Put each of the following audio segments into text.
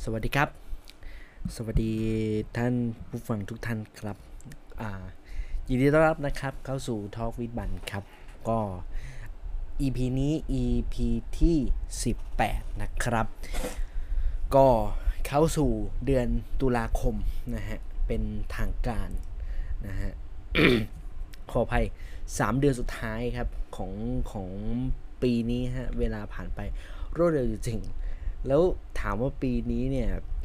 วัสดีครับสวัสดีท่านผู้ฟังทุกท่านครับยินดีต้อนรับนะครับเข้าสู่ Talk with บันครับก็ EP นี้ EP ที่18นะครับก็เข้าสู่เดือนตุลาคมนะฮะเป็นทางการนะฮะ ขออภัย3 เดือนสุดท้ายครับของปีนี้ฮะเวลาผ่านไปรวดเร็วจริงๆแล้วถามว่าปีนี้เนี่ย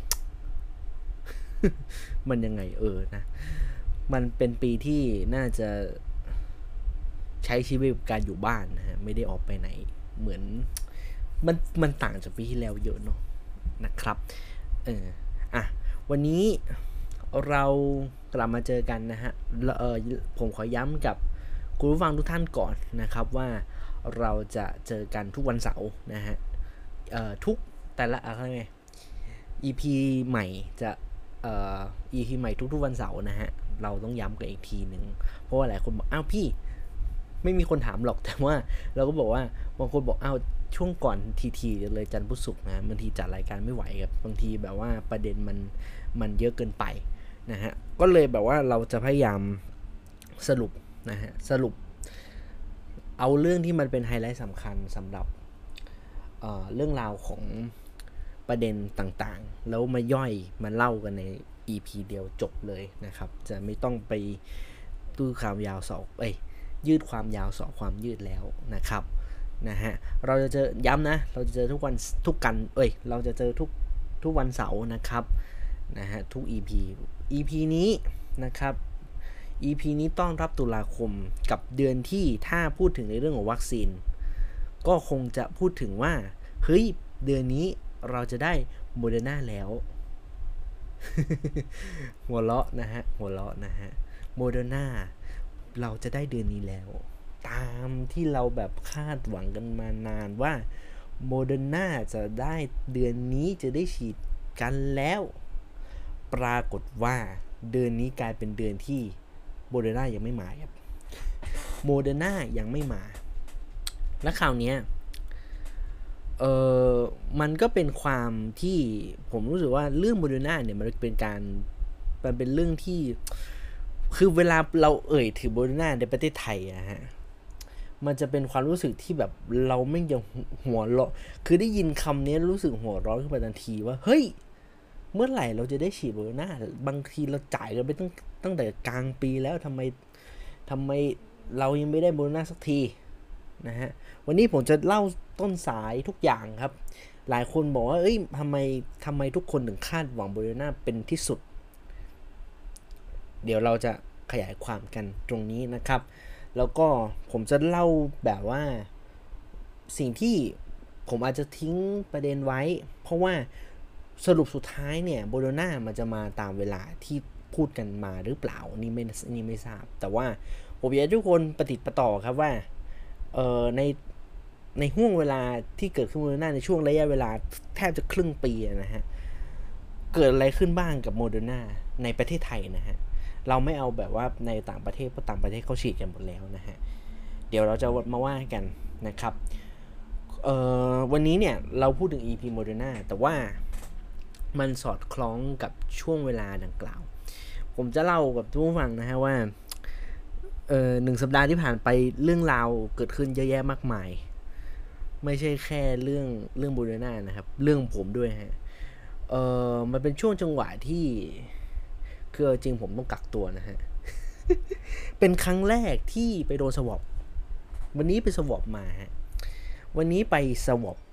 มันยังไงนะมันเป็นปีที่น่าจะใช้ชีวิตกับการอยู่บ้านนะฮะไม่ได้ออกไปไหนเหมือนมันต่างจากปีที่แล้วเยอะเนาะนะครับวันนี้เรากลับมาเจอกันนะฮะผมขอย้ำกับคุณผู้ฟังทุกท่านก่อนนะครับว่าเราจะเจอกันทุกวันเสาร์นะฮะทุกแต่ละอะไรไง EP ใหม่จะEP ใหม่ทุกๆวันเสาร์นะฮะเราต้องย้ำกันอีกทีหนึ่งเพราะว่าหลายคนบอกอ้าวพี่ไม่มีคนถามหรอกแต่ว่าเราก็บอกว่าบางคนบอกอ้าวช่วงก่อนทีเลยจันทร์พุธศุกร์นะบางทีจัดรายการไม่ไหวครับบางทีแบบว่าประเด็นมันเยอะเกินไปนะฮะก็เลยแบบว่าเราจะพยายามสรุปนะฮะสรุปเอาเรื่องที่มันเป็นไฮไลท์สำคัญสำหรับเรื่องราวของประเด็นต่างๆแล้วมาย่อยมาเล่ากันใน EP เดียวจบเลยนะครับจะไม่ต้องไปตื้อความยาวสอบยืดความยาวสอบความยืดแล้วนะครับนะฮะเราจะเจอย้ำนะเราจะเจอทุกวันเราจะเจอทุกวันเสาร์นะครับนะฮะทุก EP นี้นะครับ EP นี้ต้อนรับตุลาคมกับเดือนที่ถ้าพูดถึงในเรื่องของวัคซีนก็คงจะพูดถึงว่าเฮ้ยเดือนนี้เราจะได้โมเดอร์นาแล้ว หัวเราะนะฮะโมเดอร์นาเราจะได้เดือนนี้แล้วตามที่เราแบบคาดหวังกันมานานว่าโมเดอร์นาจะได้เดือนนี้จะได้ฉีดกันแล้วปรากฏว่าเดือนนี้กลายเป็นเดือนที่โมเดอร์นายังไม่มาครับโมเดอร์นายังไม่มาและคราวนี้มันก็เป็นความที่ผมรู้สึกว่าเรื่องโมเดอร์นาเนี่ยมันเป็นเรื่องที่คือเวลาเราถึงโมเดอร์นาในประเทศไทยอะฮะมันจะเป็นความรู้สึกที่แบบเราไม่ยังหัวเราะคือได้ยินคำนี้รู้สึกหัวร้อนขึ้นมาทันทีว่าเฮ้ยเมื่อไหร่เราจะได้ฉีดโมเดอร์นาบางทีเราจ่ายกันไปตั้งแต่กลางปีแล้วทำไมเรายังไม่ได้โมเดอร์นาสักทีนะฮะวันนี้ผมจะเล่าต้นสายทุกอย่างครับหลายคนบอกว่าทำไมทุกคนถึงคาดหวังโมเดอร์นาเป็นที่สุดเดี๋ยวเราจะขยายความกันตรงนี้นะครับแล้วก็ผมจะเล่าแบบว่าสิ่งที่ผมอาจจะทิ้งประเด็นไว้เพราะว่าสรุปสุดท้ายเนี่ยโมเดอร์นามันจะมาตามเวลาที่พูดกันมาหรือเปล่านี่ไม่ทราบแต่ว่าผมอยากให้ทุกคนปฏิติดประต่อครับว่าในห่วงเวลาที่เกิดขึ้นโมเดอร์นาในช่วงระยะเวลาแทบจะครึ่งปีนะฮะเกิดอะไรขึ้นบ้างกับโมเดอร์นาในประเทศไทยนะฮะเราไม่เอาแบบว่าในต่างประเทศเพราะต่างประเทศเขาฉีดกันหมดแล้วนะฮะเดี๋ยวเราจะมาว่ากันนะครับวันนี้เนี่ยเราพูดถึง EP โมเดอร์นาแต่ว่ามันสอดคล้องกับช่วงเวลาดังกล่าวผมจะเล่ากับทุกผู้ฟังนะฮะว่า1 สัปดาห์ที่ผ่านไปเรื่องราวเกิดขึ้นเยอะแยะมากมายไม่ใช่แค่เรื่องโมเดอร์นานะครับเรื่องผมด้วยฮะมันเป็นช่วงจังหวะที่คือจริงผมต้องกักตัวนะฮะ เป็นครั้งแรกที่ไปโดนสวอปวันนี้ไปสวอปมาฮะวันนี้ไปสวอป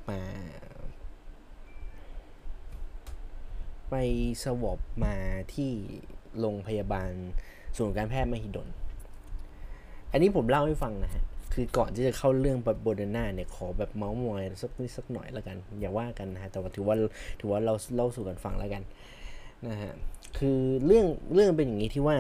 มาที่โรงพยาบาลศูนย์การแพทย์มหิดลอันนี้ผมเล่าให้ฟังนะฮะคือก่อนที่จะเข้าเรื่องโมเดอร์นาเนี่ยขอแบบเมาส์มอยสักหน่อยแล้วกันอย่าว่ากันนะฮะแต่ว่าถือว่าเราเล่าสู่กันฟังแล้วกันนะฮะคือเรื่องเป็นอย่างนี้ที่ว่า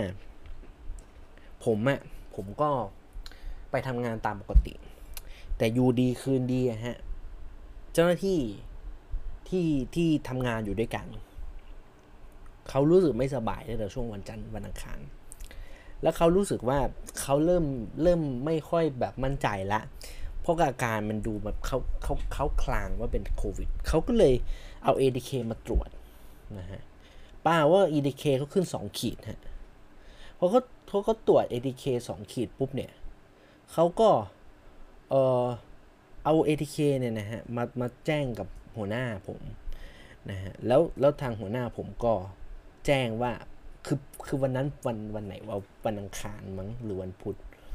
ผมก็ไปทำงานตามปกติแต่อยู่ดีคืนดีฮะเจ้าหน้าที่ทำงานอยู่ด้วยกันเขารู้สึกไม่สบายตั้งแต่ช่วงวันจันทร์วันอังคารแล้วเขารู้สึกว่าเขาเริ่มไม่ค่อยแบบมั่นใจละเพราะอาการมันดูแบบเขาคลางว่าเป็นโควิดเขาก็เลยเอา ATK มาตรวจนะฮะป้าว่า ATK เขาขึ้น2ขีดฮะพอเขาตรวจ ATK 2ขีดปุ๊บเนี่ยเขาก็เออเอา ATK เนี่ยนะฮะมาแจ้งกับหัวหน้าผมนะฮะแล้วทางหัวหน้าผมก็แจ้งว่าคือวันนั้นวันไหนว่าวันอังคารมั้งหรือวันพุธ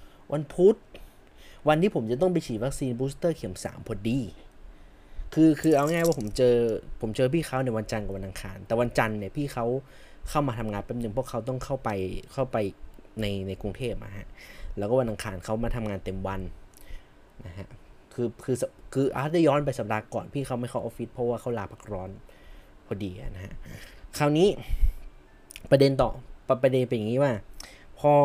วันที่ผมจะต้องไปฉีดวัคซีนบูสเตอร์เข็ม3พอดีคือเอาง่ายว่าผมเจอพี่เขาในวันจันทร์กับวันอังคารแต่วันจันทร์เนี่ยพี่เขาเข้ามาทำงานแป๊บนึงเพราะเขาต้องเข้าไปในกรุงเทพอะฮะแล้วก็วันอังคารเขามาทำงานเต็มวันนะฮะคือได้ย้อนไปสัปดาห์ก่อนพี่เขาไม่เข้าออฟฟิศเพราะว่าเขาลาพักร้อนพอดีนะฮะคราวนี้ประเด็นเป็นอย่างนี้ว่าพอ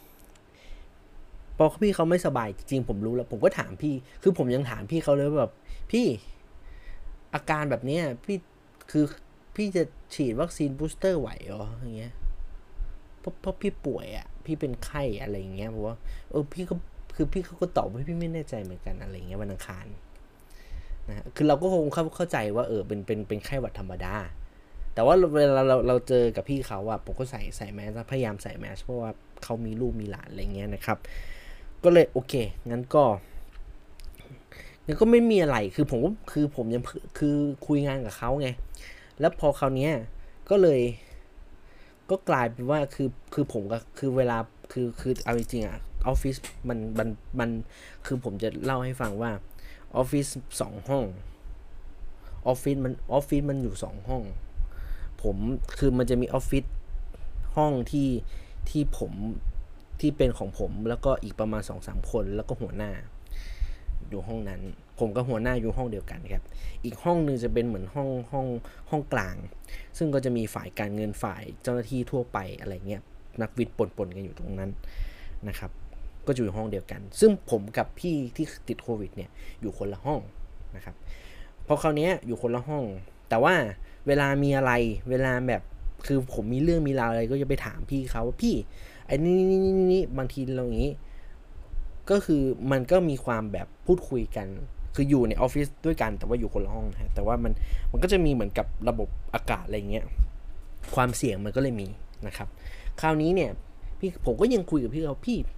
พี่เขาไม่สบายจริงผมรู้แล้วผมก็ถามพี่คือผมยังถามพี่เขาเลยแบบพี่อาการแบบนี้คือพี่จะฉีดวัคซีนบูสเตอร์ไหวเหรออย่างเงี้ยเพราะพี่ป่วยอ่ะพี่เป็นไข้อะไรอย่างเงี้ยเพราะว่าพี่เขาก็ตอบว่าพี่ไม่แน่ใจเหมือนกันอะไรเงี้ยวันอังคารนะคือเราก็คงเข้าใจว่าเป็นไข้หวัดธรรมดาแต่ว่าเวลาเราเจอกับพี่เขาอะผมก็ใส่แมสพยายามใส่แมสเพราะว่าเขามีลูกมีหลานอะไรเงี้ยนะครับก็เลยโอเคงั้นก็ไม่มีอะไรคือผมยังคือคุยงานกับเขาไงแล้วพอคราวนี้ก็กลายเป็นว่าคือผมก็คือเวลาคือเอาจริงๆอะออฟฟิศมันคือผมจะเล่าให้ฟังว่าออฟฟิศ2ห้องออฟฟิศมันอยู่2ห้องผมคือมันจะมีออฟฟิศห้องที่ผมที่เป็นของผมแล้วก็อีกประมาณ 2-3 คนแล้วก็หัวหน้าอยู่ห้องนั้นผมกับหัวหน้าอยู่ห้องเดียวกันครับอีกห้องนึงจะเป็นเหมือนห้องกลางซึ่งก็จะมีฝ่ายการเงินฝ่ายเจ้าหน้าที่ทั่วไปอะไรเงี้ยนักวิทย์ปนกันอยู่ตรงนั้นนะครับก็อยู่ห้องเดียวกันซึ่งผมกับพี่ที่ติดโควิดเนี่ยอยู่คนละห้องนะครับพอคราวนี้อยู่คนละห้องแต่ว่าเวลามีอะไรเวลาแบบคือผมมีเรื่องมีราวอะไรก็จะไปถามพี่เขาว่าพี่ไอ้นี่บางทีเราอย่างนี้ก็คือมันก็มีความแบบพูดคุยกันคืออยู่ในออฟฟิศด้วยกันแต่ว่าอยู่คนละห้องนะแต่ว่ามันก็จะมีเหมือนกับระบบอากาศอะไรเงี้ยความเสี่ยงมันก็เลยมีนะครับคราวนี้เนี่ยผมก็ยังคุยกับพี่เขาพี่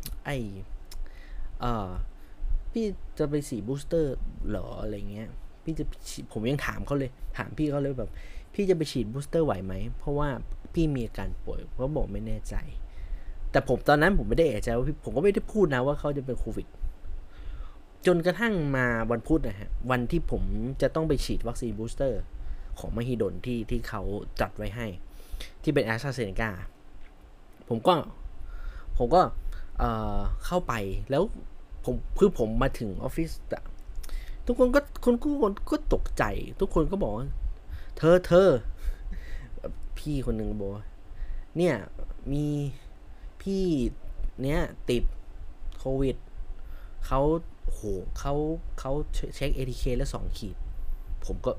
พี่จะไปฉีดบูสเตอร์เหรออะไรเงี้ยผมยังถามพี่เขาเลยแบบพี่จะไปฉีดบูสเตอร์ไหวไหมเพราะว่าพี่มีอาการป่วยเขาบอกไม่แน่ใจแต่ตอนนั้นผมไม่ได้เอะใจว่าผมก็ไม่ได้พูดนะว่าเขาจะเป็นโควิดจนกระทั่งมาวันพุธนะฮะวันที่ผมจะต้องไปฉีดวัคซีนบูสเตอร์ของมหิดลที่เขาจัดไว้ให้ที่เป็นแอสตราเซเนกาผมก็เข้าไปแล้วผมมาถึงออฟฟิศทุกคนก็ตกใจทุกคนก็บอกเธอพี่คนหนึ่งบอกเนี่ยมีพี่เนี้ยติดโควิดเขาเช็ค ATK แล้ว2ขีดผมก็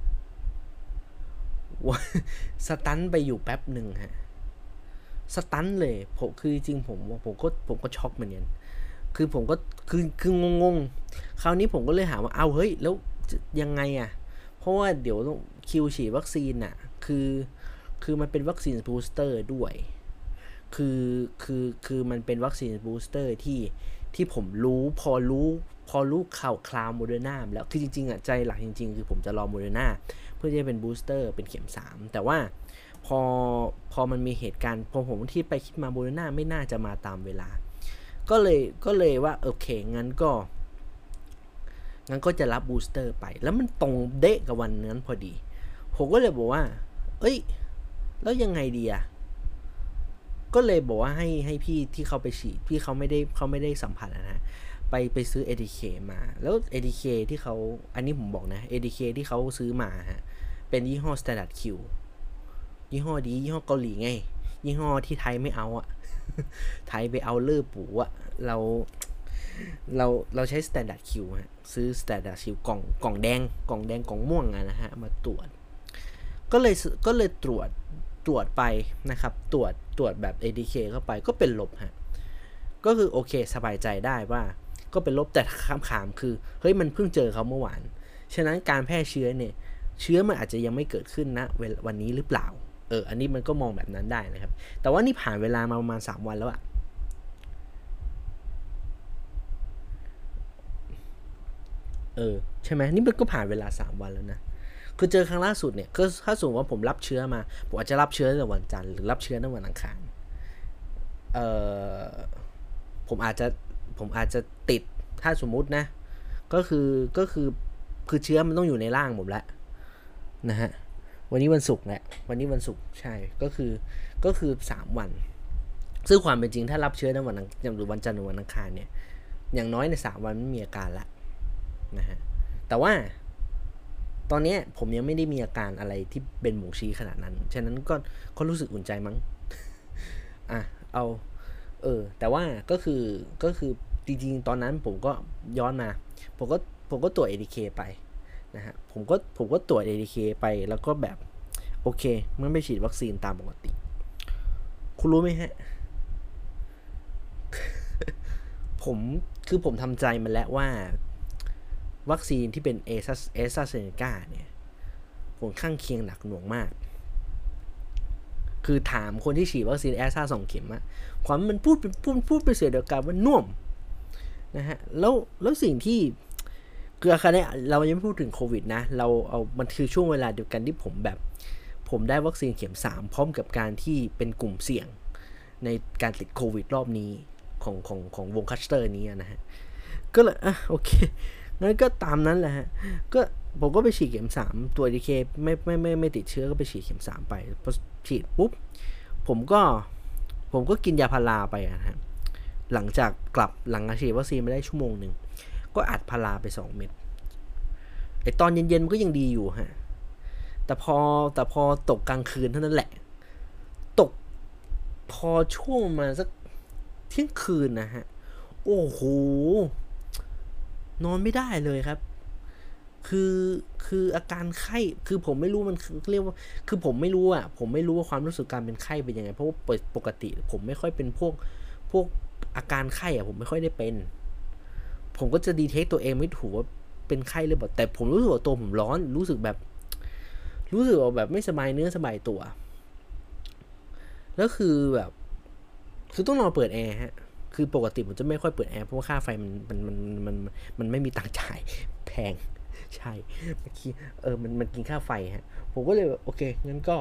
สตันไปอยู่แป๊บหนึ่งฮะสตันเลยคือจริงผมก็ช็อกเหมือนกันคือผมก็คืองงคราวนี้ผมก็เลยถามว่าเอาเฮ้ยแล้วยังไงอ่ะเพราะว่าเดี๋ยวต้องคิวฉีดวัคซีนอ่ะคือมันเป็นวัคซีนบูสเตอร์ด้วยคือมันเป็นวัคซีนบูสเตอร์ที่ผมรู้พอรู้ข่าวคราวโมเดอร์นาแล้วคือจริงๆอ่ะใจหลักจริงๆคือผมจะรอโมเดอร์นาเพื่อจะเป็นบูสเตอร์เป็นเข็ม3แต่ว่าพอมันมีเหตุการณ์พอผมที่ไปคิดมาโมเดอร์นาไม่น่าจะมาตามเวลาก็เลยว่าโอเคงั้นก็จะรับบูสเตอร์ไปแล้วมันตรงเดะกับวันนั้นพอดีผมก็เลยบอกว่าเอ้ยแล้วยังไงดีอ่ะก็เลยบอกว่าให้พี่ที่เขาไปฉีดพี่เขาไม่ได้สัมผัสนะไปซื้อ ATK มาแล้ว ATK ที่เขาอันนี้ผมบอกนะ ATK ที่เขาซื้อมาฮะเป็นยี่ห้อ Standard Q ยี่ห้อดียี่ห้อเกาหลีไงยี่ห้อที่ไทยไม่เอาอ่ะ ไทยไปเอาเล่อปูอ่ะเราใช้ Standard Q ฮะซื้อ Standard Q กล่องแดงกล่องม่วงนะฮะมาตรวจก็เลยตรวจไปนะครับตรวจแบบ ATK เข้าไปก็เป็นลบฮะก็คือโอเคสบายใจได้ว่าก็เป็นลบแต่คำถามคือเฮ้ยมันเพิ่งเจอเขาเมื่อวานฉะนั้นการแพร่เชื้อเนี่ยเชื้อมันอาจจะยังไม่เกิดขึ้นนะวันนี้หรือเปล่าอันนี้มันก็มองแบบนั้นได้นะครับแต่ว่านี่ผ่านเวลามาประมาณ3 วันแล้วอะใช่ไหมนี่มันก็ผ่านเวลา3 วันแล้วนะคือเจอครั้งล่าสุดเนี่ยก็ถ้าสมมติว่าผมรับเชื้อมาผมอาจจะรับเชื้อในวันจันทร์หรือรับเชื้อในวันอังคารผมอาจจะติดถ้าสมมุตินะก็คือเชื้อมันต้องอยู่ในร่างผมแล้วนะฮะวันนี้วันศุกร์แหละวันนี้วันศุกร์ใช่ก็คือ3 วันซึ่งความเป็นจริงถ้ารับเชื้อในวันหรือวันจันทร์หรือวันอังคารเนี่ยอย่างน้อยใน3 วันไม่มีอาการละนะฮะแต่ว่าตอนนี้ผมยังไม่ได้มีอาการอะไรที่เป็นบ่งชี้ขนาดนั้นฉะนั้นก็รู้สึกอุ่นใจมั้งเอาแต่ว่าก็คือจริงๆตอนนั้นผมก็ย้อนมาผมก็ตรวจ ATK ไปนะฮะผมก็ตรวจ ATK ไปแล้วก็แบบโอเคมันไปฉีดวัคซีนตามปกติคุณรู้ไหมฮะ ผมทำใจมาแล้วว่าวัคซีนที่เป็นเอสตราเซเนกาเนี่ยผลข้างเคียงหนักหน่วงมากคือถามคนที่ฉีดวัคซีนแอสตรา2 เข็มอะความมันพูดเป็นเสียงเดียวกันว่าน่วมนะฮะแล้วสิ่งที่คือคราวนี้เรายังไม่พูดถึงโควิดนะเราเอามันคือช่วงเวลาเดียวกันที่ผมได้วัคซีนเข็ม3พร้อมกับการที่เป็นกลุ่มเสี่ยงในการติดโควิดรอบนี้ของวงคัสเตอร์นี้นะฮะก็เลยโอเคงั้นก็ตามนั้นแหละฮะก็ผมก็ไปฉีดเข็ม3ตัว ATK ไม่ติดเชื้อก็ไปฉีดเข็ม3ไปพอฉีดปุ๊บผมก็กินยาพาราไปนะฮะหลังจากหลังฉีดวัคซีนมาได้ชั่วโมงนึงก็อัดพาราไป2 เม็ดไอตอนเย็นๆมันก็ยังดีอยู่ฮะแต่พอตกกลางคืนเท่านั้นแหละตกพอช่วงมาสักเที่ยงคืนนะฮะโอ้โหนอนไม่ได้เลยครับคืออาการไข้คือผมไม่รู้มันเรียกว่าคือผมไม่รู้ว่าความรู้สึกการเป็นไข้เป็นยังไงเพราะว่าปกติผมไม่ค่อยเป็นพวกอาการไข้ผมไม่ค่อยได้เป็นผมก็จะดีเทคตัวเองไม่ถูกว่าเป็นไข้หรือเปล่าแต่ผมรู้สึกว่าตัวผมร้อนรู้สึกแบบไม่สบายเนื้อสบายตัวแล้วคือแบบคือต้องนอนเปิดแอร์ฮะคือปกติผมจะไม่ค่อยเปิดแอร์เพราะว่าค่าไฟมันไม่มีตังค์จ่ายแพงใช่มันกินค่าไฟฮะผมก็เลยโอเคงั้นก็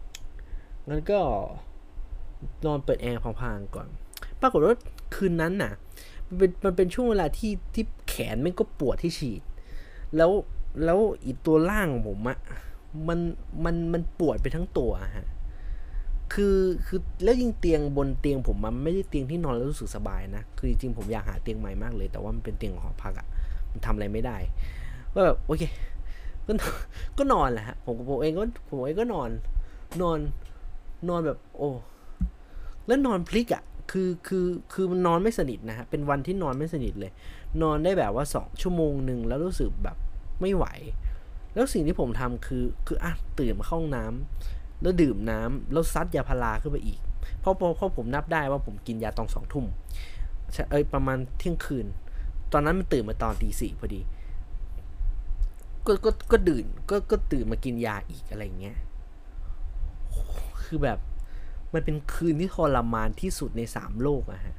นอนเปิดแอร์พังๆก่อนปรากฏว่าคืนนั้นน่ะมันเป็นช่วงเวลาที่แขนมันก็ปวดที่ฉีดแล้วอีกตัวล่างของผมอะมันปวดไปทั้งตัวฮะคือแล้วยิ่งบนเตียงผมมันไม่ได้เตียงที่นอนแล้วรู้สึกสบายนะคือจริงๆผมอยากหาเตียงใหม่มากเลยแต่ว่ามันเป็นเตียงหอพักอะมันทำอะไรไม่ได้ก็แบบโอเคก็นอนแหละฮะผมเองก็นอนแบบโอ้แล้วนอนพลิกอ่ะคือมันนอนไม่สนิทนะฮะเป็นวันที่นอนไม่สนิทเลยนอนได้แบบว่า2 ชั่วโมงนึงแล้วรู้สึกแบบไม่ไหวแล้วสิ่งที่ผมทำคือตื่นมาเข้าห้องน้ำแล้วดื่มน้ำแล้วซัดยาพาราขึ้นไปอีกเพราะผมนับได้ว่าผมกินยาตอน2 ทุ่มประมาณเที่ยงคืนตอนนั้นมันตื่นมาตอนตี 4พอดีก็ตื่นมากินยาอีกอะไรเงี้ยคือแบบมันเป็นคืนที่ทรมานที่สุดใน3 โลกอะฮะ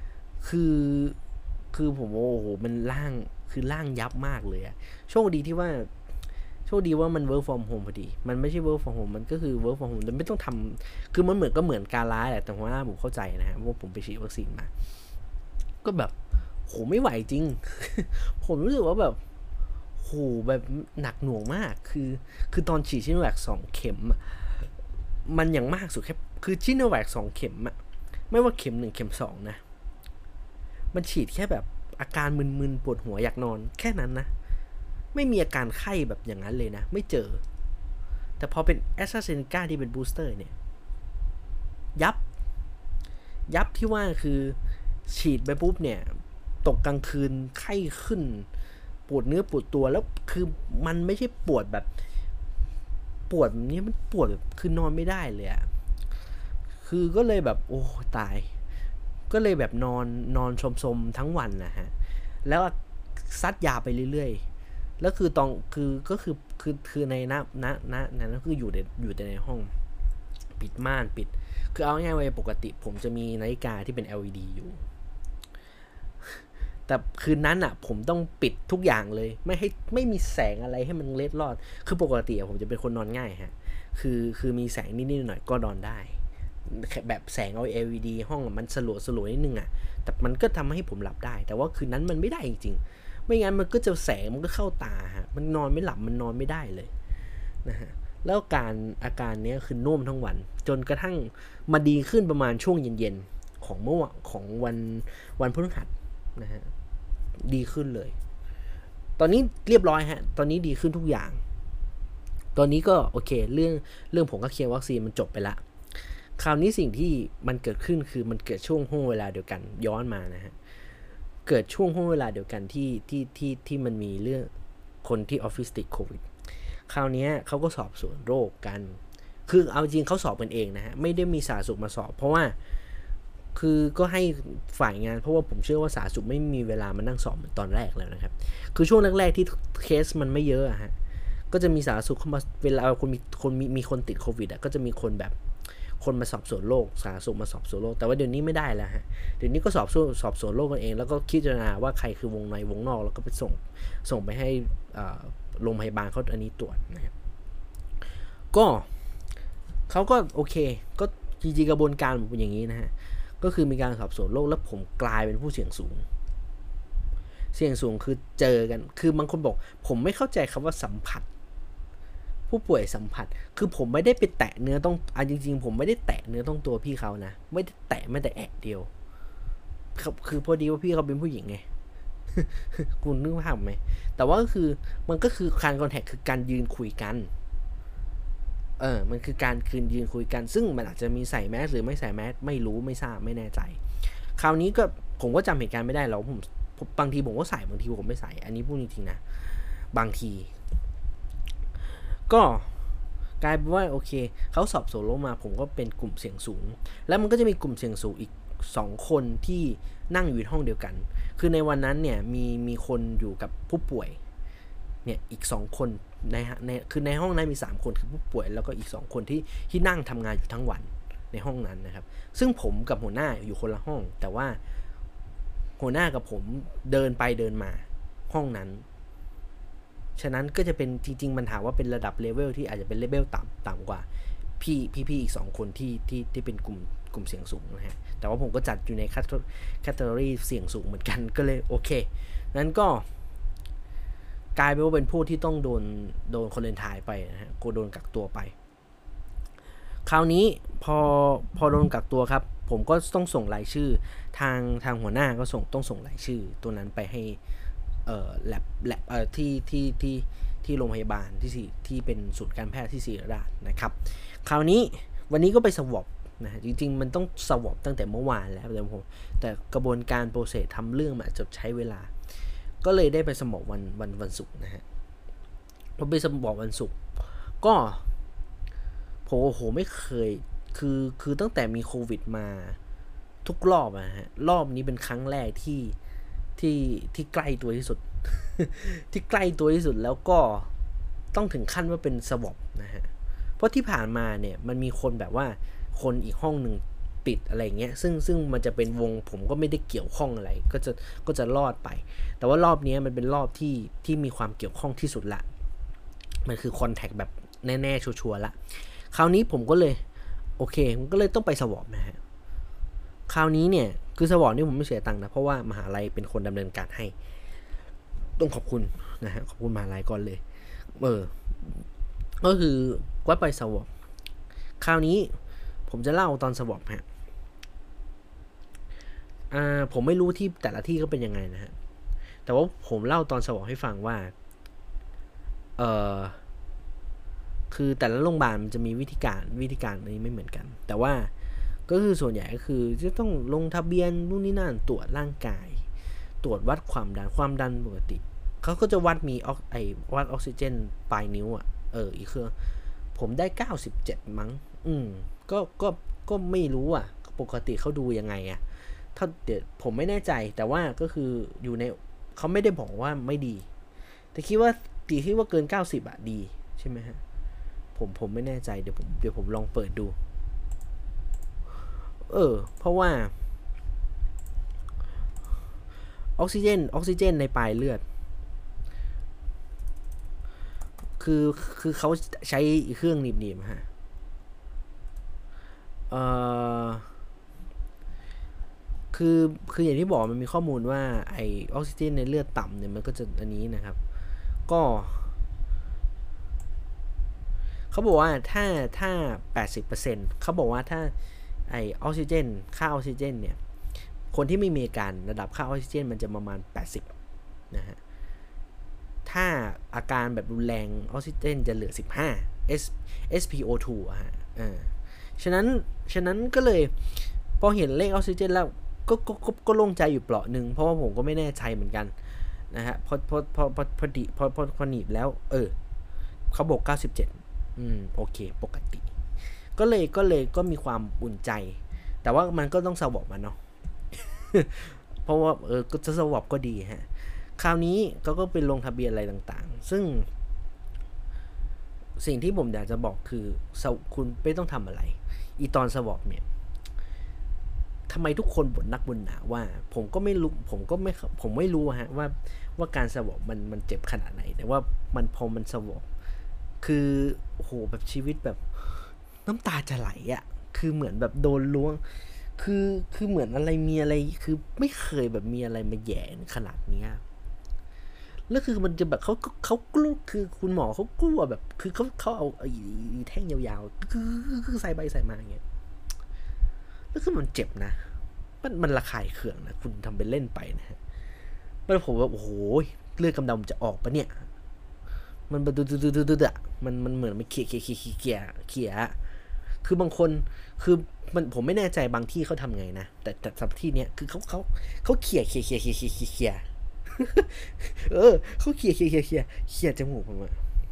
คือผมโอ้โหมันร่างยับมากเลยอะโชคดีว่ามัน work from home พอดีมันไม่ใช่ work from home มันก็คือ work from home แต่ไม่ต้องทำคือมันเหมือนการร้ายแหละแต่ว่าผมเข้าใจนะฮะว่าผมไปฉีดวัคซีนมาก็แบบโหไม่ไหวจริง ผมรู้สึกว่าแบบโหแบบหนักหน่วงมากคือตอนฉีดชิโนแวค2 เข็มมันอย่างมากสุดแค่คือชิโนแวค2 เข็มไม่ว่าเข็ม1 เข็ม2นะมันฉีดแค่แบบอาการมึนๆปวดหัวอยากนอนแค่นั้นนะไม่มีอาการไข้แบบอย่างนั้นเลยนะไม่เจอแต่พอเป็นแอสตราเซเนกาที่เป็นบูสเตอร์เนี่ยยับที่ว่าคือฉีดไปปุ๊บเนี่ยตกกลางคืนไข้ขึ้นปวดเนื้อปวดตัวแล้วคือมันไม่ใช่ปวดแบบนี้มันปวดแบบคือนอนไม่ได้เลยอะคือก็เลยแบบโอ้ตายก็เลยแบบนอนชมๆทั้งวันนะฮะแล้วซัดยาไปเรื่อยแล้วคือตอนคือในนั้นคืออยู่แต่ในห้องปิดม่านปิดคือเอาง่ายๆปกติผมจะมีนาฬิกาที่เป็น LED อยู่แต่คืนนั้นอ่ะผมต้องปิดทุกอย่างเลยไม่มีแสงอะไรให้มันเล็ดลอดคือปกติผมจะเป็นคนนอนง่ายฮะคือมีแสงนิดๆหน่อยก็นอนได้แบบแสง LED ห้องมันสลัวนิดนึงอ่ะแต่มันก็ทำให้ผมหลับได้แต่ว่าคืนนั้นมันไม่ได้จริงๆไม่งั้นมันก็จะแสงมันก็เข้าตาฮะมันนอนไม่หลับมันนอนไม่ได้เลยนะฮะแล้วอาการนี้คือน่วมทั้งวันจนกระทั่งมาดีขึ้นประมาณช่วงเย็นๆของวันพฤหัสนะฮะดีขึ้นเลยตอนนี้เรียบร้อยฮะตอนนี้ดีขึ้นทุกอย่างตอนนี้ก็โอเคเรื่องผมก็เคลียร์วัคซีนมันจบไปละคราวนี้สิ่งที่มันเกิดขึ้นคือมันเกิดช่วงห้วงเวลาเดียวกันย้อนมานะฮะเกิดช่วงห้วงเวลาเดียวกันที่มันมีเรื่องคนที่ออฟฟิศติดโควิดคราวนี้เขาก็สอบสวนโรคกันคือเอาจริงเขาสอบกันเองนะฮะไม่ได้มีสาธารณสุขมาสอบเพราะว่าคือก็ให้ฝ่ายงานเพราะว่าผมเชื่อว่าสาธารณสุขไม่มีเวลามานั่งสอบเหมือนตอนแรกแล้วนะครับคือช่วงแรกๆที่เคสมันไม่เยอะอะฮะก็จะมีสาธารณสุขเข้ามาเวลามีคนติดโควิดอะก็จะมีคนมาสอบสวนโรคสาธารณสุขมาสอบสวนโรคแต่ว่าเดี๋ยวนี้ไม่ได้แล้วฮะเดี๋ยวนี้ก็สอบสวนโรคกันเองแล้วก็คิดจารณาว่าใครคือวงในวงนอกแล้วก็ไปส่งไปให้โรงพยาบาลเขาอันนี้ตรวจนะครับก็เขาก็โอเคก็จริงๆกระบวนการมันเป็นอย่างนี้นะฮะก็คือมีการสอบสวนโรคแล้วผมกลายเป็นผู้เสี่ยงสูงคือเจอกันคือบางคนบอกผมไม่เข้าใจคำว่าสัมผัสผู้ป่วยสัมผัสคือผมไม่ได้ไปแตะเนื้อต้องจริงๆผมไม่ได้แตะเนื้อต้องตัวพี่เขานะไม่ได้แตะไม่แต่แอะเดียวคือพอดีว่าพี่เขาเป็นผู้หญิงไง คุณนึกภาพไหมแต่ว่าก็คือมันก็คือการคอนแทคคือการยืนคุยกันมันคือการยืนคุยกันซึ่งมันอาจจะมีใส่แมสหรือไม่ใส่แมสไม่รู้ไม่ทราบไม่แน่ใจคราวนี้ก็ผมก็จำเหตุการณ์ไม่ได้แล้วผมบางทีผมก็ใส่บางทีผมไม่ใส่อันนี้พูดจริงๆนะบางทีก็กลายเป็นว่าโอเคเขาสอบสวนลงมาผมก็เป็นกลุ่มเสี่ยงสูงแล้วมันก็จะมีกลุ่มเสี่ยงสูงอีก2คนที่นั่งอยู่ในห้องเดียวกันคือในวันนั้นเนี่ยมีคนอยู่กับผู้ป่วยเนี่ยอีก2คนคือในห้องนั้นมี3คนคือผู้ป่วยแล้วก็อีก2คนที่นั่งทำงานอยู่ทั้งวันในห้องนั้นนะครับซึ่งผมกับหัวหน้าอยู่คนละห้องแต่ว่าหัวหน้ากับผมเดินไปเดินมาห้องนั้นฉะนั้นก็จะเป็นจริงๆมันถามว่าเป็นระดับเลเวลที่อาจจะเป็นเลเวลต่ำกว่าพี่อีก2คนที่เป็นกลุ่มเสี่ยงสูงนะฮะแต่ว่าผมก็จัดอยู่ในแคตตาล็อเสี่ยงสูงเหมือนกันก็เลยโอเคนั้นก็กลายเป็นว่าเป็นผู้ที่ต้องโดนควอรันไทน์ไปนะฮะก็โดนกักตัวไปคราวนี้พอโดนกักตัวครับผมก็ต้องส่งรายชื่อทางหัวหน้าก็ต้องส่งรายชื่อตัวนั้นไปให้แลบที่โรงพยาบาลที่เป็นศูนย์การแพทย์ที่ศิริราชนะครับคราวนี้วันนี้ก็ไปสวอปนะจริงๆมันต้องสวอปตั้งแต่เมื่อวานแล้วแต่กระบวนการโปรเซสทำเรื่องมันอาจจะใช้เวลาก็เลยได้ไปสวอปวันศุกร์นะฮะพอไปสวอปวันศุกร์ก็ผมโอ้โหไม่เคยคือตั้งแต่มีโควิดมาทุกรอบนะฮะรอบนี้เป็นครั้งแรกที่ใกล้ตัวที่สุด ที่ใกล้ตัวที่สุดแล้วก็ต้องถึงขั้นว่าเป็นสวอปนะฮะเพราะที่ผ่านมาเนี่ยมันมีคนแบบว่าคนอีกห้องหนึ่งติดอะไรเงี้ยซึ่งมันจะเป็นวงผมก็ไม่ได้เกี่ยวข้องอะไรก็จะรอดไปแต่ว่ารอบนี้มันเป็นรอบที่มีความเกี่ยวข้องที่สุดละมันคือคอนแทคแบบแน่ๆชัวร์ๆละคราวนี้ผมก็เลยโอเคผมก็เลยต้องไปสวอปนะฮะคราวนี้เนี่ยคือสวอปนี่ผมไม่เสียตังค์นะเพราะว่ามหาลัยเป็นคนดำเนินการให้ต้องขอบคุณนะฮะขอบคุณมหาลัยก่อนเลยก็คือว่าไปสวอปคราวนี้ผมจะเล่าตอนสวอปฮะผมไม่รู้ที่แต่ละที่ก็เป็นยังไงนะฮะแต่ว่าผมเล่าตอนสวอปให้ฟังว่าคือแต่ละโรงพยาบาลมันจะมีวิธีการนี้ไม่เหมือนกันแต่ว่าก็คือส่วนใหญ่ก็คือจะต้องลงทะเบียนนู่นนี่นั่นตรวจร่างกายตรวจวัดความดันปกติเขาก็จะวัดมีวัดออกซิเจนปลายนิ้วอีกเครื่องผมได้97มั้งก็ไม่รู้ปกติเขาดูยังไงถ้าเดี๋ยวผมไม่แน่ใจแต่ว่าก็คืออยู่ในเขาไม่ได้บอกว่าไม่ดีแต่คิดว่าตีที่ว่าเกิน90อะดีใช่ไหมฮะผมไม่แน่ใจเดี๋ยวผมลองเปิดดูเพราะว่าออกซิเจนในปลายเลือดคือเขาใช้เครื่องหนีบฮะคืออย่างที่บอกมันมีข้อมูลว่าไอออกซิเจนในเลือดต่ำเนี่ยมันก็จะอันนี้นะครับก็เขาบอกว่าถ้า 80% เขาบอกว่าถ้าไอออกซิเจนค่าออกซิเจนเนี่ยคนที่ไม่มีอาการระดับค่าออกซิเจนมันจะประมาณ80นะฮะถ้าอาการแบบรุนแรงออกซิเจนจะเหลือ15 SpO2 อะฮะฉะนั้นก็เลยพอเห็นเลขออกซิเจนแล้วก็โล่งใจอยู่เปราะหนึ่งเพราะว่าผมก็ไม่แน่ใจเหมือนกันนะฮะพอหนีบแล้วเขาบอก97โอเคปกติก็เลยมีความอุ่นใจแต่ว่ามันก็ต้องสวอปมาเนาะ เพราะว่าก็จะสวอปก็ดีฮะคราวนี้ก็เป็นลงทะเบียนอะไรต่างๆซึ่งสิ่งที่ผมอยากจะบอกคือคุณไม่ต้องทำอะไรอีตอนสวอปเนี่ยทำไมทุกคนบ่นนักบ่นหนาว่าผมไม่รู้ฮะว่าการสวอปมันเจ็บขนาดไหนแต่ว่าพอมันสวอปคือโหแบบชีวิตแบบน้ำตาจะไหลอ่ะคือเหมือนแบบโดนล้วงคือเหมือนอะไรมีอะไรคือไม่เคยแบบมีอะไรมาแย่ขนาดนี้แล้วคือมันจะแบบเขากลัวคือคุณหมอเขากลัวแบบคือเขาเอาไอ้แท่งยาวๆคือใส่ใบใส่มาอย่างเงี้ยแล้วคือมันเจ็บนะมันระคายเคืองนะคุณทำเป็นเล่นไปนะฮะมันผมว่าโอ้โหเลือดกำเดาจะออกปะเนี่ยมันดูอ่ะมันเหมือนมันเขี่ยคือบางคนคือผมไม่แน่ใจบางที่เขาทำไงนะแต่สำหรับที่เนี้ยคือเขาเขี่ยเขาเขี่ยจมูกผมอะ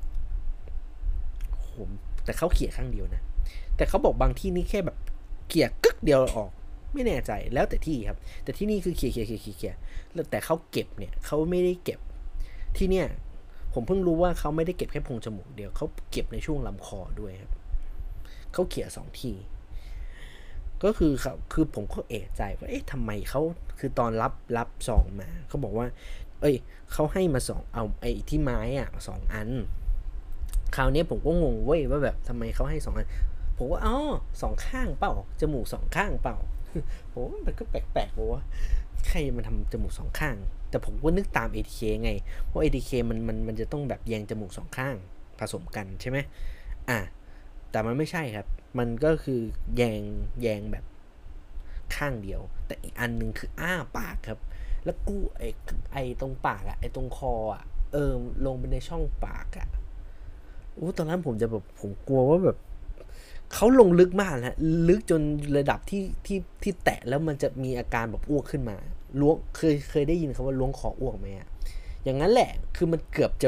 โหแต่เขาเขี่ยข้างเดียวนะแต่เขาบอกบางที่นี่แค่แบบเขี่ยกึกเดียวออกไม่แน่ใจแล้วแต่ที่ครับแต่ที่นี่คือเขี่ยแล้วแต่เขาเก็บเนี่ยเขาไม่ได้เก็บที่เนี่ยผมเพิ่งรู้ว่าเขาไม่ได้เก็บแค่โพรงจมูกเดียวเขาเก็บในช่วงลำคอด้วยครับเขาเขี่ย2 ทีก็คือผมก็เอะใจว่าเอ๊ะทำไมเขาคือตอนรับซองมาเขาบอกว่าเขาให้มา2เอาไอ้ที่ไม้อ่ะ2 อันคราวนี้ผมก็งงเว้ยว่าแบบทำไมเขาให้2 อันผมว่า2 ข้างเปล่าจมูก2 ข้างเปล่าโหมันก็แปลกๆว่าใครมันทำจมูก2 ข้างแต่ผมก็นึกตาม ATK ไงเพราะ ATK มันจะต้องแบบแยงจมูก2 ข้างผสมกันใช่ไหมแต่มันไม่ใช่ครับมันก็คือแยงแบบข้างเดียวแต่อีกอันนึงคืออ้าปากครับแล้วกูไอตรงปากอะไอตรงคออะลงไปในช่องปากอะตอนนั้นผมจะแบบผมกลัวว่าแบบเขาลงลึกมากนะลึกจนระดับที่แตะแล้วมันจะมีอาการแบบอ้วกขึ้นมาล้วงเคยได้ยินคำว่าล้วงคออ้วกไหมอะอย่างนั้นแหละคือมันเกือบจะ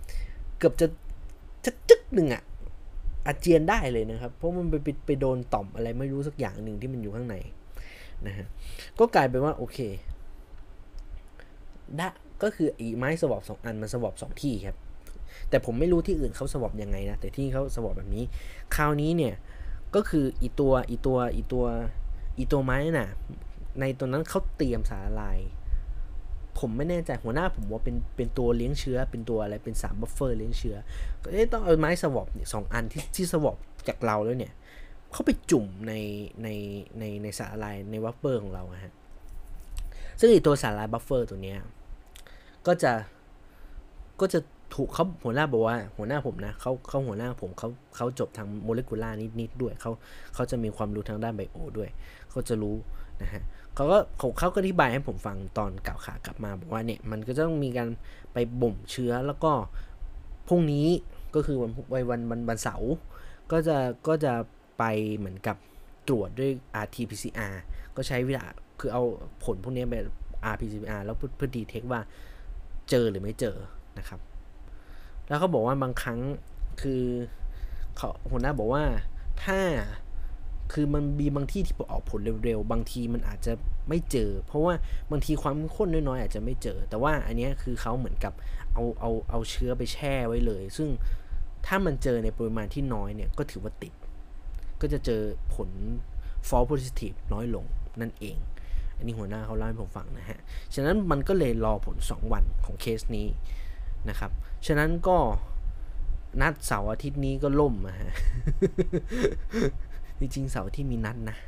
จึ๊กหนึ่งอะอาเจียนได้เลยนะครับเพราะมันไปโดนต่อมอะไรไม่รู้สักอย่างหนึ่งที่มันอยู่ข้างในนะฮะก็กลายเป็นว่าโอเคก็คืออีไม้สวอป2 อันมันสวอป2 ที่ครับแต่ผมไม่รู้ที่อื่นเขาสวอปยังไงนะแต่ที่เขาสวอปแบบนี้คราวนี้เนี่ยก็คืออีตัวไม้น่ะในตัวนั้นเขาเตรียมสารละลายผมไม่แน่ใจหัวหน้าผมว่าเป็นตัวเลี้ยงเชื้อเป็นตัวอะไรเป็น3 บัฟเฟอร์เลี้ยงเชื้อก็ต้องเอาไม้สวอปเนี่ย2 อันที่สวอปจากเราแล้วเนี่ยเขาไปจุ่มในสารละลายในบัฟเฟอร์ของเราฮะซึ่งอีตัวสารละลายบัฟเฟอร์ตัวเนี้ยก็จะถูกเขาหัวหน้าบอกว่าหัวหน้าผมนะเขาหัวหน้าผมเขาจบทางโมเลกุลาร์นิดด้วยเขาจะมีความรู้ทางด้านไบโอด้วยเขาจะรู้นะฮะเขาก็อธิบายให้ผมฟังตอนกล่าวขากลับมาบอกว่าเนี่ยมันก็ต้องมีการไปบ่มเชื้อแล้วก็พรุ่งนี้ก็คือวันเสาร์ก็จะไปเหมือนกับตรวจด้วย RT-PCR ก็ใช้เวลาคือเอาผลพวกนี้ไป RT-PCR แล้วเพื่อดีเทคว่าเจอหรือไม่เจอนะครับแล้วเขาบอกว่าบางครั้งคือหัวหน้าบอกว่าถ้าคือมันมีบางที่ที่ออกผลเร็วๆบางทีมันอาจจะไม่เจอเพราะว่าบางทีความข้นน้อยๆอาจจะไม่เจอแต่ว่าอันนี้คือเขาเหมือนกับเอาเชื้อไปแช่ไว้เลยซึ่งถ้ามันเจอในปริมาณที่น้อยเนี่ยก็ถือว่าติดก็จะเจอผล false positive น้อยลงนั่นเองอันนี้หัวหน้าเขาเล่าให้ผมฟังนะฮะฉะนั้นมันก็เลยรอผล2วันของเคสนี้นะครับฉะนั้นก็นัดเสาร์อาทิตย์นี้ก็ล่มฮะ จริงๆเสาร์ที่มีนัดนะ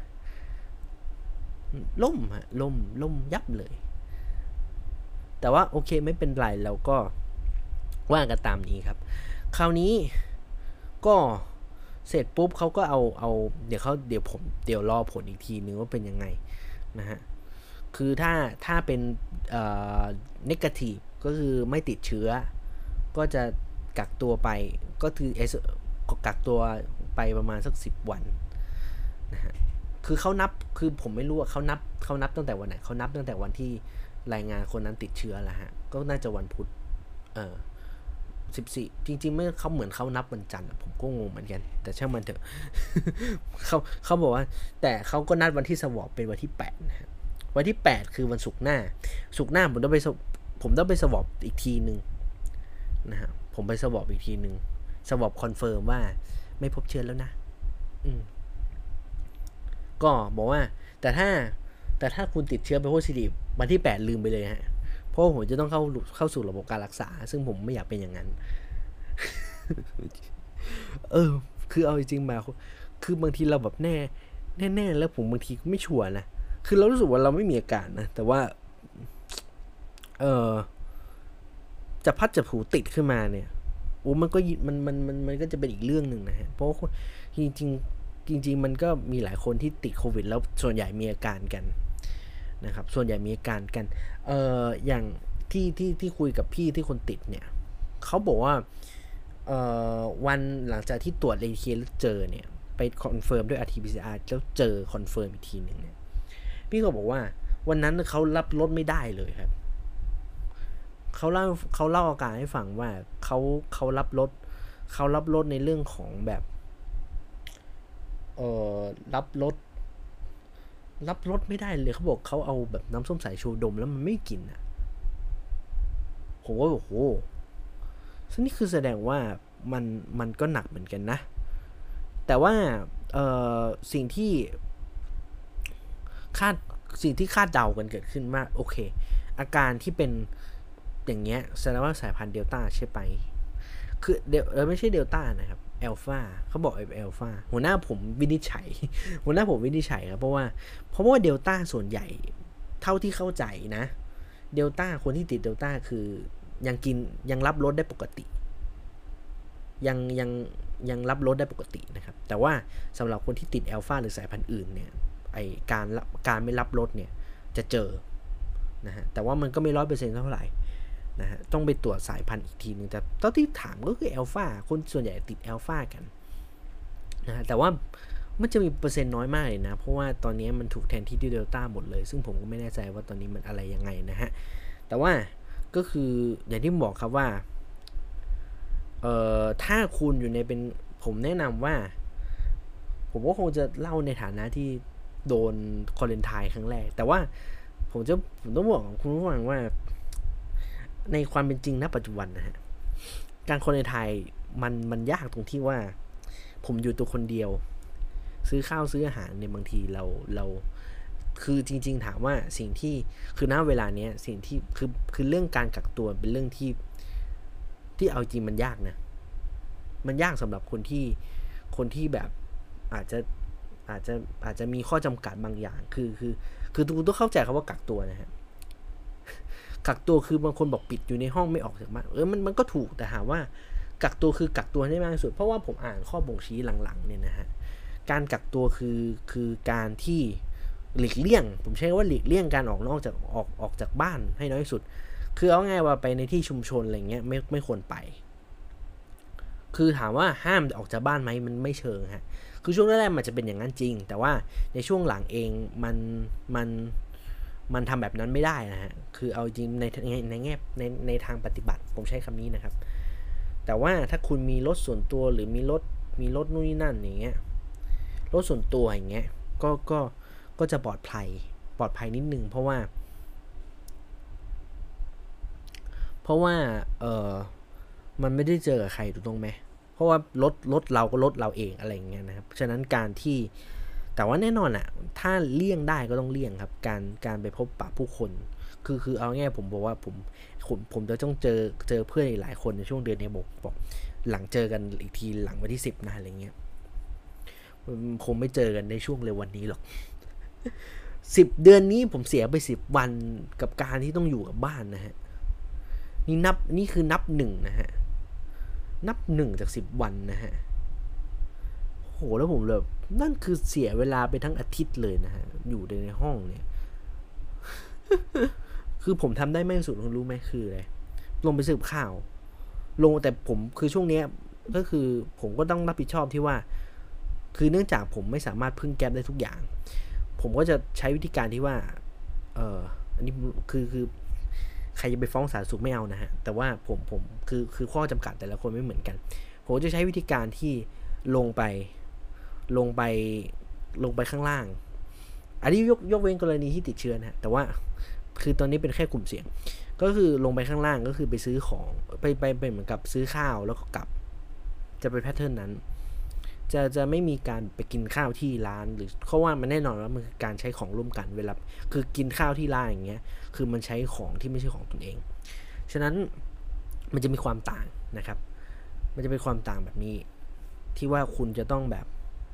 ล่มฮะล่มยับเลยแต่ว่าโอเคไม่เป็นไรเราก็ว่ากันตามนี้ครับคราวนี้ก็เสร็จปุ๊บเขาก็เอาเดี๋ยวรอผลอีกทีนึงว่าเป็นยังไงนะฮะคือถ้าเป็นnegative ก็คือไม่ติดเชื้อก็จะกักตัวไปก็คือกักตัวไปประมาณสัก10 วันนะฮะคือเขานับคือผมไม่รู้ว่าเขานับตั้งแต่วันไหนเขานับตั้งแต่วันที่รายงานคนนั้นติดเชื้อแล้วฮะก็น่าจะวันพุธ14จริงๆไม่เขาเหมือนเขานับวันจันทร์ผมก็งงเหมือนกันแต่ช่างมันเถอะ เขาบอกว่าแต่เขาก็นัดวันที่สวอปเป็นวันที่8นะฮะวันที่8คือวันศุกร์หน้าผมต้องไปสวอปอีกทีนึงนะฮะผมไปสวอปอีกทีนึงสวอปคอนเฟิร์มว่าไม่พบเชื้อแล้วนะก็บอกว่าแต่ถ้าคุณติดเชื้อไปโพซิทีฟวันที่8ลืมไปเลยฮะเพราะผมจะต้องเข้าสู่ระบบการรักษาซึ่งผมไม่อยากเป็นอย่างนั้น คือเอาจริงๆมาคือบางทีเราแบบแน่แล้วผมบางทีก็ไม่ชัวร์นะคือเรารู้สึกว่าเราไม่มีอาการนะแต่ว่าจะพัดจะผูติดขึ้นมาเนี่ยมันก็จะเป็นอีกเรื่องหนึ่งนะฮะเพราะจริงมันก็มีหลายคนที่ติดโควิดแล้วส่วนใหญ่มีอาการกันนะครับส่วนใหญ่มีอาการกันอย่างที่คุยกับพี่ที่คนติดเนี่ยเขาบอกว่าวันหลังจากที่ตรวจ ATK แล้วเจอเนี่ยไปคอนเฟิร์มด้วย RT-PCR แล้วเจอคอนเฟิร์มอีกทีนึงเนี่ยพี่ก็บอกว่าวันนั้นเขารับรถไม่ได้เลยครับเขาเล่าอาการให้ฟังว่าเขารับรถในเรื่องของแบบรับรถไม่ได้เลยเขาบอกเขาเอาแบบน้ำส้มสายชูดมแล้วมันไม่กินอ่ะผมก็บอกโอ้ซึ่งนี่คือแสดงว่ามันก็หนักเหมือนกันนะแต่ว่าสิ่งที่คาดเดากันเกิดขึ้นว่าโอเคอาการที่เป็นอย่างเงี้ยแสดงว่าสายพันธุ์เดลต้าใช่ไปคือไม่ใช่เดลต้านะครับเอลฟาเขาบอกเอลฟาหัวหน้าผมวินิจฉัยครับเพราะว่าเดลต้าส่วนใหญ่เท่าที่เข้าใจนะเดลต้าคนที่ติดเดลต้าคือยังรับรสได้ปกติยังรับรสได้ปกตินะครับแต่ว่าสำหรับคนที่ติดอัลฟาหรือสายพันธุ์อื่นเนี่ยไอการไม่รับรสเนี่ยจะเจอนะฮะแต่ว่ามันก็ไม่ 100% เท่าไหร่นะฮะต้องไปตรวจสายพันธุ์อีกทีนึงแต่ตอนที่ถามก็คืออัลฟาคนส่วนใหญ่ติดอัลฟากันนะฮะแต่ว่ามันจะมีเปอร์เซ็นต์น้อยมากเลยนะเพราะว่าตอนนี้มันถูกแทนที่ด้วยเดลต้าหมดเลยซึ่งผมก็ไม่แน่ใจว่าตอนนี้มันอะไรยังไงนะฮะแต่ว่าก็คืออย่างที่บอกครับว่าถ้าคุณอยู่ในเป็นผมแนะนำว่าผมก็คงจะเล่าในฐานะที่โดนควอรันไทน์ครั้งแรกแต่ว่าผมต้องบอกคุณผู้ฟังว่าในความเป็นจริงณปัจจุบันนะฮะการควอรันไทน์มันยากตรงที่ว่าผมอยู่ตัวคนเดียวซื้อข้าวซื้ออาหารเนี่ยบางทีเราคือจริงๆถามว่าสิ่งที่คือณเวลาเนี้ยสิ่งที่คือเรื่องการกักตัวเป็นเรื่องที่เอาจริงมันยากนะมันยากสำหรับคนที่แบบอาจจะมีข้อจำกัดบางอย่างคือทุกต้องเข้าใจคำว่ากักตัวนะฮะกักตัวคือบางคนบอกปิดอยู่ในห้องไม่ออกจากบ้านมันก็ถูกแต่หาว่ากักตัวคือกักตัวให้มากที่สุดเพราะว่าผมอ่านข้อบ่งชี้หลังๆเนี่ยนะฮะการกักตัวคือการที่หลีกเลี่ยงผมใช้ว่าหลีกเลี่ยงการออกจากบ้านให้น้อยที่สุดคือเอาง่ายว่าไปในที่ชุมชนอะไรเงี้ยไม่ควรไปคือถามว่าห้ามออกจากบ้านไหมมันไม่เชิงฮะคือช่วงแรกๆมันจะเป็นอย่างนั้นจริงแต่ว่าในช่วงหลังเองมันทำแบบนั้นไม่ได้นะฮะคือเอาจริงในแง่ในทางปฏิบัติผมใช้คำนี้นะครับแต่ว่าถ้าคุณมีรถส่วนตัวหรือมีรถนู่นนี่นั่นอย่างเงี้ยรถส่วนตัวอย่างเงี้ยก็จะปลอดภัยปลอดภัยนิดนึงเพราะว่ามันไม่ได้เจอกับใครถูกต้องไหมเพราะว่ารถเราก็รถเราเองอะไรอย่างเงี้ยนะครับฉะนั้นการที่แต่ว่าแน่นอนอะถ้าเลี่ยงได้ก็ต้องเลี่ยงครับการไปพบปะผู้คนคือเอาง่ายผมบอกว่าผมจะต้องเจอเพื่อนอีกหลายคนในช่วงเดือนนี้บอกหลังเจอกันอีกทีหลังวันที่10นะอะไรเงี้ยคงไม่เจอกันในช่วงเร็ววันนี้หรอก10 เดือนนี้ผมเสียไป10 วันกับการที่ต้องอยู่กับบ้านนะฮะนี่คือนับ1นะฮะนับ1จาก10 วันนะฮะโหแล้วผมแบบนั่นคือเสียเวลาไปทั้งอาทิตย์เลยนะฮะอยู่ในห้องเนี่ยคือผมทำได้ไม่สุดคุณรู้ไหมคืออะไรลงไปสืบข่าวลงแต่ผมคือช่วงนี้ก็คือผมก็ต้องรับผิดชอบที่ว่าคือเนื่องจากผมไม่สามารถพึ่งแก๊ปได้ทุกอย่างผมก็จะใช้วิธีการที่ว่าอันนี้คือใครจะไปฟ้องศาลสุขไม่เอานะฮะแต่ว่าผมคือข้อจำกัดแต่ละคนไม่เหมือนกันผมจะใช้วิธีการที่ลงไปข้างล่างอันนี้ยกเว้นกรณีที่ติดเชื้อนะฮะแต่ว่าคือตอนนี้เป็นแค่กลุ่มเสี่ยงก็คือลงไปข้างล่างก็คือไปซื้อของไปเหมือนกับซื้อข้าวแล้วก็กลับจะเป็นแพทเทิร์นนั้นจะไม่มีการไปกินข้าวที่ร้านหรือเพราะว่ามันแน่นอนว่ามันคือการใช้ของร่วมกันเวลาคือกินข้าวที่ร้านอย่างเงี้ยคือมันใช้ของที่ไม่ใช่ของตนเองฉะนั้นมันจะมีความต่างนะครับมันจะเป็นความต่างแบบนี้ที่ว่าคุณจะต้องแบบ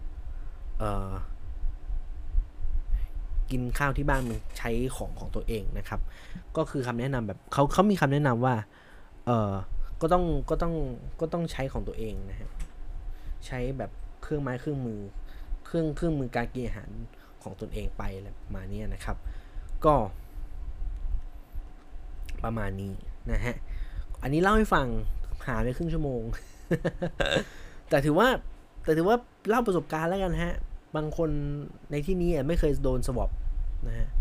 กินข้าวที่บ้านมันใช้ของตัวเองนะครับก็คือคำแนะนำแบบเขามีคำแนะนำว่าก็ต้องใช้ของตัวเองนะฮะใช้แบบเครื่องไม้เครื่องมือเครื่องมือการกินอาหารของตนเองไปอะไรประมาณนี้นะครับก็ประมาณนี้นะฮะอันนี้เล่าให้ฟังหาไปครึ่งชั่วโมง แต่ถือว่าเล่าประสบการณ์แล้วกันฮะบางคนในที่นี้ไม่เคยโดนสวอปนะฮะ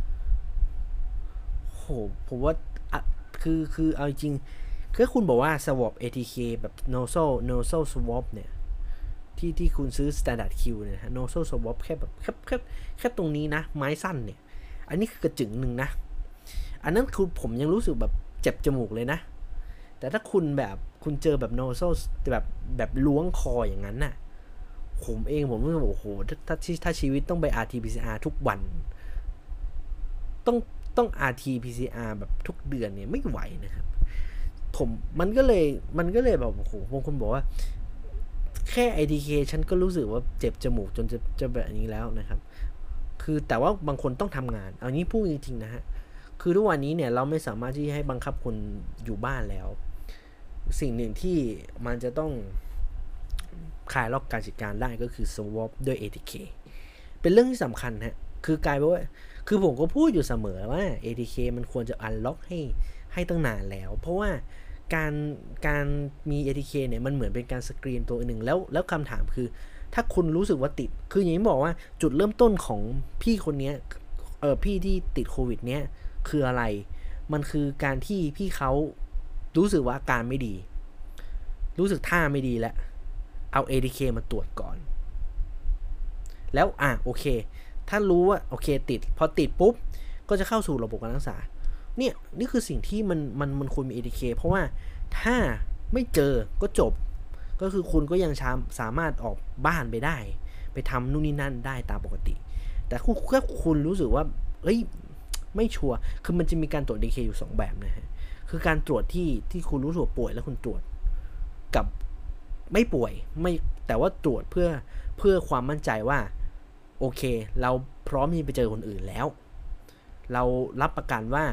โหผมว่าคือเอาจริงคือคุณบอกว่า swap ATK แบบ nasal swab เนี่ยที่คุณซื้อ standard Q เนี่ยนะ nasal swab แค่แบบแค่ตรงนี้นะไม้สั้นเนี่ยอันนี้คือกระจึงหนึ่งนะอันนั้นคือผมยังรู้สึกแบบเจ็บจมูกเลยนะแต่ถ้าคุณเจอแบบ nasal แบบล้วงคออย่างนั้นน่ะผมรู้สึกโอ้โหถ้าชีวิตต้องไป RT-PCR ทุกวันต้อง RT-PCR แบบทุกเดือนเนี่ยไม่ไหวนะครับมันก็เลยแบบโอ้โหบางคนบอกว่าแค่ ITK ฉันก็รู้สึกว่าเจ็บจมูกจนจะแบบนี้แล้วนะครับคือแต่ว่าบางคนต้องทำงานเอานี้พูดจริงๆนะฮะคือทุกวันนี้เนี่ยเราไม่สามารถที่ให้บังคับคนอยู่บ้านแล้วสิ่งหนึ่งที่มันจะต้องคลายล็อกการจัดการได้ก็คือ swap ด้วย ATK เป็นเรื่องที่สำคัญฮะคือกลายเป็นว่าคือผมก็พูดอยู่เสมอว่า ATK มันควรจะ unlock ให้ตั้งนานแล้วเพราะว่าการมี ATK เนี่ยมันเหมือนเป็นการสกรีนตัวหนึ่งแล้วคำถามคือถ้าคุณรู้สึกว่าติดคืออย่างที่บอกว่าจุดเริ่มต้นของพี่คนนี้พี่ที่ติดโควิดเนี้ยคืออะไรมันคือการที่พี่เขารู้สึกว่าอาการไม่ดีรู้สึกท่าไม่ดีแล้วเอา ATK มาตรวจก่อนแล้วโอเคถ้ารู้ว่าโอเคติดพอติดปุ๊บก็จะเข้าสู่ระบบการรักษานี่คือสิ่งที่มันควรมี ATK เพราะว่าถ้าไม่เจอก็จบก็คือคุณก็ยังสามารถออกบ้านไปได้ไปทำนู่นนี่นั่นได้ตามปกติแต่ถ้าคุณรู้สึกว่าไม่ชัวร์คือมันจะมีการตรวจ ATK อยู่2แบบนะฮะคือการตรวจที่คุณรู้สึกป่วยแล้วคุณตรวจกับไม่ป่วยไม่แต่ว่าตรวจเพื่อความมั่นใจว่าโอเคเราพร้อมที่ไปเจอคนอื่นแล้วเรารับประกันว่า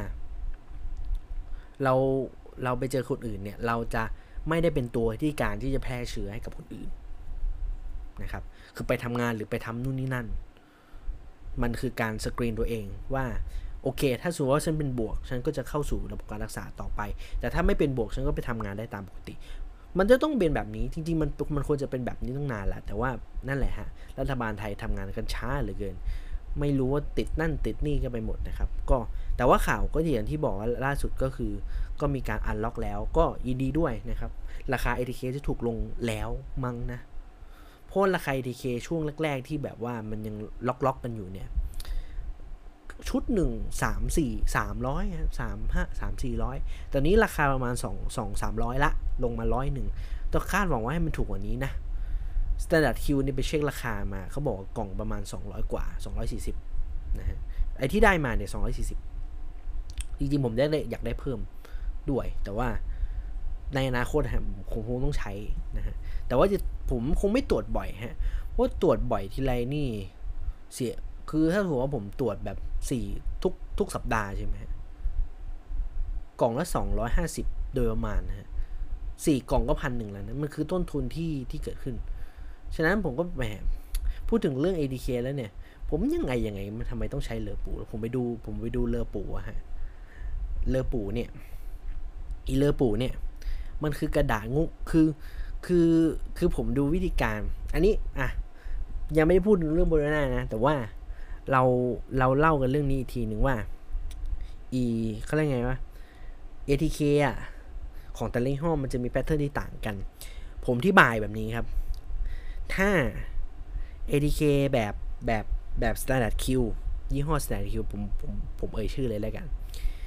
เราไปเจอคนอื่นเนี่ยเราจะไม่ได้เป็นตัวที่การที่จะแพร่เชื้อให้กับคนอื่นนะครับคือไปทำงานหรือไปทำนู่นนี่นั่นมันคือการสกรีนตัวเองว่าโอเคถ้าสมมติว่าฉันเป็นบวกฉันก็จะเข้าสู่ระบบการรักษาต่อไปแต่ถ้าไม่เป็นบวกฉันก็ไปทำงานได้ตามปกติมันจะต้องเป็นแบบนี้จริงๆมันควรจะเป็นแบบนี้ตั้งนานแล้วแต่ว่านั่นแหละฮะรัฐบาลไทยทำงานกันช้าเหลือเกินไม่รู้ว่าติดนั่นติดนี่กันไปหมดนะครับก็แต่ว่าข่าวก็อย่างที่บอกว่าล่าสุดก็มีการอันล็อกแล้วก็ยินดีด้วยนะครับราคา ATK จะถูกลงแล้วมั้งนะเพราะราคา ATK ช่วงแรกๆที่แบบว่ามันยังล็อกกันอยู่เนี่ยชุดหนึ่ง300 300 400ตอนนี้ราคาประมาณ200-300ละลงมา100ต้องคาดหวังว่าให้มันถูกกว่านี้นะ Standard Q นี่ไปเช็คราคามาเขาบอกกล่องประมาณ200กว่า240นะฮะไอที่ได้มาเนี่ย240จริงๆผมอยากได้เพิ่มด้วยแต่ว่าในอนาคตผมคงต้องใช้นะฮะแต่ว่าผมคงไม่ตรวจบ่อยฮะเพราะตรวจบ่อยทีไรนี่เสียคือถ้าถือว่าผมตรวจแบบทุกสัปดาห์ใช่ไหมกล่องละ250โดยประมาณนะฮะ4กล่องก็1,100แล้วนะมันคือต้นทุนที่เกิดขึ้นฉะนั้นผมก็แหมพูดถึงเรื่อง ADK แล้วเนี่ยผมยังไงมันทำไมต้องใช้เลอปูผมไปดูเลอปูฮะเลอปูเนี่ยเลอปูเนี่ยมันคือกระดาษงุคือผมดูวิธีการอันนี้ยังไม่ได้พูดถึงเรื่องโบราณนะแต่ว่าเราเล่ากันเรื่องนี้อีกทีหนึ่งว่าเขาเรียกไงวะ ATK ของแต่ละยี่ห้อมันจะมีแพทเทิร์นที่ต่างกันผมที่บายแบบนี้ครับถ้า ATK แบบ Standard Q ยี่ห้อ Standard Q ผมชื่อเลยแล้วกัน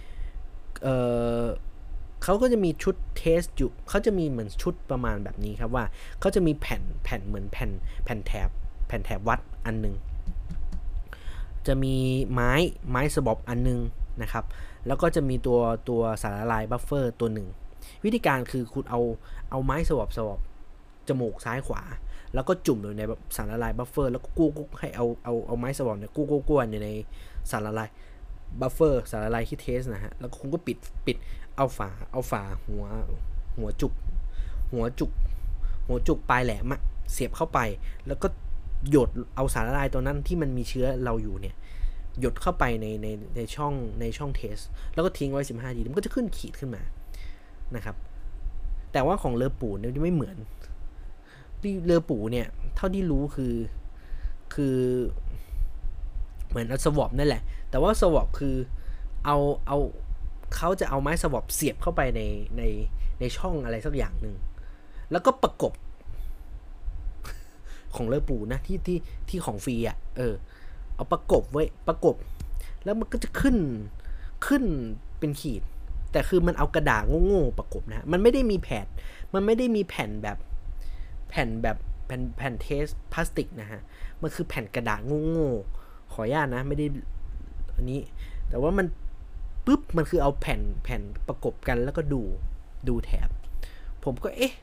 เขาก็จะมีชุดเทสอยู่เขาจะมีเหมือนชุดประมาณแบบนี้ครับว่าเขาจะมีแผ่นเหมือนแผ่นแถบวัดอันนึงจะมีไม้สบอบอันนึงนะครับแล้วก็จะมีตัวสารละลายบัฟเฟอร์ตัวหนึ่งวิธีการคือคุณเอาไม้สบอบจมูกซ้ายขวาแล้วก็จุ่มอยู่ในสารละลายบัฟเฟอร์แล้วก็กู้ให้เอาไม้สบอบเนี่ยกู้ในสารละลายบัฟเฟอร์สารละลายที่เทสนะฮะแล้วคุณก็ปิดเอาฝาหัวจุกปลายแหลมเสียบเข้าไปแล้วก็หยดเอาสารละลายตัวนั้นที่มันมีเชื้อเราอยู่เนี่ยหยดเข้าไปในช่องเทสแล้วก็ทิ้งไว้15 นาทีมันก็จะขึ้นขีดขึ้นมานะครับแต่ว่าของเลอปูเนี่ยไม่เหมือนเลอปูเนี่ยเท่าที่รู้คือเหมือนสวอปนั่นแหละแต่ว่าสวอปคือเอาเขาจะเอาไม้สวอปเสียบเข้าไปในช่องอะไรสักอย่างหนึ่งแล้วก็ประกบของเลอปูนะที่ของฟรีเอาประกบไว้แล้วมันก็จะขึ้นเป็นขีดแต่คือมันเอากระดาษโง่ๆประกบนะมันไม่ได้มีแผ่นแบบแผ่นเทสพลาสติกนะฮะมันคือแผ่นกระดาษโง่ๆขออนุญาตนะไม่ได้อันนี้แต่ว่ามันมันคือเอาแผ่นประกบกันแล้วก็ดูแถบผม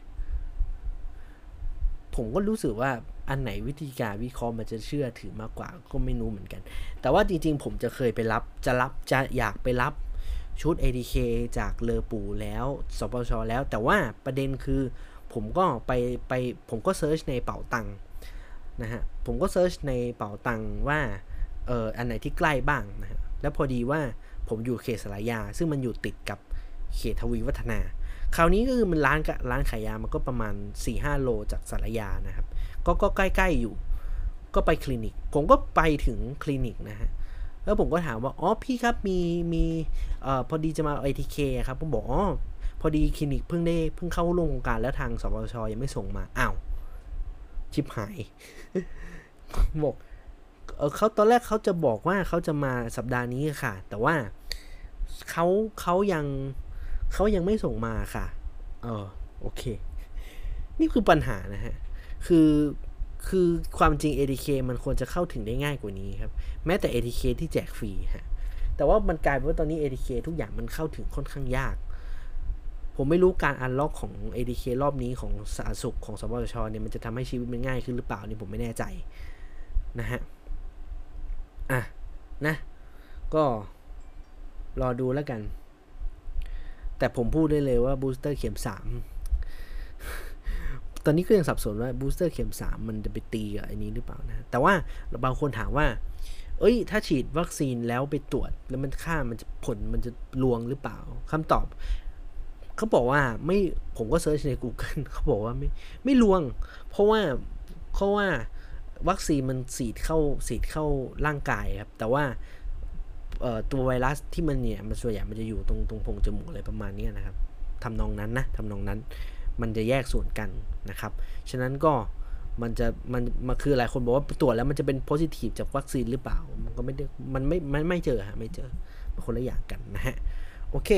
ก็รู้สึกว่าอันไหนวิธีการวิเคราะห์มันจะเชื่อถือมากกว่าก็ไม่รู้เหมือนกันแต่ว่าจริงๆผมจะเคยไปจะอยากไปรับชุด ADK จากเลอปูแล้วสปชแล้วแต่ว่าประเด็นคือผมก็เซิร์ชในเป๋าตังนะฮะผมก็เซิร์ชในเป๋าตังว่าอันไหนที่ใกล้บ้างนะฮะแล้วพอดีว่าผมอยู่เขตสารยาซึ่งมันอยู่ติดกับเขตทวีวัฒนาคราวนี้ก็คือมันร้านขายยามันก็ประมาณ 4-5 โลจากสารยานะครับก็ใกล้ๆอยู่ก็ไปคลินิกผมก็ไปถึงคลินิกนะฮะแล้วผมก็ถามว่าพี่ครับมีพอดีจะมา ATK ครับผมบอกพอดีคลินิกเพิ่งเข้าร่วมโครงการแล้วทางสปชยังไม่ส่งมาอ้าวชิบหาย บอกเขาตอนแรกเขาจะบอกว่าเขาจะมาสัปดาห์นี้ค่ะแต่ว่าเขายังไม่ส่งมาค่ะโอเคนี่คือปัญหานะฮะคือความจริง ATK มันควรจะเข้าถึงได้ง่ายกว่านี้ครับแม้แต่ ATK ที่แจกฟรีฮะแต่ว่ามันกลายเป็นว่าตอนนี้ ATK ทุกอย่างมันเข้าถึงค่อนข้างยากผมไม่รู้การอันล็อกของ ATK รอบนี้ของสาธารณสุขของสปสชเนี่ยมันจะทำให้ชีวิตมันง่ายขึ้นหรือเปล่านี่ผมไม่แน่ใจนะฮะนะก็รอดูแล้วกันแต่ผมพูดได้เลยว่าบูสเตอร์เข็ม3ตอนนี้ก็ยังสับสนว่าบูสเตอร์เข็ม3มันจะไปตีกับไอ้นี้หรือเปล่านะแต่ว่าบางคนถามว่าถ้าฉีดวัคซีนแล้วไปตรวจแล้วมันผลมันจะลวงหรือเปล่าคำตอบเขาบอกว่าไม่ผมก็เซิร์ชใน Google เขาบอกว่าไม่ลวงเพราะว่าวัคซีนมันฉีดเข้าร่างกายครับแต่ว่าตัวไวรัสที่มันส่วนใหญ่มันจะอยู่ตรงโพรงจมูกอะไรประมาณนี้นะครับทำนองนั้นมันจะแยกส่วนกันนะครับฉะนั้นก็มันคือหลายคนบอกว่าตรวจแล้วมันจะเป็นโพซิทีฟจากวัคซีนหรือเปล่ามันก็ไม่ได้มันไม่เจอฮะไม่เจอมันคนละอย่างกันนะฮะโอเค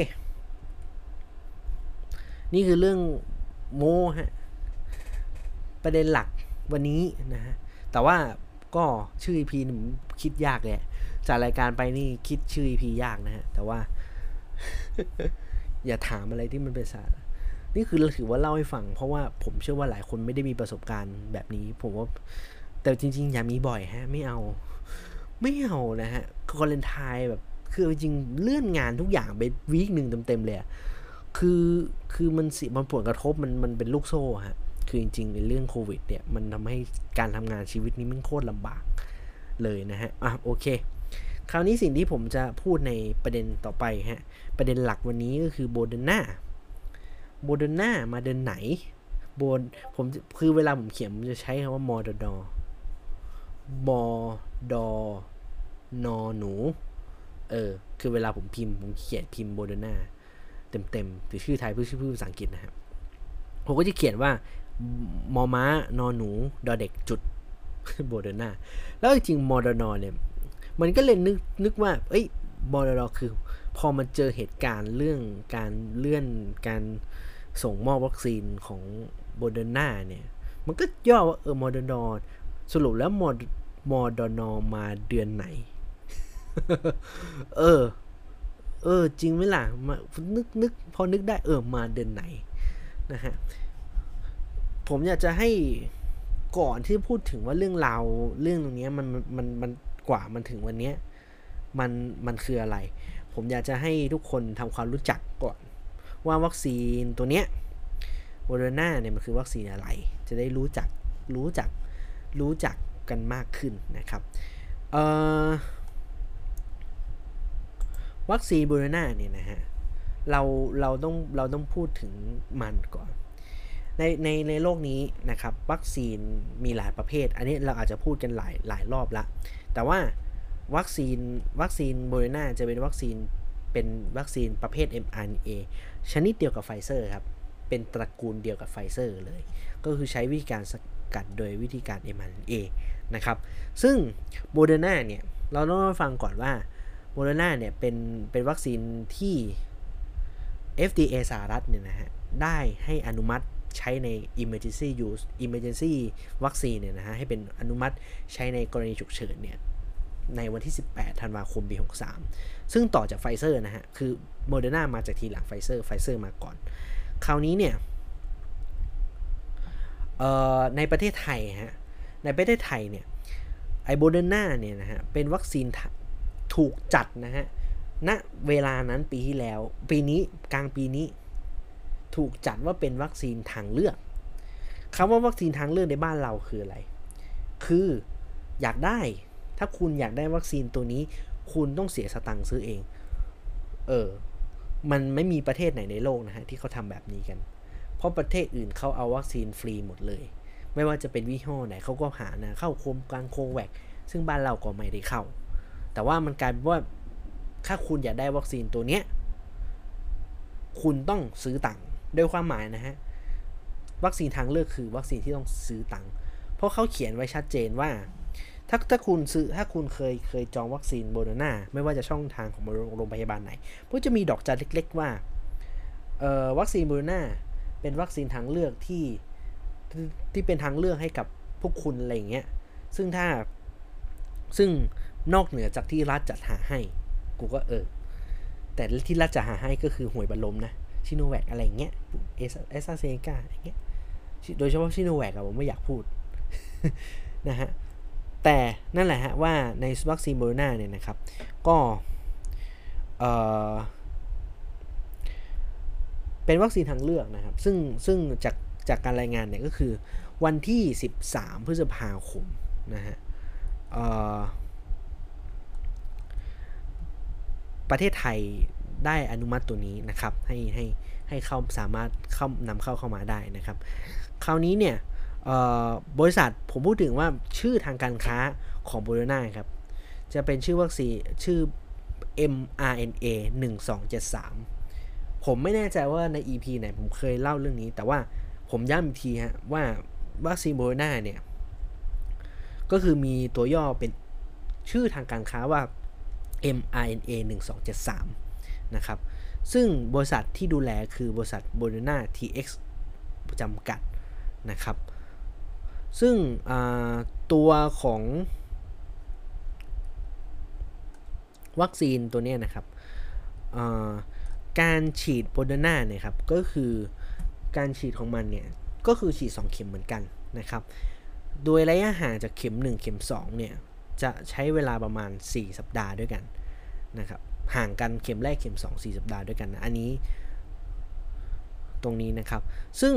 นี่คือเรื่องโมฮะประเด็นหลักวันนี้นะฮะแต่ว่าก็ชื่อ EP ผมคิดยากเลยจากรายการไปนี่คิดชื่อ EP ยากนะฮะแต่ว่า อย่าถามอะไรที่มันเป็นสาระนี่คือถือว่าเล่าให้ฟังเพราะว่าผมเชื่อว่าหลายคนไม่ได้มีประสบการณ์แบบนี้ผมว่าแต่จริงๆอย่ามีบ่อยฮะไม่เอานะฮะวาเลนไทน์แบบคือจริงเลื่อนงานทุกอย่างไปวีคนึงเต็มๆเลยคือมันผลกระทบมันเป็นลูกโซ่ฮะคือจริงๆในเรื่องโควิดเนี่ยมันทำให้การทำงานชีวิตนี้มันโคตรลำบากเลยนะฮะโอเคคราวนี้สิ่งที่ผมจะพูดในประเด็นต่อไปฮะประเด็นหลักวันนี้ก็คือโมเดอร์นามาเดินไหนผมคือเวลาผมเขียนผมจะใช้คำว่ามอดอนหนูคือเวลาผมเขียนพิมพ์โมเดอร์นาเต็มหรือชื่อไทยชื่อภาษาอังกฤษนะครับผมก็จะเขียนว่ามอม้านอหนูดอเด็กจุดโมเดอร์นาแล้วจริงๆมอดอนเนี่ยมันก็เลยนึกว่ามอดอนคือพอมันเจอเหตุการณ์เรื่องการเลื่อนการส่งมอบวัคซีนของโมเดอร์นาเนี่ยมันก็ย่อว่ามอดอนสรุปแล้วมอดอนมาเดือนไหน จริงไหมล่ะมานึกพอนึกได้มาเดือนไหนนะฮะผมอยากจะให้ก่อนที่พูดถึงว่าเรื่องราวเรื่องตรงนี้มันกว่ามันถึงวันนี้มันคืออะไรผมอยากจะให้ทุกคนทำความรู้จักก่อนว่าวัคซีนตัวเนี้ยโมเดอร์นาเนี่ยมันคือวัคซีนอะไรจะได้รู้จักกันมากขึ้นนะครับวัคซีนโมเดอร์นาเนี่ยนะฮะเราต้องพูดถึงมันก่อนในโลกนี้นะครับวัคซีนมีหลายประเภทอันนี้เราอาจจะพูดกันหลายรอบละแต่ว่าวัคซีนโมเดอร์นาจะเป็นวัคซีนประเภท mRNA ชนิดเดียวกับไฟเซอร์ครับเป็นตระกูลเดียวกับไฟเซอร์เลยก็คือใช้วิธีการสกัดโดยวิธีการ mRNA นะครับซึ่งโมเดอร์นาเนี่ยเราต้องฟังก่อนว่าโมเดอร์นาเนี่ยเป็นวัคซีนที่ FDA สหรัฐเนี่ยนะฮะได้ให้อนุมัติใช้ใน emergency วัคซีนเนี่ยนะฮะให้เป็นอนุมัติใช้ในกรณีฉุกเฉินเนี่ยในวันที่18ธันวาคมปี63ซึ่งต่อจากไฟเซอร์นะฮะคือโมเดอร์นามาจากทีหลังไฟเซอร์มาก่อนคราวนี้เนี่ยในประเทศไทยเนี่ยไอโมเดอร์นาเนี่ยนะฮะเป็นวัคซีนถูกจัดนะฮะณเวลานั้นปีที่แล้วปีนี้กลางปีนี้ถูกจัดว่าเป็นวัคซีนทางเลือกคำว่าวัคซีนทางเลือกในบ้านเราคืออะไรคืออยากได้ถ้าคุณอยากได้วัคซีนตัวนี้คุณต้องเสียสตังค์ซื้อเองมันไม่มีประเทศไหนในโลกนะฮะที่เขาทำแบบนี้กันเพราะประเทศอื่นเขาเอาวัคซีนฟรีหมดเลยไม่ว่าจะเป็นยี่ห้อไหนเขาก็หานะเข้าโครงการโคแวคซึ่งบ้านเราก็ไม่ได้เข้าแต่ว่ามันกลายเป็นว่าถ้าคุณอยากได้วัคซีนตัวเนี้ยคุณต้องซื้อตังค์โดยความหมายนะฮะวัคซีนทางเลือกคือวัคซีนที่ต้องซื้อตังค์เพราะเขาเขียนไว้ชัดเจนว่าถ้าคุณเคยจองวัคซีนโมเดอร์นาไม่ว่าจะช่องทางของโรงพยาบาลไหนก็จะมีดอกจันเล็กๆว่าวัคซีนโมเดอร์นาเป็นวัคซีนทางเลือกที่เป็นทางเลือกให้กับพวกคุณอะไรอย่างเงี้ยซึ่งนอกเหนือจากที่รัฐจัดหาให้กูก็แต่ที่รัฐจัดหาให้ก็คือหวยบรรลมนะชิโนแวคอะไรเงี้ยเอสซาเซกาอย่างเงี้ยโดยเฉพาะชิโนแวคผมไม่อยากพูด นะฮะแต่นั่นแหละฮะว่าในวัคซีนโมเดอร์นาเนี่ยนะครับก็เป็นวัคซีนทางเลือกนะครับซึ่งจากการรายงานเนี่ยก็คือวันที่13พฤษภาคมนะฮะประเทศไทยได้อนุมัติตัวนี้นะครับให้เข้าสามารถนำเข้ามาได้นะครับคราวนี้เนี่ยบริษัทผมพูดถึงว่าชื่อทางการค้าของโมเดอร์นาครับจะเป็นชื่อวัคซีนชื่อ mRNA 1273ผมไม่แน่ใจว่าใน EP ไหนผมเคยเล่าเรื่องนี้แต่ว่าผมย้ำอีกทีฮะว่าวัคซีนโมเดอร์นาเนี่ยก็คือมีตัวย่อเป็นชื่อทางการค้าว่า mRNA 1273นะครับซึ่งบริษัทที่ดูแลคือบริษัท Moderna TX จำกัดนะครับซึ่งตัวของวัคซีนตัวนี้นะครับการฉีดโมเดอร์นาเนี่ยครับก็คือการฉีดของมันเนี่ยก็คือฉีด2เข็มเหมือนกันนะครับโดยระยะห่างจากเข็ม1เข็ม2เนี่ยจะใช้เวลาประมาณ4สัปดาห์ด้วยกันนะครับห่างกันเข็มแรกเข็ม2 4สัปดาห์ด้วยกันนะอันนี้ตรงนี้นะครับซึ่ง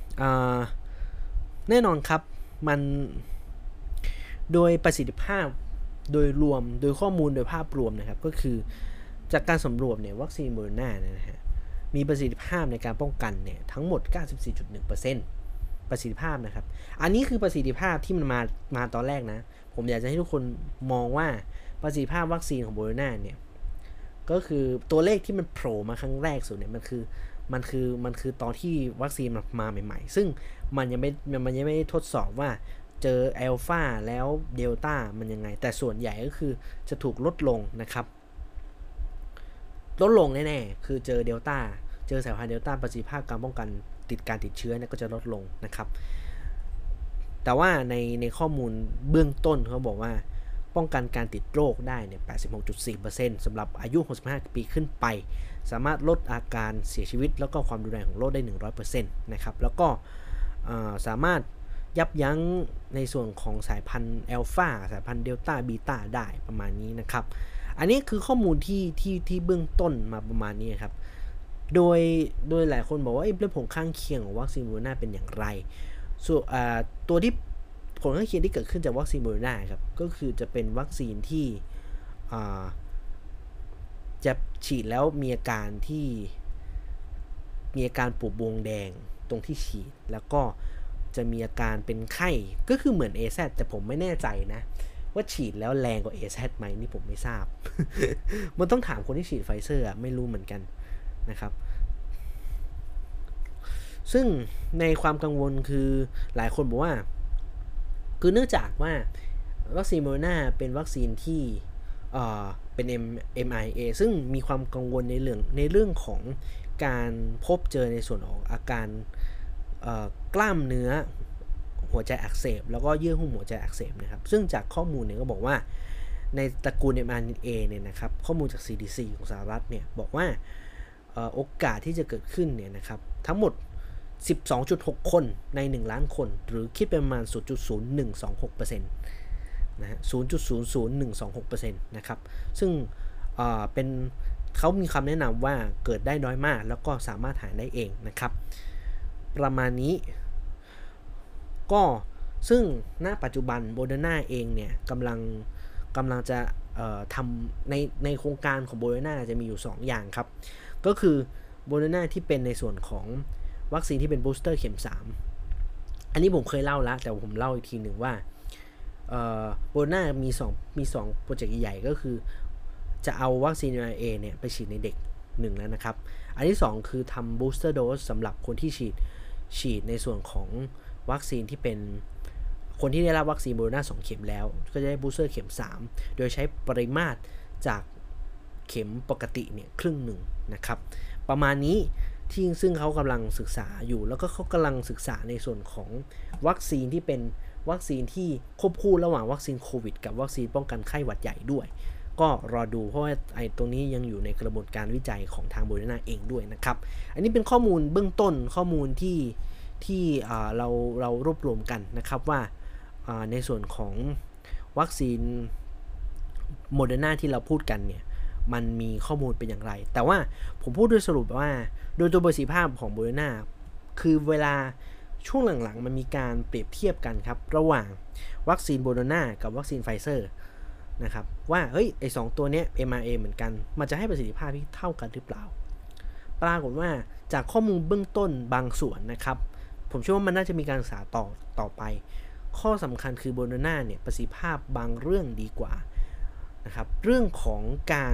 แน่นอนครับมันโดยประสิทธิภาพโดยรวมโดยข้อมูลโดยภาพรวมนะครับก็คือจากการสำรวจเนี่ยวัคซีนโมเดอร์นานะฮะมีประสิทธิภาพในการป้องกันเนี่ยทั้งหมด 94.1% ประสิทธิภาพนะครับอันนี้คือประสิทธิภาพที่มันมาตอนแรกนะผมอยากจะให้ทุกคนมองว่าประสิทธิภาพวัคซีนของโมเดอร์นาเนี่ยก็คือตัวเลขที่มันโผล่มาครั้งแรกสุดเนี่ยมันคือตอนที่วัคซีนมาใหม่ๆซึ่งมันยังไม่ได้ทดสอบว่าเจออัลฟาแล้วเดลต้ามันยังไงแต่ส่วนใหญ่ก็คือจะถูกลดลงนะครับลดลงแน่ๆคือเจอเดลต้าเจอสายพันธุ์เดลต้าประสิทธิภาพการป้องกันการติดเชื้อเนี่ยก็จะลดลงนะครับแต่ว่าในข้อมูลเบื้องต้นเขาบอกว่าป้องกันการติดโรคได้เนี่ย 86.4% สำหรับอายุ65ปีขึ้นไปสามารถลดอาการเสียชีวิตแล้วก็ความรุนแรงของโรคได้ 100% นะครับแล้วก็สามารถยับยั้งในส่วนของสายพันธุ์อัลฟาสายพันธุ์เดลต้าบีต้าได้ประมาณนี้นะครับอันนี้คือข้อมูลที่เบื้องต้นมาประมาณนี้ครับโดยหลายคนบอกว่าเรื่องผลข้างเคียงของวัคซีนโมเดอร์นาเป็นอย่างไรส่วนตัวที่ผลข้างเคียงที่เกิดขึ้นจากวัคซีนโมเดอร์นาครับก็คือจะเป็นวัคซีนที่จะฉีดแล้วมีอาการปูดบวมแดงตรงที่ฉีดแล้วก็จะมีอาการเป็นไข้ก็คือเหมือน AZ แต่ผมไม่แน่ใจนะว่าฉีดแล้วแรงกว่า AZ ไหมนี่ผมไม่ทราบ มันต้องถามคนที่ฉีดไฟเซอร์ไม่รู้เหมือนกันนะครับซึ่งในความกังวลคือหลายคนบอกว่าคือเนื่องจากว่าวัคซีนโมเดอร์นาเป็นวัคซีนที่เป็น mRNA ซึ่งมีความกังวลในเรื่องของการพบเจอในส่วนของอาการกล้ามเนื้อหัวใจอักเสบแล้วก็เยื่อหุ้มหัวใจอักเสบนะครับซึ่งจากข้อมูลเนี่ยก็บอกว่าในตระกูล mRNA เนี่ยนะครับข้อมูลจาก CDC ของสหรัฐเนี่ยบอกว่าโอกาสที่จะเกิดขึ้นเนี่ยนะครับทั้งหมด 12.6 คนใน 1 ล้านคนหรือคิดเป็นประมาณ 0.0126% นะฮะ 0.00126% นะครับซึ่งเป็นเขามีคำแนะนำว่าเกิดได้น้อยมากแล้วก็สามารถหายได้เองนะครับประมาณนี้ก็ซึ่งณปัจจุบันโมเดอร์นาเองเนี่ยกำลังจะทำในโครงการของโมเดอร์นาจะมีอยู่2อย่างครับก็คือโมเดอร์นาที่เป็นในส่วนของวัคซีนที่เป็นบูสเตอร์เข็ม3อันนี้ผมเคยเล่าแล้วแต่ผมเล่าอีกทีหนึ่งว่าโมเดอร์นามี2โปรเจกต์ใหญ่ก็คือจะเอาวัคซีน mRNA เนี่ยไปฉีดในเด็ก1แล้วนะครับอันที่2คือทำบูสเตอร์โดสสำหรับคนที่ฉีดในส่วนของวัคซีนที่เป็นคนที่ได้รับวัคซีนโมเดอร์นา2เข็มแล้วก็จะได้บูสเตอร์เข็ม3โดยใช้ปริมาตรจากเข็มปกติเนี่ยครึ่งหนึ่งนะครับประมาณนี้ซึ่งเขากำลังศึกษาอยู่แล้วก็เขากำลังศึกษาในส่วนของวัคซีนที่เป็นวัคซีนที่ควบคู่ระหว่างวัคซีนโควิดกับวัคซีนป้องกันไข้หวัดใหญ่ด้วยก็รอดูเพราะว่าตรงนี้ยังอยู่ในกระบวนการวิจัยของทางโมเดอร์นาเองด้วยนะครับอันนี้เป็นข้อมูลเบื้องต้นข้อมูลที่เรารวบรวมกันนะครับว่าในส่วนของวัคซีนโมเดอร์นาที่เราพูดกันเนี่ยมันมีข้อมูลเป็นอย่างไรแต่ว่าผมพูดโดยสรุปว่าโดยตัวประสิทธิภาพของโมเดอร์นาคือเวลาช่วงหลังๆมันมีการเปรียบเทียบกันครับระหว่างวัคซีนโมเดอร์นากับวัคซีนไฟเซอร์นะครับว่าเฮ้ยไอ้2ตัวเนี้ย mRNA เหมือนกันมันจะให้ประสิทธิภาพที่เท่ากันหรือเปล่าปรากฏว่าจากข้อมูลเบื้องต้นบางส่วนนะครับผมเชื่อว่ามันน่าจะมีการศึกษาต่อไปข้อสำคัญคือโมเดอร์นาเนี่ยประสิทธิภาพบางเรื่องดีกว่านะครับเรื่องของการ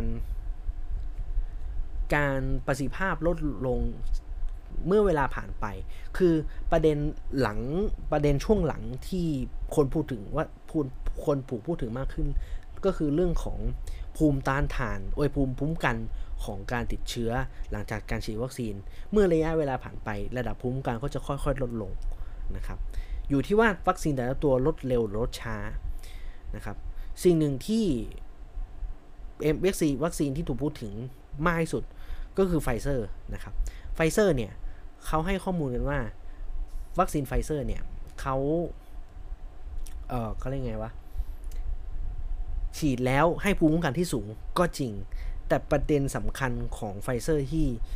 ประสิทธิภาพลดลงเมื่อเวลาผ่านไปคือประเด็นช่วงหลังที่คนพูดคนถูกพูดถึงมากขึ้นก็คือเรื่องของภูมิต้านทานภูมิคุ้มกันของการติดเชื้อหลังจากการฉีดวัคซีนเมื่อระยะเวลาผ่านไประดับภูมิคุ้มกันก็จะค่อยๆลดลงนะครับอยู่ที่ว่าวัคซีนแต่ละตัวลดเร็วหรือลดช้านะครับสิ่งหนึ่งที่วัคซีนที่ถูกพูดถึงมากที่สุดก็คือไฟเซอร์นะครับไฟเซอร์เนี่ยเขาให้ข้อมูลกันว่าวัคซีนไฟเซอร์เนี่ยเขาเรียกไงวะฉีดแล้วให้ภูมิคุ้มกันที่สูงก็จริงแต่ประเด็นสำคัญของไฟเซอร์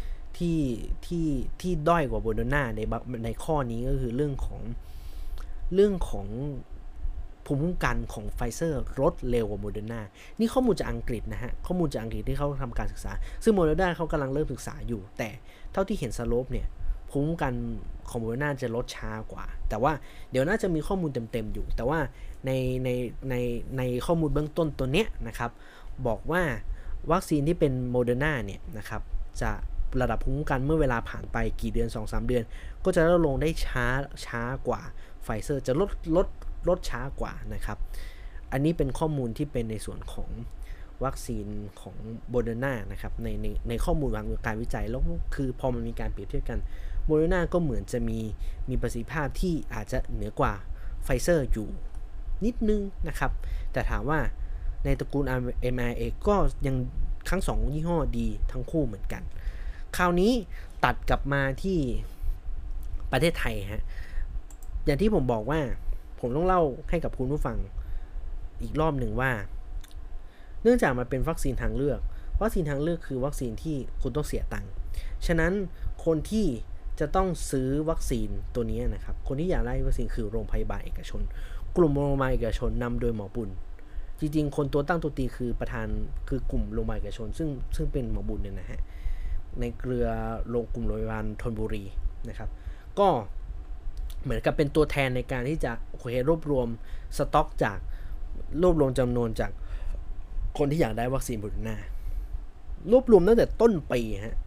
ที่ด้อยกว่าโมเดอร์นาในข้อนี้ก็คือเรื่องของภูมิคุ้มกันของไฟเซอร์ลดเร็วกว่าโมเดอร์นานี่ข้อมูลจากอังกฤษนะฮะข้อมูลจากอังกฤษที่เขาทำการศึกษาซึ่งโมเดอร์นาเขากำลังเริ่มศึกษาอยู่แต่เท่าที่เห็นสโลปเนี่ยภูมิคุ้มกันของโมเดอร์นาจะลดช้ากว่าแต่ว่าเดี๋ยวน่าจะมีข้อมูลเต็มๆอยู่แต่ว่าในข้อมูลเบื้องต้นตัวเนี้ยนะครับบอกว่าวัคซีนที่เป็นโมเดอร์นาเนี่ยนะครับจะระดับภูมิคุ้มกันเมื่อเวลาผ่านไปกี่เดือน 2-3 เดือนก็จะลดลงได้ช้ากว่าไฟเซอร์จะลดช้ากว่านะครับอันนี้เป็นข้อมูลที่เป็นในส่วนของวัคซีนของโมเดอร์นานะครับในข้อมูลการวิจัยแล้วคือพอมันมีการเปรียบเทียบกันโมเดอร์นาก็เหมือนจะมีประสิทธิภาพที่อาจจะเหนือกว่าไฟเซอร์อยู่นิดนึงนะครับแต่ถามว่าในตระกูล mRNA ก็ยังทั้ง2ยี่ห้อดีทั้งคู่เหมือนกันคราวนี้ตัดกลับมาที่ประเทศไทยฮะอย่างที่ผมบอกว่าผมต้องเล่าให้กับคุณผู้ฟังอีกรอบหนึ่งว่าเนื่องจากมันเป็นวัคซีนทางเลือกคือวัคซีนที่คุณต้องเสียตังค์ฉะนั้นคนที่จะต้องซื้อวัคซีนตัวนี้นะครับคนที่อยากได้วัคซีนคือโรงพยาบาลเอกชนกลุ่มโรงพยาบาลเอกชนนำโดยหมอบุญจริงๆคนตัวตั้งตัวตีคือประธานคือกลุ่มโรงพยาบาลเอกชนซึ่งเป็นหมอบุญเนี่ยนะฮะในเครือกลุ่มโรงพยาบาลธนบุรีนะครับก็เหมือนกับเป็นตัวแทนในการที่จะรวบรวมสต็อกจากรวบรวมจำนวนจากคนที่อยากได้วัคซีนโมเดอร์นารวบรวมตั้งแต่ต้นปีฮะ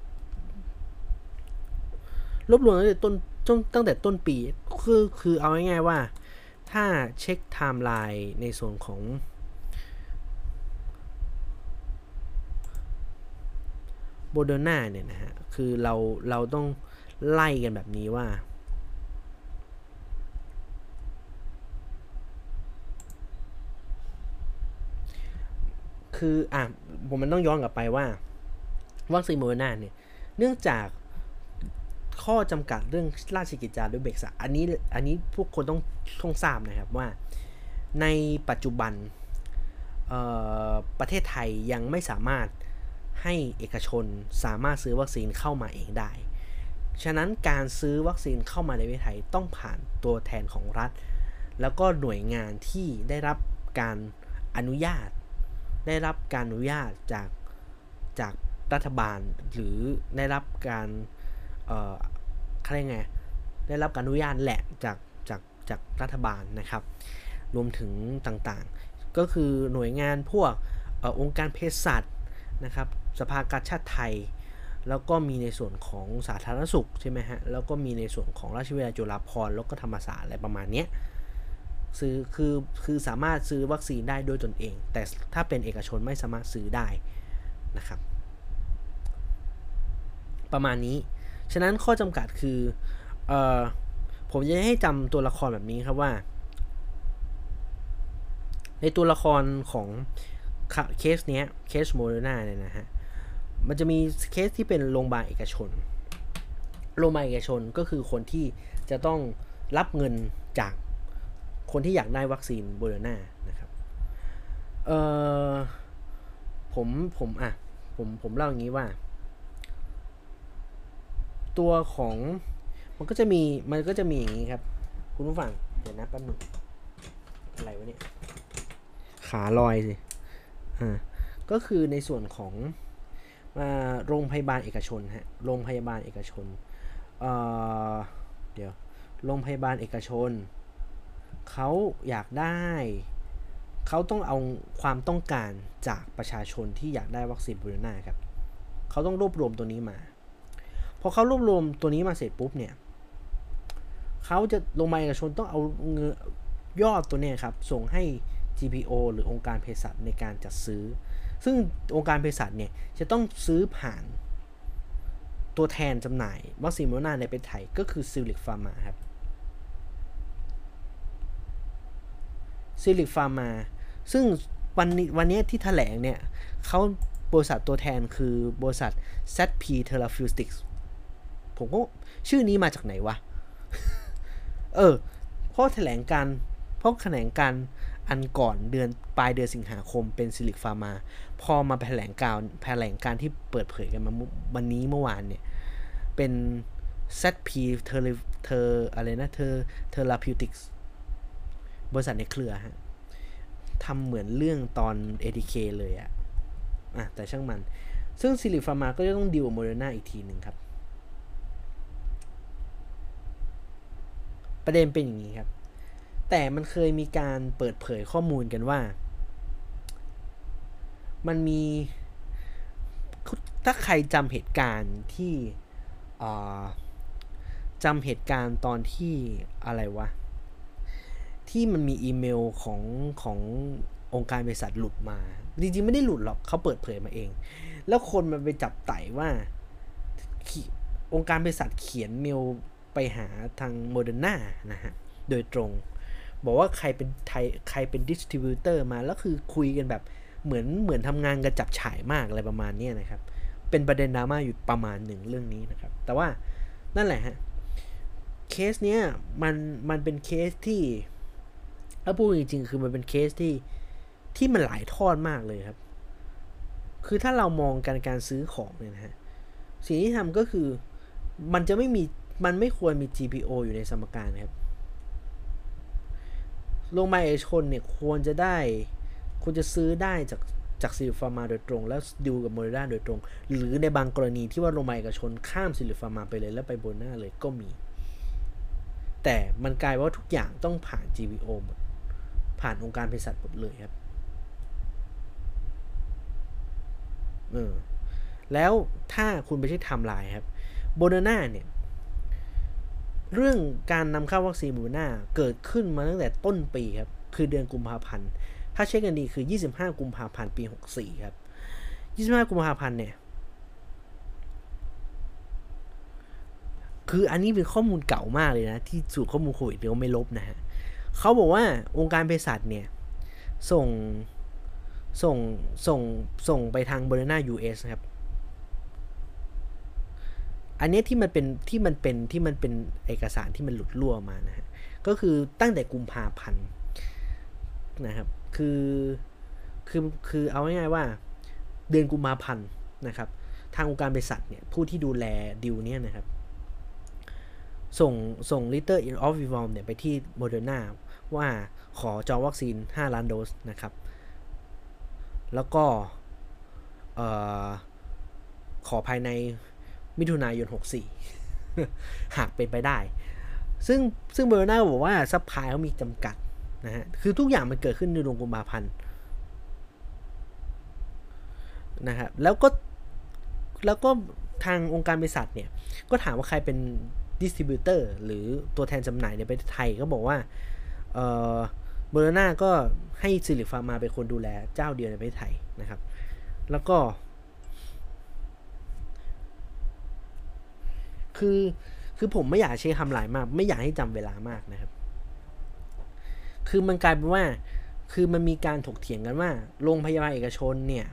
รวบรวมตั้งแต่ต้นปีคือเอาง่ายๆว่าถ้าเช็คไทม์ไลน์ในส่วนของโมเดอร์นาเนี่ยนะฮะคือเราต้องไล่กันแบบนี้ว่าคือผมมันต้องย้อนกลับไปว่าวัคซีนโมเดอร์นาเนี่ยเนื่องจากข้อจำกัดเรื่องราชกิจจานุเบกษาอันนี้พวกคนต้องทราบนะครับว่าในปัจจุบันประเทศไทยยังไม่สามารถให้เอกชนสามารถซื้อวัคซีนเข้ามาเองได้ฉะนั้นการซื้อวัคซีนเข้ามาในประเทศไทยต้องผ่านตัวแทนของรัฐแล้วก็หน่วยงานที่ได้รับการอนุญาตจากรัฐบาลหรือได้รับการเขาเรียกไงได้รับการอนุญาตแหละจากรัฐบาลนะครับรวมถึงต่างๆก็คือหน่วยงานพวกองค์การเภสัชนะครับสภากาชาดไทยแล้วก็มีในส่วนของสาธารณสุขใช่ไหมฮะแล้วก็มีในส่วนของราชวิทยาลัยจุฬาภรณ์แล้วก็ธรรมศาสตร์อะไรประมาณนี้ซื้อคือสามารถซื้อวัคซีนได้ด้วยตนเองแต่ถ้าเป็นเอกชนไม่สามารถซื้อได้นะครับประมาณนี้ฉะนั้นข้อจำกัดคือผมจะให้จำตัวละครแบบนี้ครับว่าในตัวละครของเคสเนี้ยเคสโมเดอร์นาเนี่ยนะฮะมันจะมีเคสที่เป็นโรงพยาบาลเอกชนก็คือคนที่จะต้องรับเงินจากคนที่อยากได้วัคซีนโมเดอร์นานะครับผมเล่าอย่างนี้ว่าตัวของมันก็จะมีอย่างนี้ครับคุณผู้ฟังเดี๋ยวนะแป๊บนึงอะไรวะเนี่ยขาลอยสิก็คือในส่วนของโรงพยาบาลเอกชนฮะโรงพยาบาลเอกชนเดี๋ยวโรงพยาบาลเอกชนเขาอยากได้เขาต้องเอาความต้องการจากประชาชนที่อยากได้วัคซีนโมเดอร์นาครับเขาต้องรวบรวมตัวนี้มาพอเขารวบรวมตัวนี้มาเสร็จปุ๊บเนี่ยเขาจะโรงพยาบาลเอกชนต้องเอายอดตัวเนี้ยครับส่งให้ GPO หรือองค์การเภสัชในการจัดซื้อซึ่งองค์การเภสัชเนี่ยจะต้องซื้อผ่านตัวแทนจำหน่ายวัคซีนโมเดอร์นาในประเทศไทยก็คือซิลิกฟาร์มาครับซิลิกฟาร์มาซึ่งวันนี้ที่แถลงเนี่ยเขาบริษัทตัวแทนคือบริษัท ZP Therapeutics ผมก็ชื่อนี้มาจากไหนวะ เพราะแถลงการอันก่อนปลายเดือนสิงหาคมเป็นซิลิกฟาร์มาพอมาแถลงการที่เปิดเผยกันมาวันนี้เมื่อวานเนี่ยเป็น ZP Therapeutics บริษัทในเครือฮะทำเหมือนเรื่องตอน ADK เลยอะแต่ช่างมันซึ่งซิลิกฟาร์มาก็จะต้องดีลกับโมเดอร์นาอีกทีหนึ่งครับประเด็นเป็นอย่างนี้ครับแต่มันเคยมีการเปิดเผยข้อมูลกันว่ามันมีถ้าใครจำเหตุการณ์ที่ตอนที่อะไรวะที่มันมีอีเมลขององค์การเภสัชหลุดมาจริงๆไม่ได้หลุดหรอกเขาเปิดเผยมาเองแล้วคนมันไปจับไต่ว่าองค์การเภสัชเขียนเมลไปหาทางโมเดอร์นานะฮะโดยตรงบอกว่าใครเป็นดิสทริบิวเตอร์มาแล้วคือคุยกันแบบเหมือนทำงานกันจับฉ่ายมากอะไรประมาณนี้นะครับเป็นประเด็นดราม่าอยู่ประมาณหนึ่งเรื่องนี้นะครับแต่ว่านั่นแหละฮะเคสเนี้ยมันเป็นเคสที่ถ้าพูดจริงๆคือมันเป็นเคสที่มันหลายทอดมากเลยครับคือถ้าเรามองการซื้อของเนี่ยนะฮะสิ่งที่ทำก็คือมันไม่ควรมี GPO อยู่ในสมการครับโรงพยาบาลเอกชนเนี่ยควรจะซื้อได้จากซิลิฟาร์มาโดยตรงแล้วดิวกับโมเดอร์นาโดยตรงหรือในบางกรณีที่ว่าโรงพยาบาลเอกชนข้ามซิลิฟาร์มาไปเลยแล้วไปโมเดอร์นาเลยก็มีแต่มันกลายว่าทุกอย่างต้องผ่าน GPO หมดผ่านองค์การเภสัชหมดเลยครับแล้วถ้าคุณไปเช็คไทม์ไลน์ครับโมเดอร์นาเนี่ยเรื่องการนำเข้าวัคซีนโมเดอร์นาเกิดขึ้นมาตั้งแต่ต้นปีครับคือเดือนกุมภาพันธ์ถ้าเช็คกันดีคือ25กุมภาพันธ์ปี64ครับ25กุมภาพันธ์เนี่ยคืออันนี้เป็นข้อมูลเก่ามากเลยนะที่สูตรข้อมูลโควิดเขาไม่ลบนะฮะเขาบอกว่าองค์การเภสัชเนี่ยส่งไปทางโมเดอร์นา US ครับอันนี้ที่มันเป็นเอกสารที่มันหลุดรั่วมานะฮะก็คือตั้งแต่กุมภาพันธ์นะครับคือเอาง่ายๆว่าเดือนกุมภาพันธ์นะครับทางองค์การเภสัชเนี่ยผู้ที่ดูแลดิวเนี่ยนะครับส่ง Letter of Reform เนี่ยไปที่โมเดอร์นาว่าขอจองวัคซีน5 ล้านโดสนะครับแล้วก็ขอภายในมิถุนายน64 หากเป็นไปได้ซึ่งโมเดอร์นาบอกว่าซัพพลายเขามีจำกัดนะฮะคือทุกอย่างมันเกิดขึ้นในเดือนกุมภาพันธ์นะครับแล้วก็ทางองค์การเภสัชเนี่ยก็ถามว่าใครเป็นดิสทริบิวเตอร์หรือตัวแทนจำหน่ายในประเทศไทยก็บอกว่าโมเดอร์นาก็ให้ซิลิกฟาร์มาเป็นคนดูแลเจ้าเดียวในประเทศไทยนะครับแล้วก็คือผมไม่อยากใช้คำหลายมากไม่อยากให้จำเวลามากนะครับคือมันกลายเป็นว่าคือมันมีการถกเถียงกันว่าโรงพยาบาลเอกชนเนี่ย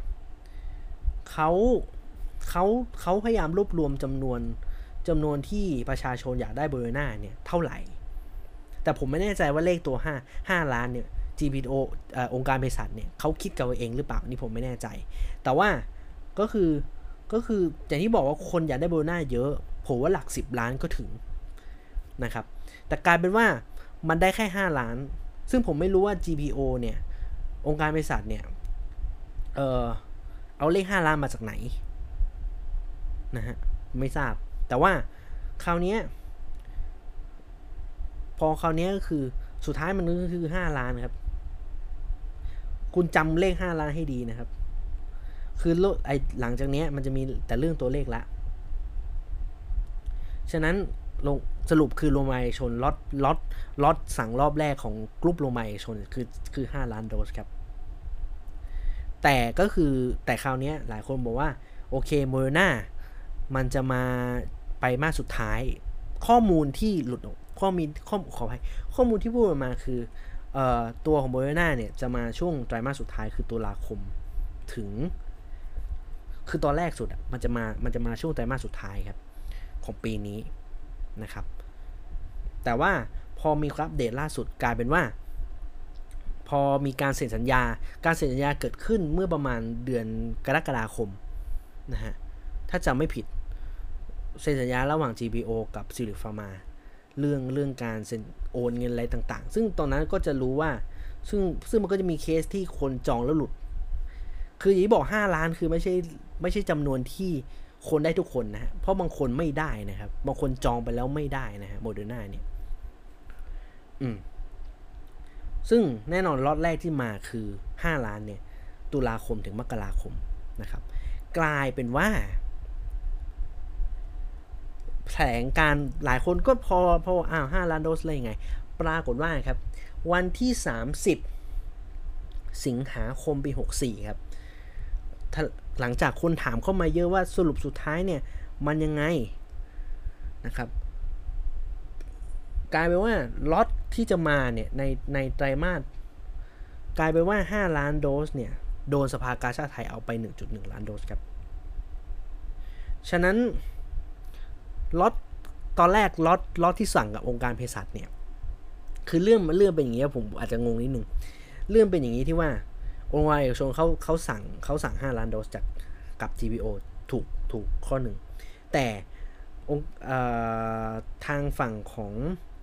เขาพยายามรวบรวมจำนวนที่ประชาชนอยากได้โมเดอร์นาเนี่ยเท่าไหร่แต่ผมไม่แน่ใจว่าเลขตัว5 ล้านเนี่ย GPO องค์การเภสัชเนี่ยเขาคิดกันเองหรือเปล่านี่ผมไม่แน่ใจแต่ว่าก็คืออย่างที่บอกว่าคนอยากได้โมเดอร์นาเยอะผมว่าหลัก10 ล้านก็ถึงนะครับแต่กลายเป็นว่ามันได้แค่5 ล้านซึ่งผมไม่รู้ว่า GPO เนี่ยองค์การเภสัชเนี่ยเอาเลข5 ล้านมาจากไหนนะฮะไม่ทราบแต่ว่าคราวนี้ก็คือสุดท้ายมันก็คือ5 ล้านครับคุณจำเลข5 ล้านให้ดีนะครับคือหลังจากนี้มันจะมีแต่เรื่องตัวเลขละฉะนั้นลงสรุปคือโรมาเอกชนล็อตสั่งรอบแรกของกลุ่มโรมาเอกชนคือ5 ล้านโดสครับแต่ก็คือแต่คราวนี้หลายคนบอกว่าโอเคโมเดอร์นามันจะมาไปมาสุดท้ายข้อมูลที่หลุดขออภัยข้อมูลที่พูดมาคือตัวของโมเดอร์นาเนี่ยจะมาช่วงไตรมาสสุดท้ายคือตุลาคมถึงคือตอนแรกสุดมันจะมาช่วงไตรมาสสุดท้ายครับของปีนี้นะครับแต่ว่าพอมีอัปเดตล่าสุดกลายเป็นว่าพอมีการเซ็นสัญญาเกิดขึ้นเมื่อประมาณเดือนกรกฎาคมนะฮะถ้าจำไม่ผิดเซ็นสัญญาระหว่าง GPO กับซิลิฟาร์มาเรื่องการเซ็นโอนเงินอะไรต่างๆซึ่งตอนนั้นก็จะรู้ว่าซึ่งมันก็จะมีเคสที่คนจองแล้วหลุดคืออย่างที่บอก5 ล้านคือไม่ใช่จำนวนที่คนได้ทุกคนนะฮะเพราะบางคนไม่ได้นะครับบางคนจองไปแล้วไม่ได้นะฮะโมเดอร์นาเนี่ยซึ่งแน่นอนล็อตแรกที่มาคือ5 ล้านเนี่ยตุลาคมถึงมกราคมนะครับกลายเป็นว่าแถลงการหลายคนก็พอ5 ล้านโดสเลยไงปรากฏว่าครับวันที่30สิงหาคมปี64ครับหลังจากคนถามเข้ามาเยอะว่าสรุปสุดท้ายเนี่ยมันยังไงนะครับกลายเป็นว่าล็อตที่จะมาเนี่ยในไตรมาสกลายเป็นว่า5 ล้านโดสเนี่ยโดนสภากาชาดไทยเอาไป 1.1 ล้านโดสครับฉะนั้นล็อตตอนแรกล็อตที่สั่งกับองค์การเภสัชเนี่ยคือเรื่องเป็นอย่างนี้ผมอาจจะงงนิดนึงเรื่องเป็นอย่างนี้ที่ว่าองค์การเอกชนเขาสั่ง5 ล้านโดสจากกับ GPO ถูกข้อหนึ่งแต่ทางฝั่งของ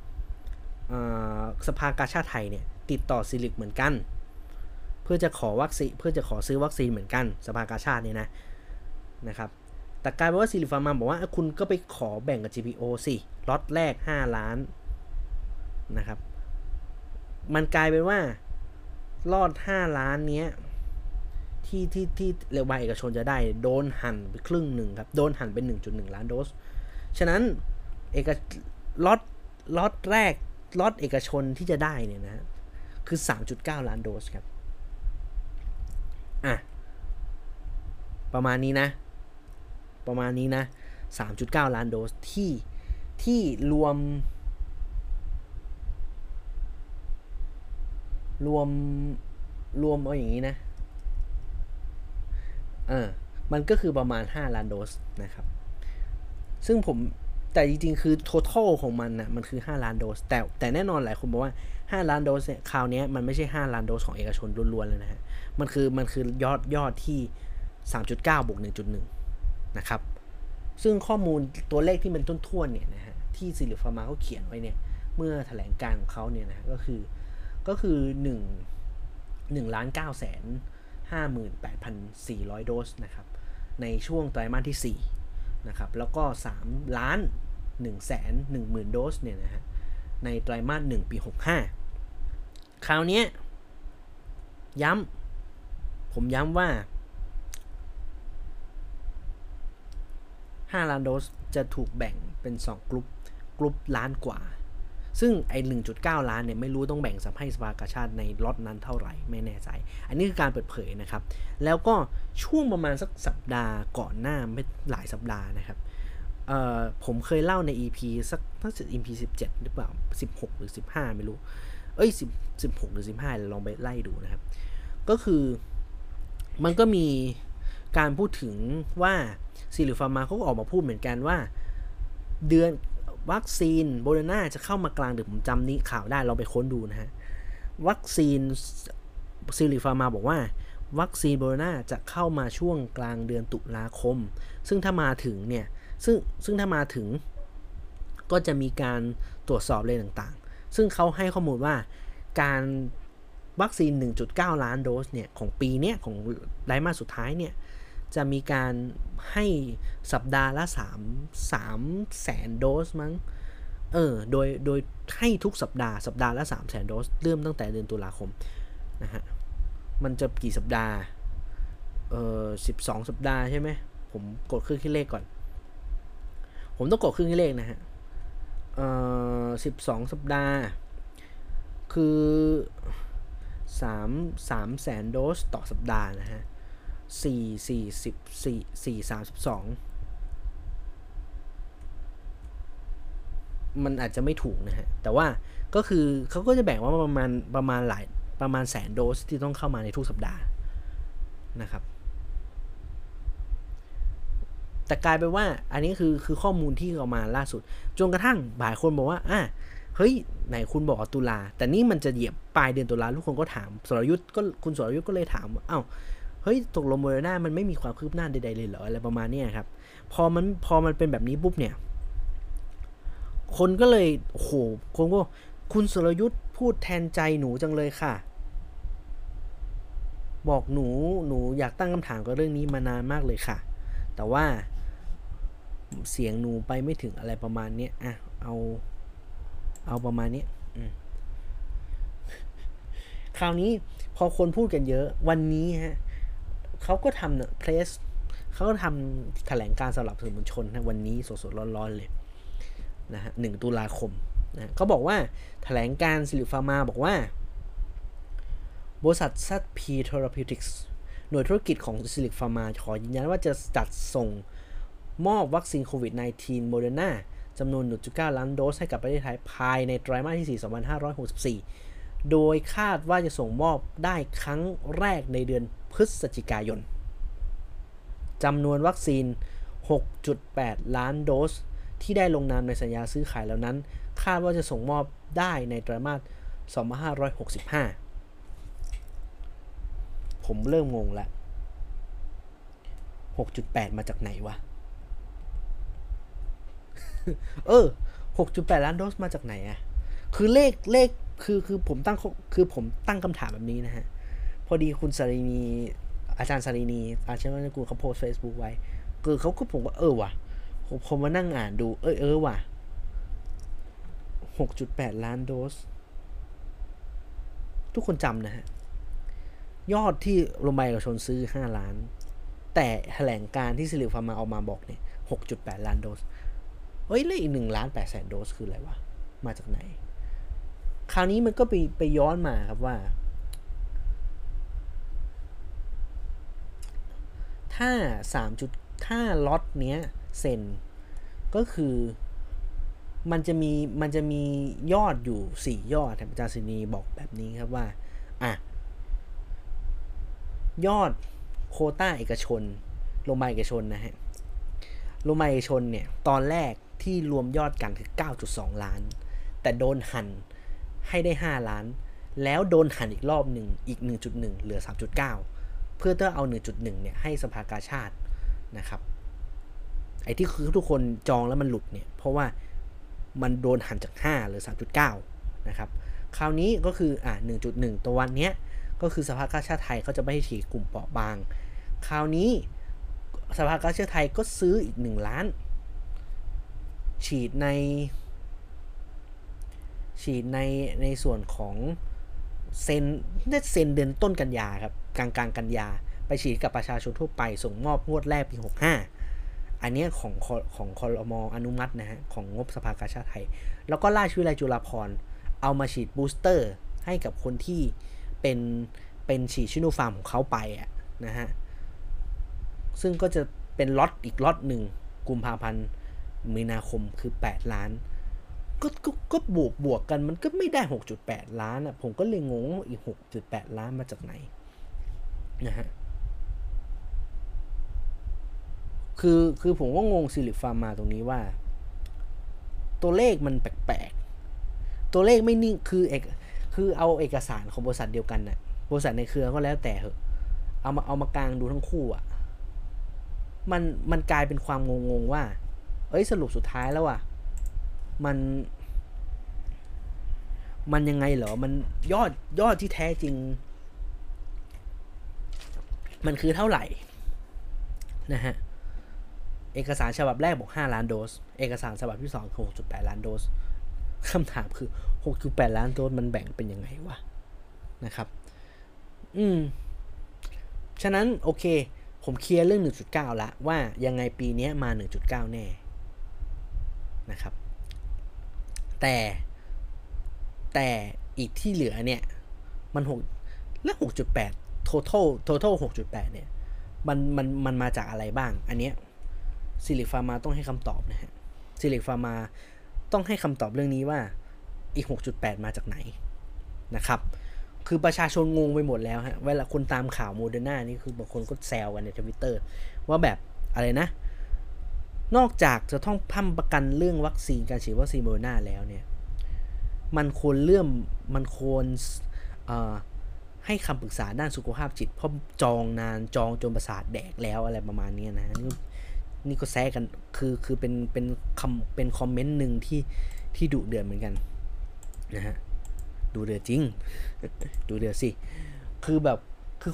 สภากาชาดไทยเนี่ยติดต่อซิลิกเหมือนกันเพื่อจะขอวัคซีนเพื่อจะขอซื้อวัคซีนเหมือนกันสภากาชาดเนี่ยนะครับแต่กลายเป็นว่าซิลิฟาร์มาบอกว่าคุณก็ไปขอแบ่งกับ GPO สิล็อตแรก5 ล้านนะครับมันกลายเป็นว่ารอด5 ล้านเนี้ยที่เรวายเอกชนจะได้โดนหั่นไปครึ่งหนึ่งครับโดนหั่นเป็น 1.1 ล้านโดสฉะนั้นล็อตแรกล็อตเอกชนที่จะได้เนี่ยนะคือ 3.9 ล้านโดสครับประมาณนี้นะ 3.9 ล้านโดสที่รวมเอาอย่างนี้นะมันก็คือประมาณ5 ล้านโดสนะครับซึ่งแต่จริงๆคือ total ของมันนะมันคือ5 ล้านโดสแต่แน่นอนหลายคนบอกว่า5 ล้านโดสเนี่ยคราวนี้มันไม่ใช่5 ล้านโดสของเอกชนล้วนๆเลยนะฮะมันคือยอดที่ 3.9 บวก 1.1 นะครับซึ่งข้อมูลตัวเลขที่มันท้วนๆเนี่ยนะฮะที่ซิลิฟาร์มาเขาเขียนไว้เนี่ยเมื่อแถลงการของเขาเนี่ยนะก็คือ1,958,400 โดสนะครับในช่วงไตรมาสที่4นะครับแล้วก็3,110,000 โดสเนี่ยนะฮะในไตรมาส1ปี65คราวนี้ผมย้ำว่า5 ล้านโดสจะถูกแบ่งเป็น2กลุ่มล้านกว่าซึ่งไอ้ 1.9 ล้านเนี่ยไม่รู้ต้องแบ่งให้สภากาชาดในล็อตนั้นเท่าไหร่ไม่แน่ใจอันนี้คือการเปิดเผยนะครับแล้วก็ช่วงประมาณสักสัปดาห์ก่อนหน้าไม่หลายสัปดาห์นะครับผมเคยเล่าใน EP สักน่าจะ EP 17หรือเปล่า16หรือ15ไม่รู้16หรือ15ลองไปไล่ดูนะครับก็คือมันก็มีการพูดถึงว่าซิลิฟาร์มาเขาก็ออกมาพูดเหมือนกันว่าเดือนวัคซีนโมเดอร์นาจะเข้ามากลางเดือนผมจำนี้ข่าวได้ลองไปค้นดูนะฮะวัคซีนซิลิฟาร์มาบอกว่าวัคซีนโมเดอร์นาจะเข้ามาช่วงกลางเดือนตุลาคมซึ่งถ้ามาถึงเนี่ยซึ่งถ้ามาถึงก็จะมีการตรวจสอบอะไรต่างๆซึ่งเขาให้ข้อมูลว่าการวัคซีน 1.9 ล้านโดสเนี่ยของปีเนี้ยของไตรมาสสุดท้ายเนี่ยจะมีการให้สัปดาห์ละ3แสนโดสมั้งโดยให้ทุกสัปดาห์ละ3แสนโดสเริ่มตั้งแต่เดือนตุลาคมนะฮะมันจะกี่สัปดาห์12 สัปดาห์ใช่ไหมผมกดเครื่องคิดเลขก่อนผมต้องกดเครื่องคิดเลขนะฮะ 12 สัปดาห์คือ3แสนโดสต่อสัปดาห์นะฮะ32มันอาจจะไม่ถูกนะฮะแต่ว่าก็คือเขาก็จะแบ่งว่าประมาณแสนโดสที่ต้องเข้ามาในทุกสัปดาห์นะครับแต่กลายเป็นว่าอันนี้คือข้อมูลที่เอามาล่าสุดจนกระทั่งหลายคนบอกว่าเฮ้ยไหนคุณบอกตุลาแต่นี่มันจะเหยียบปลายเดือนตุลาทุกคนก็ถามคุณสรยุทธก็เลยถามว่าเฮ้ยตกลงโมเดอร์นามันไม่มีความคืบหน้าใดๆเลยเหรออะไรประมาณนี้ครับพอมันเป็นแบบนี้ปุ๊บเนี่ยคนก็เลยโอ้โหคนก็คุณสรยุทธพูดแทนใจหนูจังเลยค่ะบอกหนูอยากตั้งคำถามกับเรื่องนี้มานานมากเลยค่ะแต่ว่าเสียงหนูไปไม่ถึงอะไรประมาณนี้เอาประมาณนี้คราวนี้พอคนพูดกันเยอะวันนี้ฮะเขาก็ทำเพรสเขาก็ทำแถลงการสำหรับสื่อมวลชนนะวันนี้สดๆร้อนๆเลยนะฮะ1 ตุลาคมนะเขาบอกว่าแถลงการซิลิฟาร์มาบอกว่าบริษัท ZP Therapeutics หน่วยธุรกิจของซิลิฟาร์มาขอยืนยันว่าจะจัดส่งมอบวัคซีนโควิด -19 โมเดอร์นาจำนวน 1.9 ล้านโดสให้กับประเทศไทยภายในไตรมาสที่ 4 2564 โดยคาดว่าจะส่งมอบได้ครั้งแรกในเดือนพฤศจิกายนจำนวนวัคซีน 6.8 ล้านโดสที่ได้ลงนามในสัญญาซื้อขายแล้วนั้นคาดว่าจะส่งมอบได้ในไตรมาส 2565 ผมเริ่มงงแล้ว 6.8 มาจากไหนวะ 6.8 ล้านโดสมาจากไหนอะคือเลขคือผมตั้งคำถามแบบนี้นะฮะพอดีคุณสารินีอาจารย์สารินีอาจารย์วัฒนกุลเขาโพสต์ Facebook ไว้คือเขาก็ผมว่าว่ะผมมานั่งอ่านดูว่ะ 6.8 ล้านโดสทุกคนจำนะฮะยอดที่โรงพยาบาลเอกชนซื้อ5 ล้านแต่แถลงการที่ซิลิฟาร์มาออกมาบอกเนี่ย 6.8 ล้านโดสแล้วอีก1,800,000 โดสคืออะไรวะมาจากไหนคราวนี้มันก็ไปย้อนมาครับว่าถ้าถ้าล็อตเนี้ยเซ็นก็คือมันจะมียอดอยู่4 ยอดอาจารย์ศินีบอกแบบนี้ครับว่ายอดโควต้าเอกชนโรงพยาบาลเอกชนนะฮะโรงพยาบาลเอกชนเนี่ยตอนแรกที่รวมยอดกันคือ 9.2 ล้านแต่โดนหั่นให้ได้5 ล้านแล้วโดนหั่นอีกรอบหนึ่งอีก 1.1 เหลือ 3.9 เพื่อเอา 1.1 เนี่ยให้สภากาชาดนะครับไอ้ที่คือทุกคนจองแล้วมันหลุดเนี่ยเพราะว่ามันโดนหั่นจาก5เหลือ 3.9 นะครับคราวนี้ก็คือ1.1 ตัววันเนี้ยก็คือสภากาชาดไทยเขาจะไม่ให้ฉีดกลุ่มเปราะบางคราวนี้สภากาชาดไทยก็ซื้ออีก1 ล้านฉีดในส่วนของเซ็นเดือนต้นกันยาครับกลางกันยาไปฉีดกับประชาชนทั่วไปส่งมอบงวดแรกปี 65อันนี้ของครม.อนุมัตินะฮะของงบสภากาชาดไทยแล้วก็ราชวิทยาลัยจุฬาภรณ์เอามาฉีดบูสเตอร์ให้กับคนที่เป็นฉีดชิโนฟาร์มของเขาไปนะฮะซึ่งก็จะเป็นอีกล็อตหนึ่งกุมภาพันธ์มีนาคมคือ8 ล้านก็บวกกันมันก็ไม่ได้ 6.8 ล้านผมก็เลยงงอีก 6.8 ล้านมาจากไหนนะฮะคือผมก็งงซิลิฟาร์มาตรงนี้ว่าตัวเลขมันแปลกๆตัวเลขไม่นิ่งคือเอาเอกสารของบริษัทเดียวกันบริษัทในเครือก็แล้วแต่เหอะเอามากางดูทั้งคู่มันกลายเป็นความงงว่าสรุปสุดท้ายแล้วมันยังไงเหรอมันยอดที่แท้จริงมันคือเท่าไหร่นะฮะเอกสารฉบับแรกบอก5 ล้านโดสเอกสารฉบับที่2คือ 6.8 ล้านโดสคำถามคือ 6.8 ล้านโดสมันแบ่งเป็นยังไงวะนะครับฉะนั้นโอเคผมเคลียร์เรื่อง 1.9 ละว่ายังไงปีนี้มา 1.9 แน่นะครับแต่แต่อีกที่เหลือเนี่ยมันและ 6.8 total 6.8 เนี่ยมันมาจากอะไรบ้างอันเนี้ยซิลิกฟาร์มาต้องให้คำตอบนะฮะซิลิกฟาร์มาต้องให้คำตอบเรื่องนี้ว่าอีก 6.8 มาจากไหนนะครับคือประชาชนงงไปหมดแล้วฮะเวลาคนตามข่าวโมเดอร์นานี่คือบางคนก็แซวกันใน Twitter ว่าแบบอะไรนะนอกจากจะต้องพัมประกันเรื่องวัคซีนการฉีดวัคซีนโมเดอร์นาแล้วเนี่ยมันควรให้คำปรึกษาด้านสุขภาพจิตเพราะจองนานจองจนประสาทแดกแล้วอะไรประมาณนี้นะนี่ก็แซะกันคือเป็นคอมเมนต์หนึ่งที่ดุเดือดเหมือนกันนะฮะดูเดือดจริง ดูเดือดสิคือแบบคือ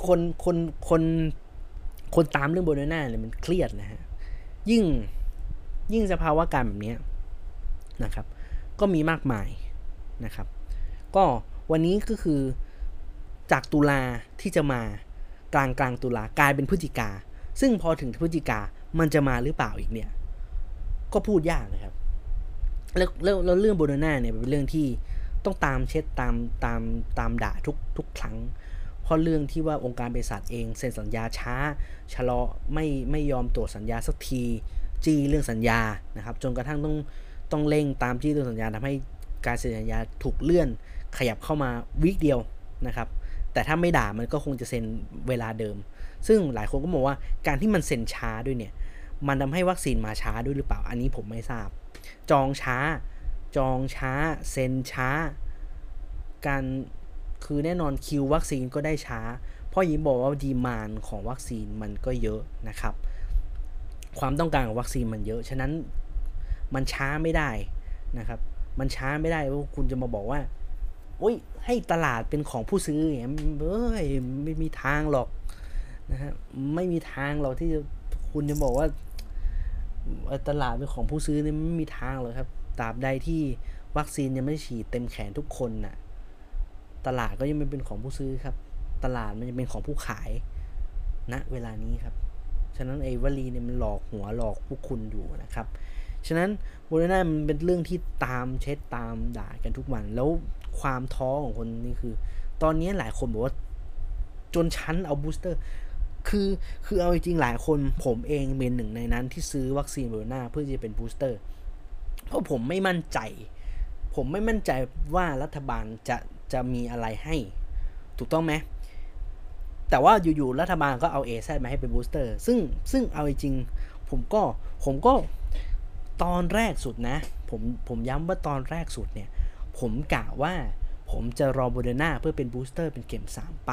คนตามเรื่องโบนาน่าเนี่ยมันเครียดนะฮะยิ่งสภาวะการแบบนี้นะครับก็มีมากมายนะครับก็วันนี้ก็คือจากตุลาที่จะมากลางตุลากลายเป็นพฤศจิกาซึ่งพอถึงพฤศจิกามันจะมาหรือเปล่าอีกเนี่ยก็พูดยากนะครับแล้วเรื่องโบนาน่าเนี่ยเป็นเรื่องที่ต้องตามเช็ดตามด่าทุกครั้งเพราะเรื่องที่ว่าองค์การเภสัชเองเซ็นสัญญาช้าชะลอไม่ยอมตรวจสัญญาสักทีจี้เรื่องสัญญานะครับจนกระทั่งต้องเร่งตามจี้เรื่องสัญญาทำให้การเซ็นสัญญาถูกเลื่อนขยับเข้ามาวีคเดียวนะครับแต่ถ้าไม่ด่ามันก็คงจะเซ็นเวลาเดิมซึ่งหลายคนก็มองว่าการที่มันเซ็นช้าด้วยเนี่ยมันทำให้วัคซีนมาช้าด้วยหรือเปล่าอันนี้ผมไม่ทราบจองช้าเซ็นช้าการคือแน่นอนคิววัคซีนก็ได้ช้าเพราะยิมบอกว่าดีมานด์ของวัคซีนมันก็เยอะนะครับความต้องการของวัคซีนมันเยอะฉะนั้นมันช้าไม่ได้นะครับมันช้าไม่ได้ว่าคุณจะมาบอกว่าโอ้ยให้ตลาดเป็นของผู้ซื้ออย่างเงี้ยไม่มีทางหรอกนะฮะไม่มีทางหรอกที่คุณจะบอกว่าตลาดเป็นของผู้ซื้อเนี่ยไม่มีทางเลยครับตราบใดที่วัคซีนยังไม่ฉีดเต็มแขนทุกคนน่ะตลาดก็ยังไม่เป็นของผู้ซื้อครับตลาดมันจะเป็นของผู้ขายณเวลานี้ครับฉะนั้นไอ้วลีเนี่ยมันหลอกหัวหลอกพวกคุณอยู่นะครับฉะนั้นโมเดอร์นามันเป็นเรื่องที่ตามเช็ดตามด่ากันทุกวันแล้วความท้อของคนนี่คือตอนนี้หลายคนบอกว่าจนชั้นเอาบูสเตอร์คือเอาจริงๆหลายคนผมเองเป็นหนึ่งในนั้นที่ซื้อวัคซีนโมเดอร์นาเพื่อจะเป็นบูสเตอร์เพราะผมไม่มั่นใจว่ารัฐบาลจะมีอะไรให้ถูกต้องไหมแต่ว่าอยู่ๆรัฐบาลก็เอา AZ มาให้เป็นบูสเตอร์ซึ่งเอาจริงผมก็ตอนแรกสุดนะผมย้ำว่าตอนแรกสุดเนี่ยผมกะว่าผมจะรอโมเดอร์นาเพื่อเป็นบูสเตอร์เป็นเข็ม3ไป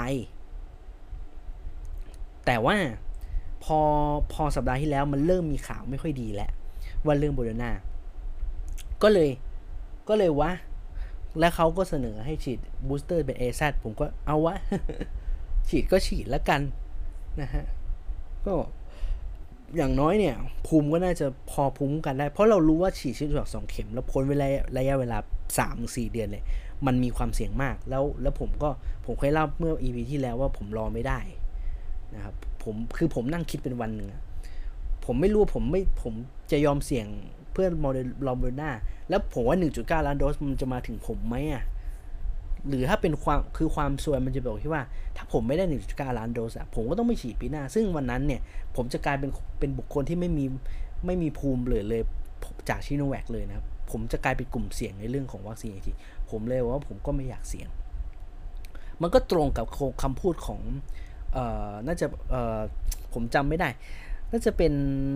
แต่ว่าพอสัปดาห์ที่แล้วมันเริ่มมีข่าวไม่ค่อยดีแล้วว่าเรื่องโมเดอร์นาก็เลยว่าแล้วเขาก็เสนอให้ฉีดบูสเตอร์เป็น AZ ผมก็เอาวะ ฉีดก็ฉีดแล้วกันนะฮะก็อย่างน้อยเนี่ยภูมิก็น่าจะพอภูมิกันได้เพราะเรารู้ว่าฉีดชิโนแวค2 เข็มแล้วพ้นระยะเวลา 3-4 เดือนเลยมันมีความเสี่ยงมากแล้วผมเคยเล่าเมื่อ EP ที่แล้วว่าผมรอไม่ได้นะครับผมนั่งคิดเป็นวันหนึ่งผมไม่รู้ผมจะยอมเสี่ยงเพื่อโมเดอร์นาแล้วผมว่า 1.9 ล้านโดสมันจะมาถึงผมไหมหรือถ้าเป็นความซวยมันจะบอกที่ว่าถ้าผมไม่ได้ 1.9 ล้านโดสผมก็ต้องไม่ฉีดปีหน้าซึ่งวันนั้นเนี่ยผมจะกลายเป็นบุคคลที่ไม่มีภูมิเลยจากชิโนแวคเลยนะครับผมจะกลายเป็นกลุ่มเสี่ยงในเรื่องของวัคซีนจริงๆผมเลยว่าผมก็ไม่อยากเสี่ยงมันก็ตรงกับคำพูดของน่าจะผมจำไม่ได้น่าจะเป็น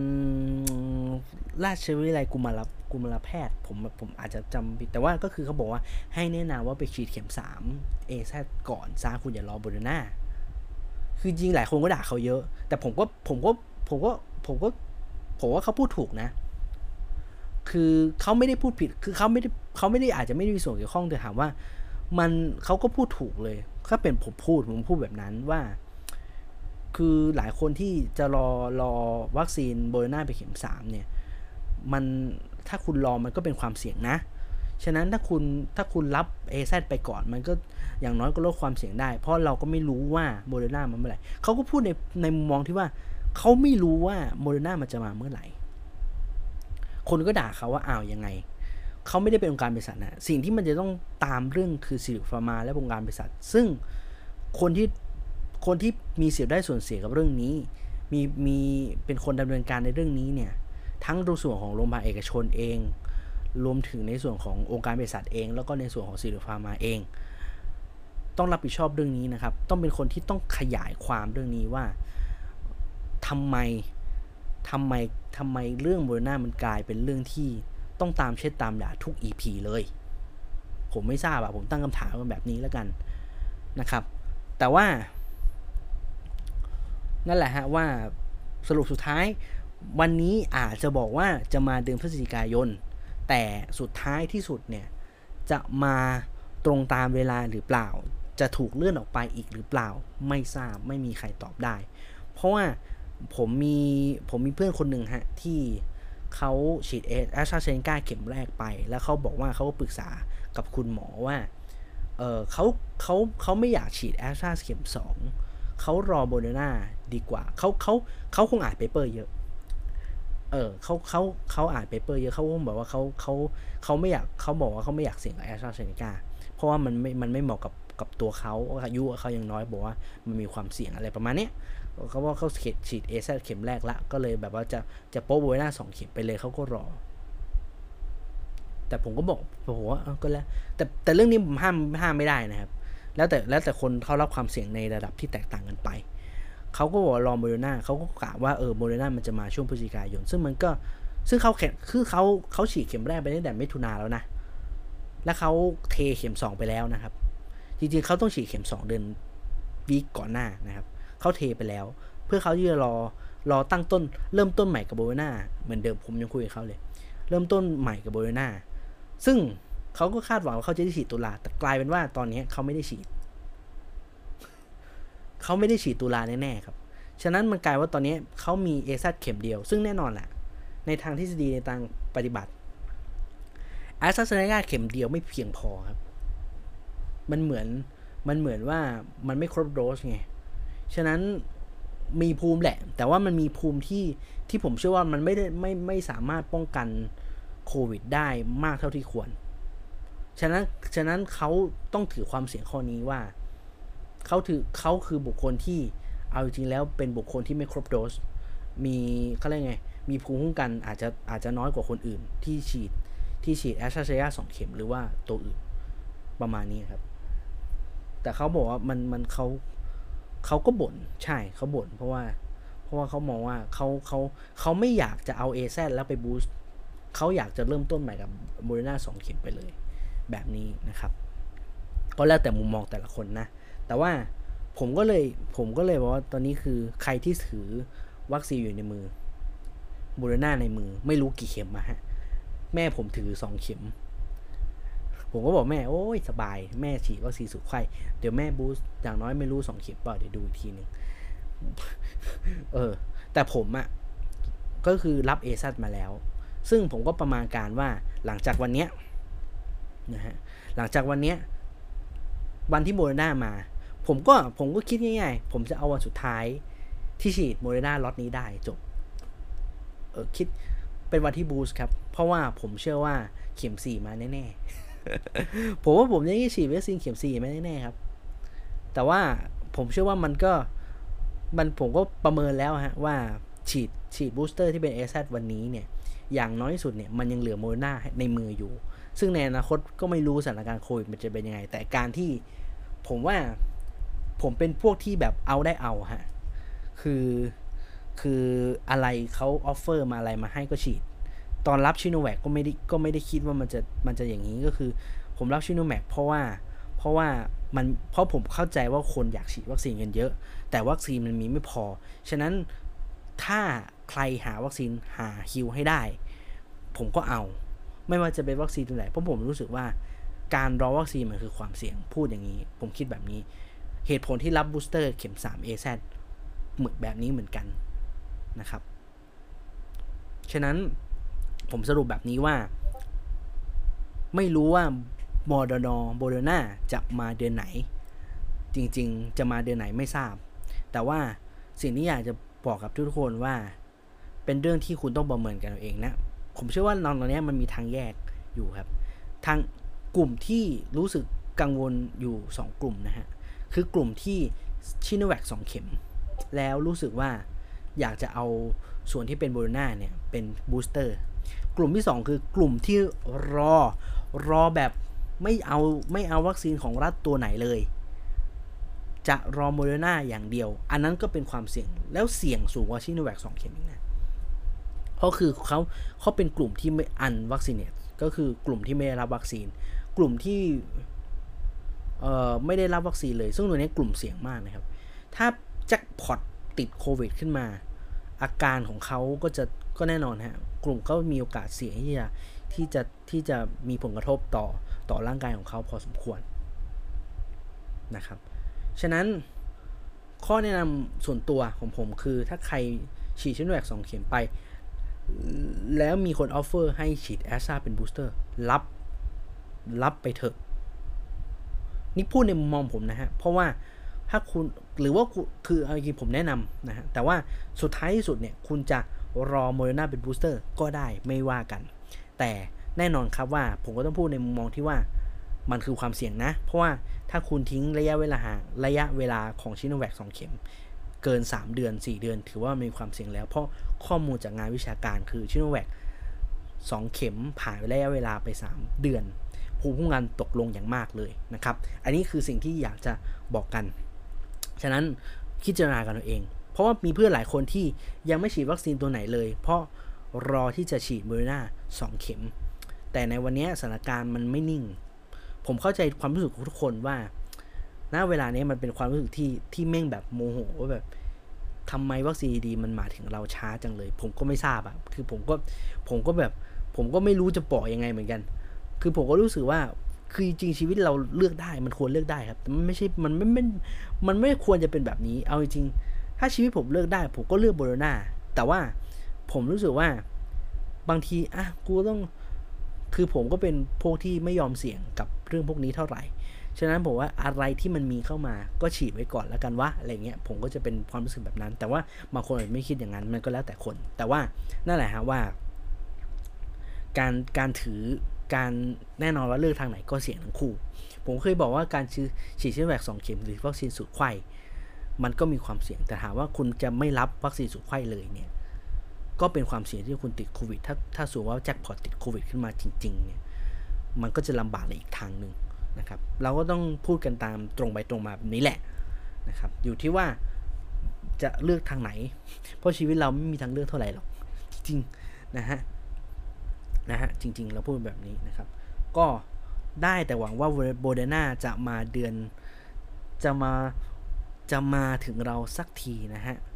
ราชวิทยาลัยกุมารแพทย์ผมอาจจะจำผิดแต่ว่าก็คือเขาบอกว่าให้แนะนำว่าไปฉีดเข็ม3 AZ ก่อนซะคุณอย่ารอโมเดอร์นาคือจริงหลายคนก็ด่าเขาเยอะแต่ผมว่าเขาพูดถูกนะคือเขาไม่ได้พูดผิดคือเขาไม่ได้อาจจะไม่ได้มีส่วนเกี่ยวข้องแต่ถามว่าเขาก็พูดถูกเลยถ้าเป็นผมพูดแบบนั้นว่าคือหลายคนที่จะรอวัคซีนโมเดอร์นาไปเข็ม3เนี่ยมันถ้าคุณรอมันก็เป็นความเสี่ยงนะฉะนั้นถ้าคุณรับ AZ ไปก่อนมันก็อย่างน้อยก็ลดความเสี่ยงได้เพราะเราก็ไม่รู้ว่าโมเดอร์นามันเมื่อไหร่เขาก็พูดในมุมมองที่ว่าเขาไม่รู้ว่าโมเดอร์นามันจะมาเมื่อไหร่คนก็ด่าเขาว่าอ้าวยังไงเขาไม่ได้เป็นองค์การเภสัชนะสิ่งที่มันจะต้องตามเรื่องคือซิลิฟาร์มาและองค์การเภสัชซึ่งคนที่มีเสียได้ส่วนเสียกับเรื่องนี้มีเป็นคนดำเนินการในเรื่องนี้เนี่ยทั้งในส่วนของโรงพยาบาลเอกชนเองรวมถึงในส่วนขององค์การเภสัชเองแล้วก็ในส่วนของซิลิฟาร์มาเองต้องรับผิดชอบเรื่องนี้นะครับต้องเป็นคนที่ต้องขยายความเรื่องนี้ว่าทำไมเรื่องโมเดอร์นามันกลายเป็นเรื่องที่ต้องตามเช็ดตามด่าทุก EP เลยผมไม่ทราบอะผมตั้งคำถามแบบนี้แล้วกันนะครับแต่ว่านั่นแหละฮะว่าสรุปสุดท้ายวันนี้อาจจะบอกว่าจะมาเดือนพฤศจิกายนแต่สุดท้ายที่สุดเนี่ยจะมาตรงตามเวลาหรือเปล่าจะถูกเลื่อนออกไปอีกหรือเปล่าไม่ทราบไม่มีใครตอบได้เพราะว่าผมมีเพื่อนคนหนึ่งฮะที่เขาฉีดแอสตราเซเนกาเข็มแรกไปแล้วเขาบอกว่าเขาปรึกษากับคุณหมอว่าเขาไม่อยากฉีดแอสตราเข็ม2เขารอโมเดอร์นาดีกว่าเขาคงอ่านเปเปอร์เยอะเขาอ่านเปเปอร์เยอะเขาคงบอกว่าเขาไม่อยากเขาบอกว่าเขาไม่อยากเสี่ยงกับแอสตราเซเนกาเพราะว่ามันไม่เหมาะกับตัวเขาอายุเขายังน้อยบอกว่ามันมีความเสี่ยงอะไรประมาณนี้เขาว่าเขาฉีดเอซเข็มแรกละก็เลยแบบว่าจะโป๊ะโบยหน้า2 เข็มไปเลยเขาก็รอแต่ผมก็บอกผมว่าก็แล้วแต่เรื่องนี้ผมห้ามไม่ได้นะครับแล้วแต่คนเขารับความเสี่ยงในระดับที่แตกต่างกันไปเขาก็บอกรอโมเดอร์นาเขาก็กะว่าโมเดอร์นามันจะมาช่วงพฤศจิกายนซึ่งเขาฉีดเข็มแรกไปตั้งแต่มิถุนาแล้วนะและเขาเทเข็ม2ไปแล้วนะครับจริงๆเขาต้องฉีดเข็ม2เดือนวีคก่อนหน้านะครับเขาเทไปแล้วเพื่อเขาที่จะรอตั้งต้นเริ่มต้นใหม่กับโบโลนาเหมือนเดิมผมยังคุยกับเขาเลยเริ่มต้นใหม่กับโบโลนาซึ่งเขาก็คาดหวังว่าเขาจะได้ฉีดตุลาแต่กลายเป็นว่าตอนนี้เขาไม่ได้ฉีดตุลาแน่ๆครับฉะนั้นมันกลายว่าตอนนี้เขามีเอซัดเข็มเดียวซึ่งแน่นอนแหละในทางทฤษฎีในทางปฏิบัติแอสตราเซเนกาเข็มเดียวไม่เพียงพอครับมันเหมือนว่ามันไม่ครบโดสไงฉะนั้นมีภูมิแหละแต่ว่ามันมีภูมิที่ผมเชื่อว่ามันไม่สามารถป้องกันโควิดได้มากเท่าที่ควรฉะนั้นเขาต้องถือความเสี่ยงข้อนี้ว่าเขาคือบุคคลที่เอาจริงแล้วเป็นบุคคลที่ไม่ครบโดสมีเขาเรียกไงมีภูมิคุ้มกันอาจจะน้อยกว่าคนอื่นที่ฉีดแอสตราเซเนกา2 เข็มหรือว่าตัวอื่นประมาณนี้ครับแต่เขาบอกว่ามันเขาก็บ่นใช่เขาบ่นเพราะว่าเขามองว่าเขาไม่อยากจะเอา AZ แล้วไปบูสต์เขาอยากจะเริ่มต้นใหม่กับโมเดอร์นา2 เข็มไปเลยแบบนี้นะครับก็แล้วแต่มุมมองแต่ละคนนะแต่ว่าผมก็เลยบอกว่าตอนนี้คือใครที่ถือวัคซีนอยู่ในมือโมเดอร์นาในมือไม่รู้กี่เข็มมาฮะแม่ผมถือ2 เข็มผมก็บอกแม่โอ้ยสบายแม่ฉีดวัคซีนสูตรไข้เดี๋ยวแม่บูสต์อย่างน้อยไม่รู้2 เข็มเปล่าเดี๋ยวดูอีกทีนึงแต่ผมอะก็คือรับเอซัดมาแล้วซึ่งผมก็ประมาณการว่าหลังจากวันเนี้ยนะฮะหลังจากวันเนี้ยวันที่โมเดอร์นามาผมก็คิดง่ายๆผมจะเอาวันสุดท้ายที่ฉีดโมเดอร์นาล็อตนี้ได้จบคิดเป็นวันที่บูสต์ครับเพราะว่าผมเชื่อว่าเข็ม4มาแน่ๆผมว่าผมยังฉีดวัคซีนเข็ม4มาแน่ๆครับแต่ว่าผมเชื่อว่าผมก็ประเมินแล้วฮะว่าฉีดบูสเตอร์ที่เป็น AZ วันนี้เนี่ยอย่างน้อยสุดเนี่ยมันยังเหลือโมเดอร์นาในมืออยู่ซึ่งในอนาคตก็ไม่รู้สถานการณ์โควิดมันจะเป็นยังไงแต่การที่ผมว่าผมเป็นพวกที่แบบเอาได้เอาฮะคืออะไรเขาออฟเฟอร์มาอะไรมาให้ก็ฉีดตอนรับชิโนแวคก็ไม่ได้คิดว่ามันจะอย่างนี้ก็คือผมรับชิโนแวคเพราะผมเข้าใจว่าคนอยากฉีดวัคซีนกันเยอะแต่วัคซีนมันมีไม่พอฉะนั้นถ้าใครหาวัคซีนหาคิวให้ได้ผมก็เอาไม่ว่าจะเป็นวัคซีนตัวไหนเพราะผมรู้สึกว่าการรอวัคซีนมันคือความเสี่ยงพูดอย่างนี้ผมคิดแบบนี้เหตุผลที่รับบูสเตอร์เข็ม3 AZ เหมือนแบบนี้เหมือนกันนะครับฉะนั้นผมสรุปแบบนี้ว่าไม่รู้ว่าโมเดอร์นาจะมาเดือนไหนจริงๆจะมาเดือนไหนไม่ทราบแต่ว่าสิ่งที่อยากจะบอกกับทุกคนว่าเป็นเรื่องที่คุณต้องประเมินกันเองนะผมเชื่อว่าตอนนี้มันมีทางแยกอยู่ครับทางกลุ่มที่รู้สึกกังวลอยู่2กลุ่มนะฮะคือกลุ่มที่ชิโนแวค2เข็มแล้วรู้สึกว่าอยากจะเอาส่วนที่เป็นโมเดอร์นาเนี่ยเป็นบูสเตอร์กลุ่มที่2คือกลุ่มที่รอแบบไม่เอาวัคซีนของรัฐตัวไหนเลยจะรอโมเดอร์นาอย่างเดียวอันนั้นก็เป็นความเสี่ยงแล้วเสี่ยงสูงกว่าชิโนแวค2เข็มอีกนะเพราะคือเขาเป็นกลุ่มที่ไม่อันวัคซีนเนี่ยก็คือกลุ่มที่ไม่ได้รับวัคซีนกลุ่มที่ไม่ได้รับวัคซีนเลยซึ่งตัวนี้กลุ่มเสี่ยงมากนะครับถ้าแจ็คพอตติดโควิดขึ้นมาอาการของเขาก็แน่นอนฮะกลุ่มก็มีโอกาสเสี่ยงที่จะมีผลกระทบต่อร่างกายของเขาพอสมควรนะครับฉะนั้นข้อแนะนำส่วนตัวของผมคือถ้าใครฉีดชิโนแวค2เข็มไปแล้วมีคนออฟเฟอร์ให้ฉีดแอสตราเป็นบูสเตอร์รับไปเถอะนี่พูดในมุมมองผมนะฮะเพราะว่าถ้าคุณหรือว่าคือเอาจริงผมแนะนำนะฮะแต่ว่าสุดท้ายที่สุดเนี่ยคุณจะรอโมเดอร์นาเป็นบูสเตอร์ก็ได้ไม่ว่ากันแต่แน่นอนครับว่าผมก็ต้องพูดในมุมมองที่ว่ามันคือความเสี่ยงนะเพราะว่าถ้าคุณทิ้งระยะเวลาของชิโนแวค2เข็มเกิน3เดือน4เดือนถือว่ามีความเสี่ยงแล้วเพราะข้อมูลจากงานวิชาการคือชิโนแวค2เข็มผ่านระยะเวลาไป3เดือนภูมิคุ้มกันตกลงอย่างมากเลยนะครับอันนี้คือสิ่งที่อยากจะบอกกันฉะนั้นพิจารณากันเอาเองเพราะว่ามีเพื่อนหลายคนที่ยังไม่ฉีดวัคซีนตัวไหนเลยเพราะรอที่จะฉีดโมเดอร์นา2เข็มแต่ในวันนี้สถานการณ์มันไม่นิ่งผมเข้าใจความรู้สึกของทุกคนว่าณเวลานี้มันเป็นความรู้สึกที่แม่งแบบโมโหว่าแบบทำไมวัคซีนดีมันมาถึงเราช้าจังเลยผมก็ไม่ทราบอะคือผมก็ไม่รู้จะบอกยังไงเหมือนกันคือผมก็รู้สึกว่าคือจริงชีวิตเราเลือกได้มันควรเลือกได้ครับแต่มันไม่ใช่มันไม่ควรจะเป็นแบบนี้เอาจริงถ้าชีวิตผมเลือกได้ผมก็เลือกโมเดอร์นาแต่ว่าผมรู้สึกว่าบางทีกูต้องคือผมก็เป็นพวกที่ไม่ยอมเสี่ยงกับเรื่องพวกนี้เท่าไหร่ฉะนั้นผมว่าอะไรที่มันมีเข้ามาก็ฉีดไว้ก่อนแล้วกันวะอะไรเงี้ยผมก็จะเป็นความรู้สึกแบบนั้นแต่ว่าบางคนอาจไม่คิดอย่างนั้นมันก็แล้วแต่คนแต่ว่านั่นแหละฮะว่าการถือการแน่นอนว่าเลือกทางไหนก็เสี่ยงทั้งคู่ผมเคยบอกว่าการฉีดชิโนแวค2เข็มหรือวัคซีนสูตรไข้มันก็มีความเสี่ยงแต่ถามว่าคุณจะไม่รับวัคซีนสูตรไข้เลยเนี่ยก็เป็นความเสี่ยงที่คุณติดโควิดถ้าสมมติว่าแจ็คพอตติดโควิดขึ้นมาจริงๆเนี่ยมันก็จะลำบากในอีกทางนึงนะครับเราก็ต้องพูดกันตามตรงไปตรงมาแบบนี้แหละนะครับอยู่ที่ว่าจะเลือกทางไหนเพราะชีวิตเราไม่มีทางเลือกเท่าไหร่หรอกจริงๆนะฮะจริงๆเราพูดแบบนี้นะครับก็ได้แต่หวังว่าโมเดอร์นาจะมาถึงเราสักทีนะฮะ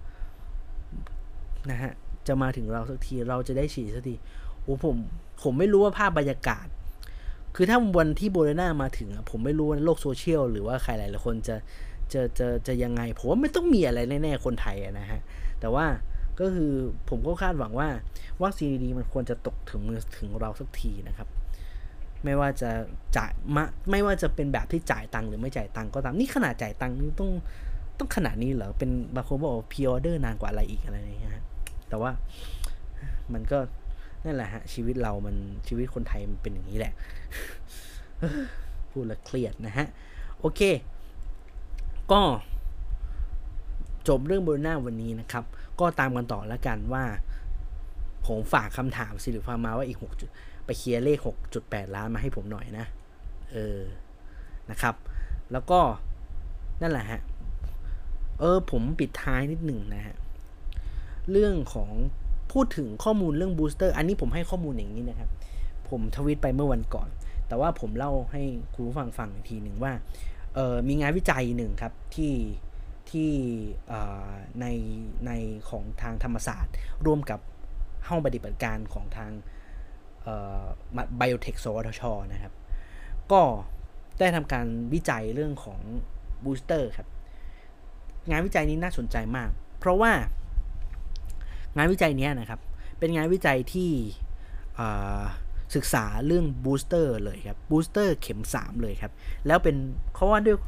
จะมาถึงเราสักทีเราจะได้ฉีดสักทีโอ้ผมไม่รู้ว่าภาพบรรยากาศคือถ้าวันที่โมเดอร์นามาถึงผมไม่รู้ว่าโลกโซเชียลหรือว่าใครหลายคนจะยังไงผมว่าไม่ต้องมีอะไรแน่ๆคนไทยนะฮะแต่ว่าก็คือผมก็คาดหวังว่าวัคซีนดีมันควรจะตกถึงมือถึงเราสักทีนะครับไม่ว่าจะไม่ว่าจะเป็นแบบที่จ่ายตังค์หรือไม่จ่ายตังค์ก็ตามนี่ขนาดจ่ายตังค์นี่ต้องขนาดนี้เหรอเป็นบางคนบอกว่าพรีออเดอร์นานกว่าอะไรอีกอะไรอย่างเงี้ยแต่ว่ามันก็นั่นแหละฮะชีวิตคนไทยมันเป็นอย่างนี้แหละพูดแล้วเครียดนะฮะโอเคก็จบเรื่องโมเดอร์นาวันนี้นะครับก็ตามกันต่อแล้วกันว่าผมฝากคำถามสิริฟาร์มาว่าอีก6จุดไปเคลียร์เลข 6.8 ล้านมาให้ผมหน่อยนะนะครับแล้วก็นั่นแหละฮะผมปิดท้ายนิดหนึ่งนะฮะเรื่องของพูดถึงข้อมูลเรื่องบูสเตอร์อันนี้ผมให้ข้อมูลอย่างนี้นะครับผมทวีตไปเมื่อวันก่อนแต่ว่าผมเล่าให้คุณผู้ฟังอีกทีหนึ่งว่ามีงานวิจัยหนึ่งครับที่ในของทางธรรมศาสตร์ร่วมกับห้องปฏิบัติการของทางไบโอเทค สวทช.นะครับก็ได้ทำการวิจัยเรื่องของบูสเตอร์ครับงานวิจัยนี้น่าสนใจมากเพราะว่างานวิจัยนี้นะครับเป็นงานวิจัยที่ศึกษาเรื่องบูสเตอร์เลยครับบูสเตอร์เข็ม3เลยครับแล้วเป็นเขาว่าด้วย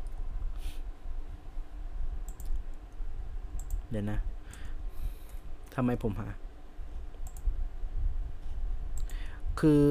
เดี๋ยวนะทำไมผมหาคือ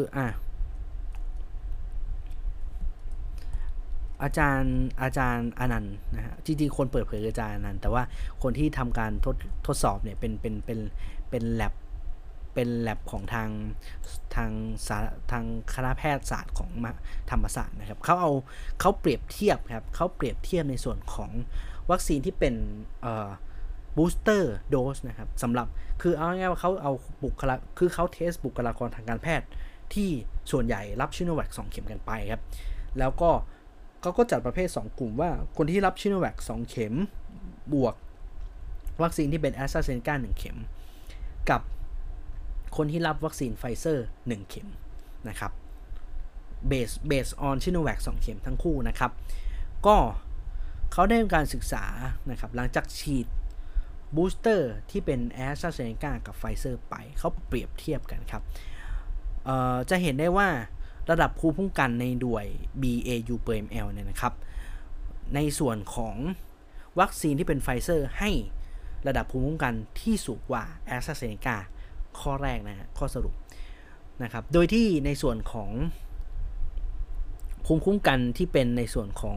อาจารย์อนันต์นะฮะจริงๆคนเปิดเผยอาจารย์อนันต์แต่ว่าคนที่ทำการทดสอบเนี่ยเป็นแลบของทางคณะแพทยศาสตร์ของธรรมศาสตร์นะครับเขาเปรียบเทียบครับเขาเปรียบเทียบในส่วนของวัคซีนที่เป็นบูสเตอร์โดสนะครับสำหรับคือเอาง่ายๆว่าเขาเอาคือเขาเทสบุคลากรทางการแพทย์ที่ส่วนใหญ่รับชิโนแวค2 เข็มกันไปครับแล้วก็เขาก็จัดประเภท2 กลุ่มว่าคนที่รับชิโนแวค2 เข็มบวกวัคซีนที่เป็นแอสตราเซเนกา1 เข็มกับคนที่รับวัคซีนไฟเซอร์1 เข็มนะครับเบสออนชิโนแวค2 เข็มทั้งคู่นะครับก็เขาได้การศึกษานะครับหลังจากฉีดบูสเตอร์ที่เป็นแอสตราเซเนกากับไฟเซอร์ไปเขาเปรียบเทียบกันครับจะเห็นได้ว่าระดับภูมิคุ้มกันในหน่วย BAU per ml เนี่ยนะครับในส่วนของวัคซีนที่เป็นไฟเซอร์ให้ระดับภูมิคุ้มกันที่สูงกว่าแอสตราเซเนกาข้อแรกนะฮะข้อสรุปนะครับโดยที่ในส่วนของภูมิคุ้มกันที่เป็นในส่วนของ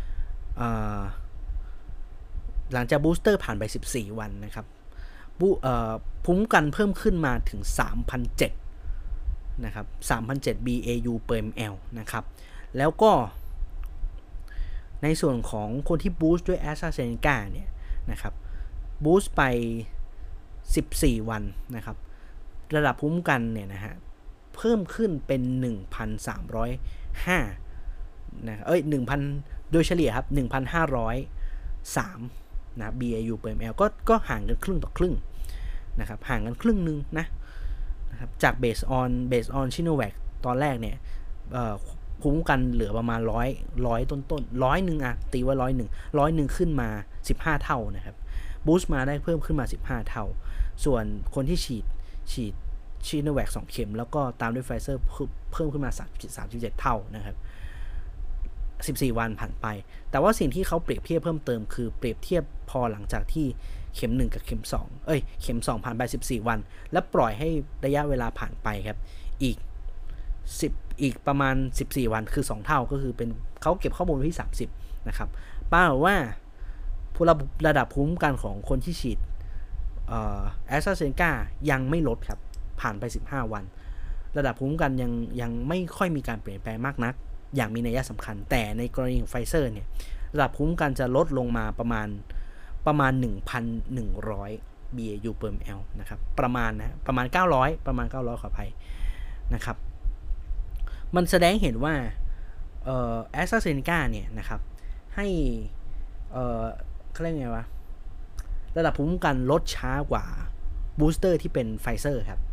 หลังจากบูสเตอร์ผ่านไป14 วันนะครับภูมิคุ้มกันเพิ่มขึ้นมาถึง 3,007 นะครับ 3,007 BAU per ml นะครับแล้วก็ในส่วนของคนที่บูสต์ด้วยแอสตราเซเนกาเนี่ยนะครับบูสต์ไป14 วันนะครับระดับภูมิคุ้มกันเนี่ยนะฮะเพิ่มขึ้นเป็น 1,305 นะ1,000โดยเฉลี่ยครับ 1,503 นะ BAU per ml ก็ห่างกันครึ่งต่อครึ่งนะครับห่างกันครึ่งนึงนะครับจากเบสออนชิโนแวคตอนแรกเนี่ยภูมิคุ้มกันเหลือประมาณ100ต้น100ตีว่า100ขึ้นมา15 เท่านะครับบูสต์มาได้เพิ่มขึ้นมา15 เท่าส่วนคนที่ฉีดชิโนแวค2 เข็มแล้วก็ตามด้วยไฟเซอร์เพิ่มขึ้นมา37 เท่านะครับ14 วันผ่านไปแต่ว่าสิ่งที่เขาเปรียบเทียบเพิ่มเติมคือเปรียบเทียบพอหลังจากที่เข็ม1กับเข็ม2เข็ม2ผ่านไป14 วันแล้วปล่อยให้ระยะเวลาผ่านไปครับอีกประมาณ14 วันคือ2 เท่าก็คือเป็นเขาเก็บข้อมูลที่30นะครับปรากฏว่าระดับภูมิคุ้มกันของคนที่ฉีดแอสตราเซเนกายังไม่ลดครับผ่านไป15 วันระดับภูมิคุ้มกันยังไม่ค่อยมีการเปลี่ยนแปลงมากนักอย่างมีนัยสำคัญแต่ในกรณีของไฟเซอร์เนี่ยระดับภูมิคุ้มกันจะลดลงมาประมาณ 1,100 BAU per ml นะครับประมาณ900ขออภัยนะครับมันแสดงเห็นว่าแอสตราเซเนกาเนี่ยนะครับให้เขาเรียกไงวะระดับภูมิคุ้มกันลดช้ากว่าบูสเตอร์ที่เป็นไฟเซอร์ครับ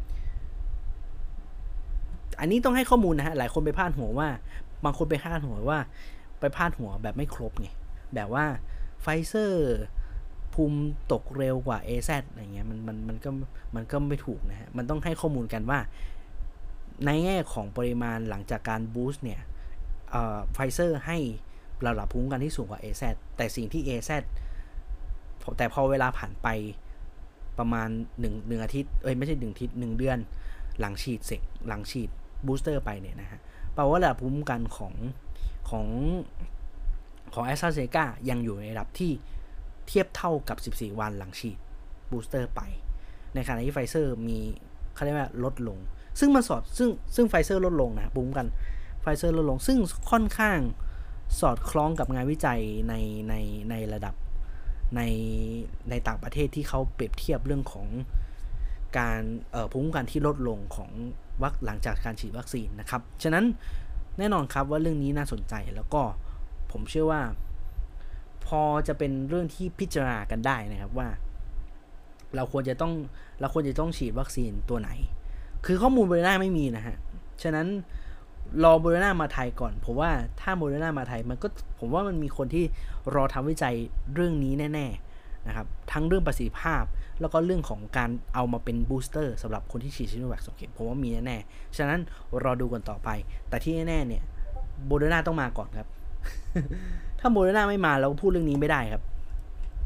อันนี้ต้องให้ข้อมูลนะฮะหลายคนไปพาดหัวว่าบางคนไปพาดหัวแบบไม่ครบไงแบบว่าไฟเซอร์ภูมิตกเร็วกว่า AZ อะไรเงี้ยมันก็ไม่ถูกนะฮะมันต้องให้ข้อมูลกันว่าในแง่ของปริมาณหลังจากการบูสต์เนี่ยไฟเซอร์ให้ระดับภูมิคุ้มกันที่สูงกว่า AZ แต่สิ่งที่ AZ แต่พอเวลาผ่านไปประมาณ1อาทิตย์ไม่ใช่1อาทิตย์1 เดือนหลังฉีดบูสเตอร์ไปเนี่ยนะฮะแปลว่าระดับภูมิคุ้มกันของแอสตราเซเนกายังอยู่ในระดับที่เทียบเท่ากับ14 วันหลังฉีดบูสเตอร์ไปในขณะที่ไฟเซอร์มีเขาเรียกว่าลดลงซึ่งไฟเซอร์ลดลงนะภูมิคุ้มกันไฟเซอร์ลดลงซึ่งค่อนข้างสอดคล้องกับงานวิจัยในระดับในต่างประเทศที่เขาเปรียบเทียบเรื่องของการภูมิคุ้มกันที่ลดลงของหลังจากการฉีดวัคซีนนะครับฉะนั้นแน่นอนครับว่าเรื่องนี้น่าสนใจแล้วก็ผมเชื่อว่าพอจะเป็นเรื่องที่พิจารณากันได้นะครับว่าเราควรจะต้องฉีดวัคซีนตัวไหนคือข้อมูลโมเดอร์นาไม่มีนะฮะฉะนั้นรอโมเดอร์นามาไทยก่อนผมว่าถ้าโมเดอร์นามาไทยผมว่ามันมีคนที่รอทำวิจัยเรื่องนี้แน่ๆนะครับทั้งเรื่องประสิทธิภาพแล้วก็เรื่องของการเอามาเป็นบูสเตอร์สำหรับคนที่ฉีดซิโนแวค2 เข็มผมว่ามีแน่ๆฉะนั้นรอดูกันต่อไปแต่ที่แน่ๆเนี่ยโมเดอร์นาต้องมาก่อนครับ ถ้าโมเดอร์นาไม่มาเราพูดเรื่องนี้ไม่ได้ครับ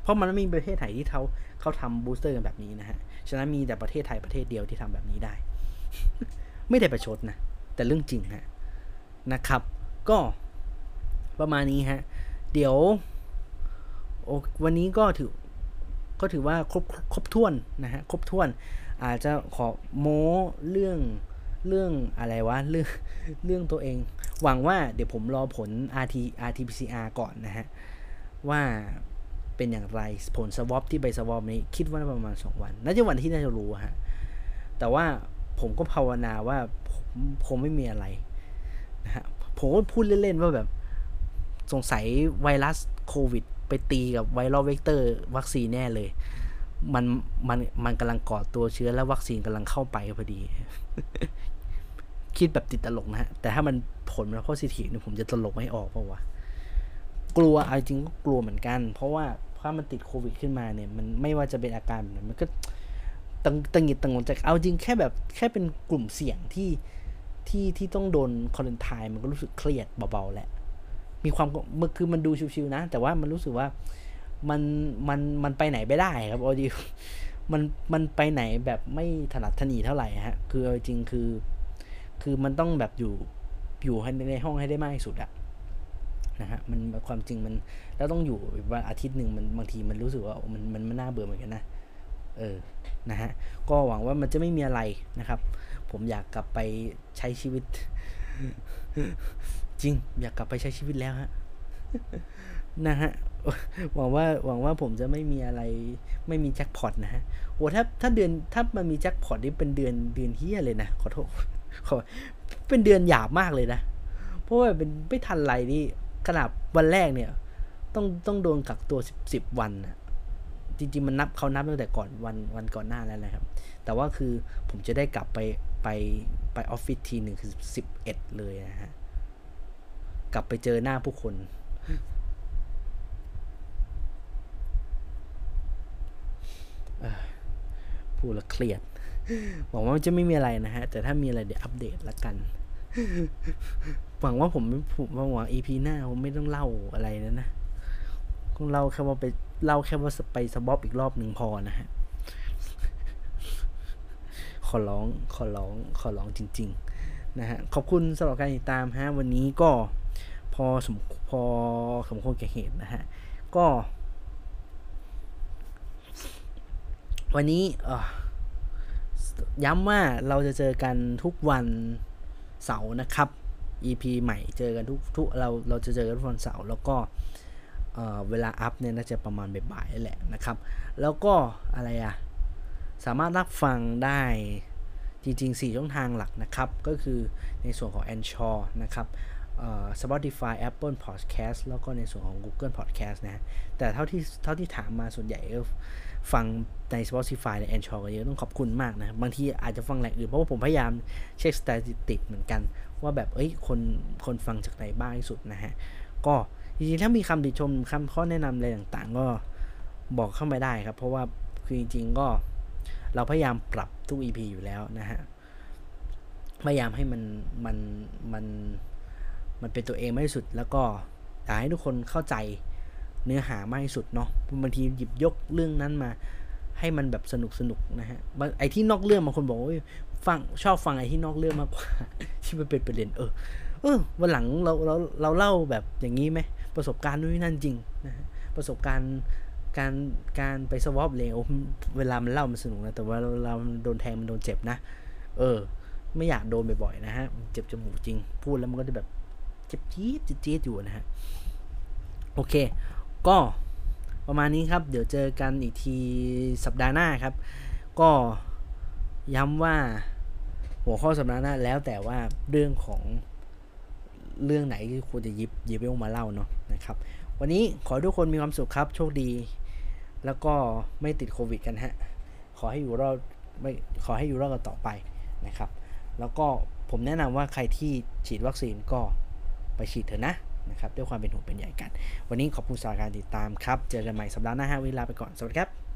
เพราะมันไม่มีประเทศไหนที่เขาทำบูสเตอร์กันแบบนี้นะฮะฉะนั้นมีแต่ประเทศไทยประเทศเดียวที่ทำแบบนี้ได้ ไม่ได้ประชดนะแต่เรื่องจริงฮะนะครับ ก็ประมาณนี้ฮะเดี๋ยววันนี้ก็ถือว่าครบถ้วนนะฮะครบถ้วนอาจจะขอโม้เรื่องอะไรวะเรื่องตัวเองหวังว่าเดี๋ยวผมรอผล RT-PCR ก่อนนะฮะว่าเป็นอย่างไรผล swab ที่ไป swab นี้คิดว่าประมาณ2 วันน่าจะวันที่น่าจะรู้ฮะแต่ว่าผมก็ภาวนาว่าผมคงไม่มีอะไรนะฮะผมก็พูดเล่นๆว่าแบบสงสัยไวรัสโควิดไปตีกับไวรัลเวกเตอร์วัคซีนแน่เลยมันกำลังก่อตัวเชื้อแล้ววัคซีนกำลังเข้าไปพอดี คิดแบบติดตลกนะฮะแต่ถ้ามันผลมัน positive เนี่ยผมจะตลกไม่ออกเพราะว่ากลัวเอาจริงก็กลัวเหมือนกันเพราะว่าถ้ามันติดโควิดขึ้นมาเนี่ยมันไม่ว่าจะเป็นอาการแบบมันก็ตังหงิดตังงงจากเอาจริงแค่เป็นกลุ่มเสี่ยงที่ต้องโดนควอรันไทน์มันก็รู้สึกเครียดเบาๆแหละมีความคือมันดูชิวๆนะแต่ว่ามันรู้สึกว่ามันไปไหนไม่ได้ครับออดิมันไปไหนแบบไม่ถนัดถนีเท่าไหร่ฮะคือจริงคือมันต้องแบบอยู่ในห้องให้ได้มากที่สุดอะนะฮะมันความจริงมันแล้วต้องอยู่วันอาทิตย์นึงมันบางทีมันรู้สึกว่ามันน่าเบื่อเหมือนกันนะนะฮะก็หวังว่ามันจะไม่มีอะไรนะครับผมอยากกลับไปใช้ชีวิตจริงอยากกลับไปใช้ชีวิตแล้วฮะนะฮะหวังว่าผมจะไม่มีอะไรไม่มีแจ็คพอตนะฮะโอ้ถ้ามันมีแจ็คพอตนี่เป็นเดือนเฮี้ยเลยนะขอโทษเป็นเดือนหยาบมากเลยนะเพราะว่าเป็นไม่ทันไรนี่ขนาดวันแรกเนี่ยต้องโดนกักตัว10 วันนะจริงๆมันเขานับตั้งแต่ก่อนวันก่อนหน้าแล้วนะครับแต่ว่าคือผมจะได้กลับไปออฟฟิศทีหนึ่งคือ11เลยนะฮะกลับไปเจอหน้าผู้คนพูดแล้วเครียดหวังว่ามันจะไม่มีอะไรนะฮะแต่ถ้ามีอะไรเดี๋ยวอัปเดตละกันหวังว่าผมหวัง EP หน้าผมไม่ต้องเล่าอะไรนะคงเล่าแค่ว่าไปสวอปอีกรอบหนึ่งพอนะฮะขอร้องจริงๆนะฮะขอบคุณสำหรับการติดตามฮะวันนี้ก็พอสมควรแก่เหตุนะฮะก็วันนี้ย้ำว่าเราจะเจอกันทุกวันเสาร์นะครับ EP ใหม่เจอกันทุกเราจะเจอกันทุกวันเสาร์แล้วก็เวลาอัพเนี่ยน่าจะประมาณบ่ายๆแหละนะครับแล้วก็อะไรสามารถรับฟังได้จริงๆ4ช่องทางหลักนะครับก็คือในส่วนของ Anchor นะครับSpotify Apple Podcast แล้วก็ในส่วนของ Google Podcast นะแต่เท่าที่ถามมาส่วนใหญ่ฟังใน Spotify ใน Anchor กันเยอะต้องขอบคุณมากนะบางทีอาจจะฟังแหล่งอื่นเพราะว่าผมพยายามเช็คสถิติเหมือนกันว่าแบบคนฟังจากไหนบ้างที่สุดนะฮะก็จริงๆถ้ามีคำติชมคำข้อแนะนำอะไรต่างๆก็บอกเข้ามาได้ครับเพราะว่าคือจริงๆก็เราพยายามปรับทุก EP อยู่แล้วนะฮะพยายามให้มันเป็นตัวเองมากที่สุดแล้วก็อยากให้ทุกคนเข้าใจเนื้อหามากที่สุดเนาะบางทีหยิบยกเรื่องนั้นมาให้มันแบบสนุกนะฮะไอ้ที่นอกเรื่องบางคนบอกว่าชอบฟังไอ้ที่นอกเรื่องมากกว่า ที่มันเป็นประเด็นวันหลังเราเล่าแบบอย่างนี้ไหมประสบการณ์นู่นนั่นจริงนะฮะประสบการณ์การไปสวอปเลยเวลามันเล่ามันสนุกนะแต่ว่าเราโดนแทงมันโดนเจ็บนะไม่อยากโดนบ่อยๆนะฮะเจ็บจมูกจริงพูดแล้วมันก็จะแบบเจ็บจี๊ดอยู่นะฮะโอเคก็ประมาณนี้ครับเดี๋ยวเจอกันอีกทีสัปดาห์หน้าครับก็ย้ำว่าหัวข้อสัปดาห์หน้าแล้วแต่ว่าเรื่องไหนที่ควรจะหยิบออกมาเล่าเนาะนะครับวันนี้ขอทุกคนมีความสุขครับโชคดีแล้วก็ไม่ติดโควิดกันฮะขอให้อยู่รอดกันต่อไปนะครับแล้วก็ผมแนะนำว่าใครที่ฉีดวัคซีนก็ไปฉีดเถอะนะครับด้วยความเป็นห่วงเป็นใยกันวันนี้ขอบคุณสำหรับการติดตามครับเจอกันใหม่สัปดาห์หน้าเวลาไปก่อนสวัสดีครับ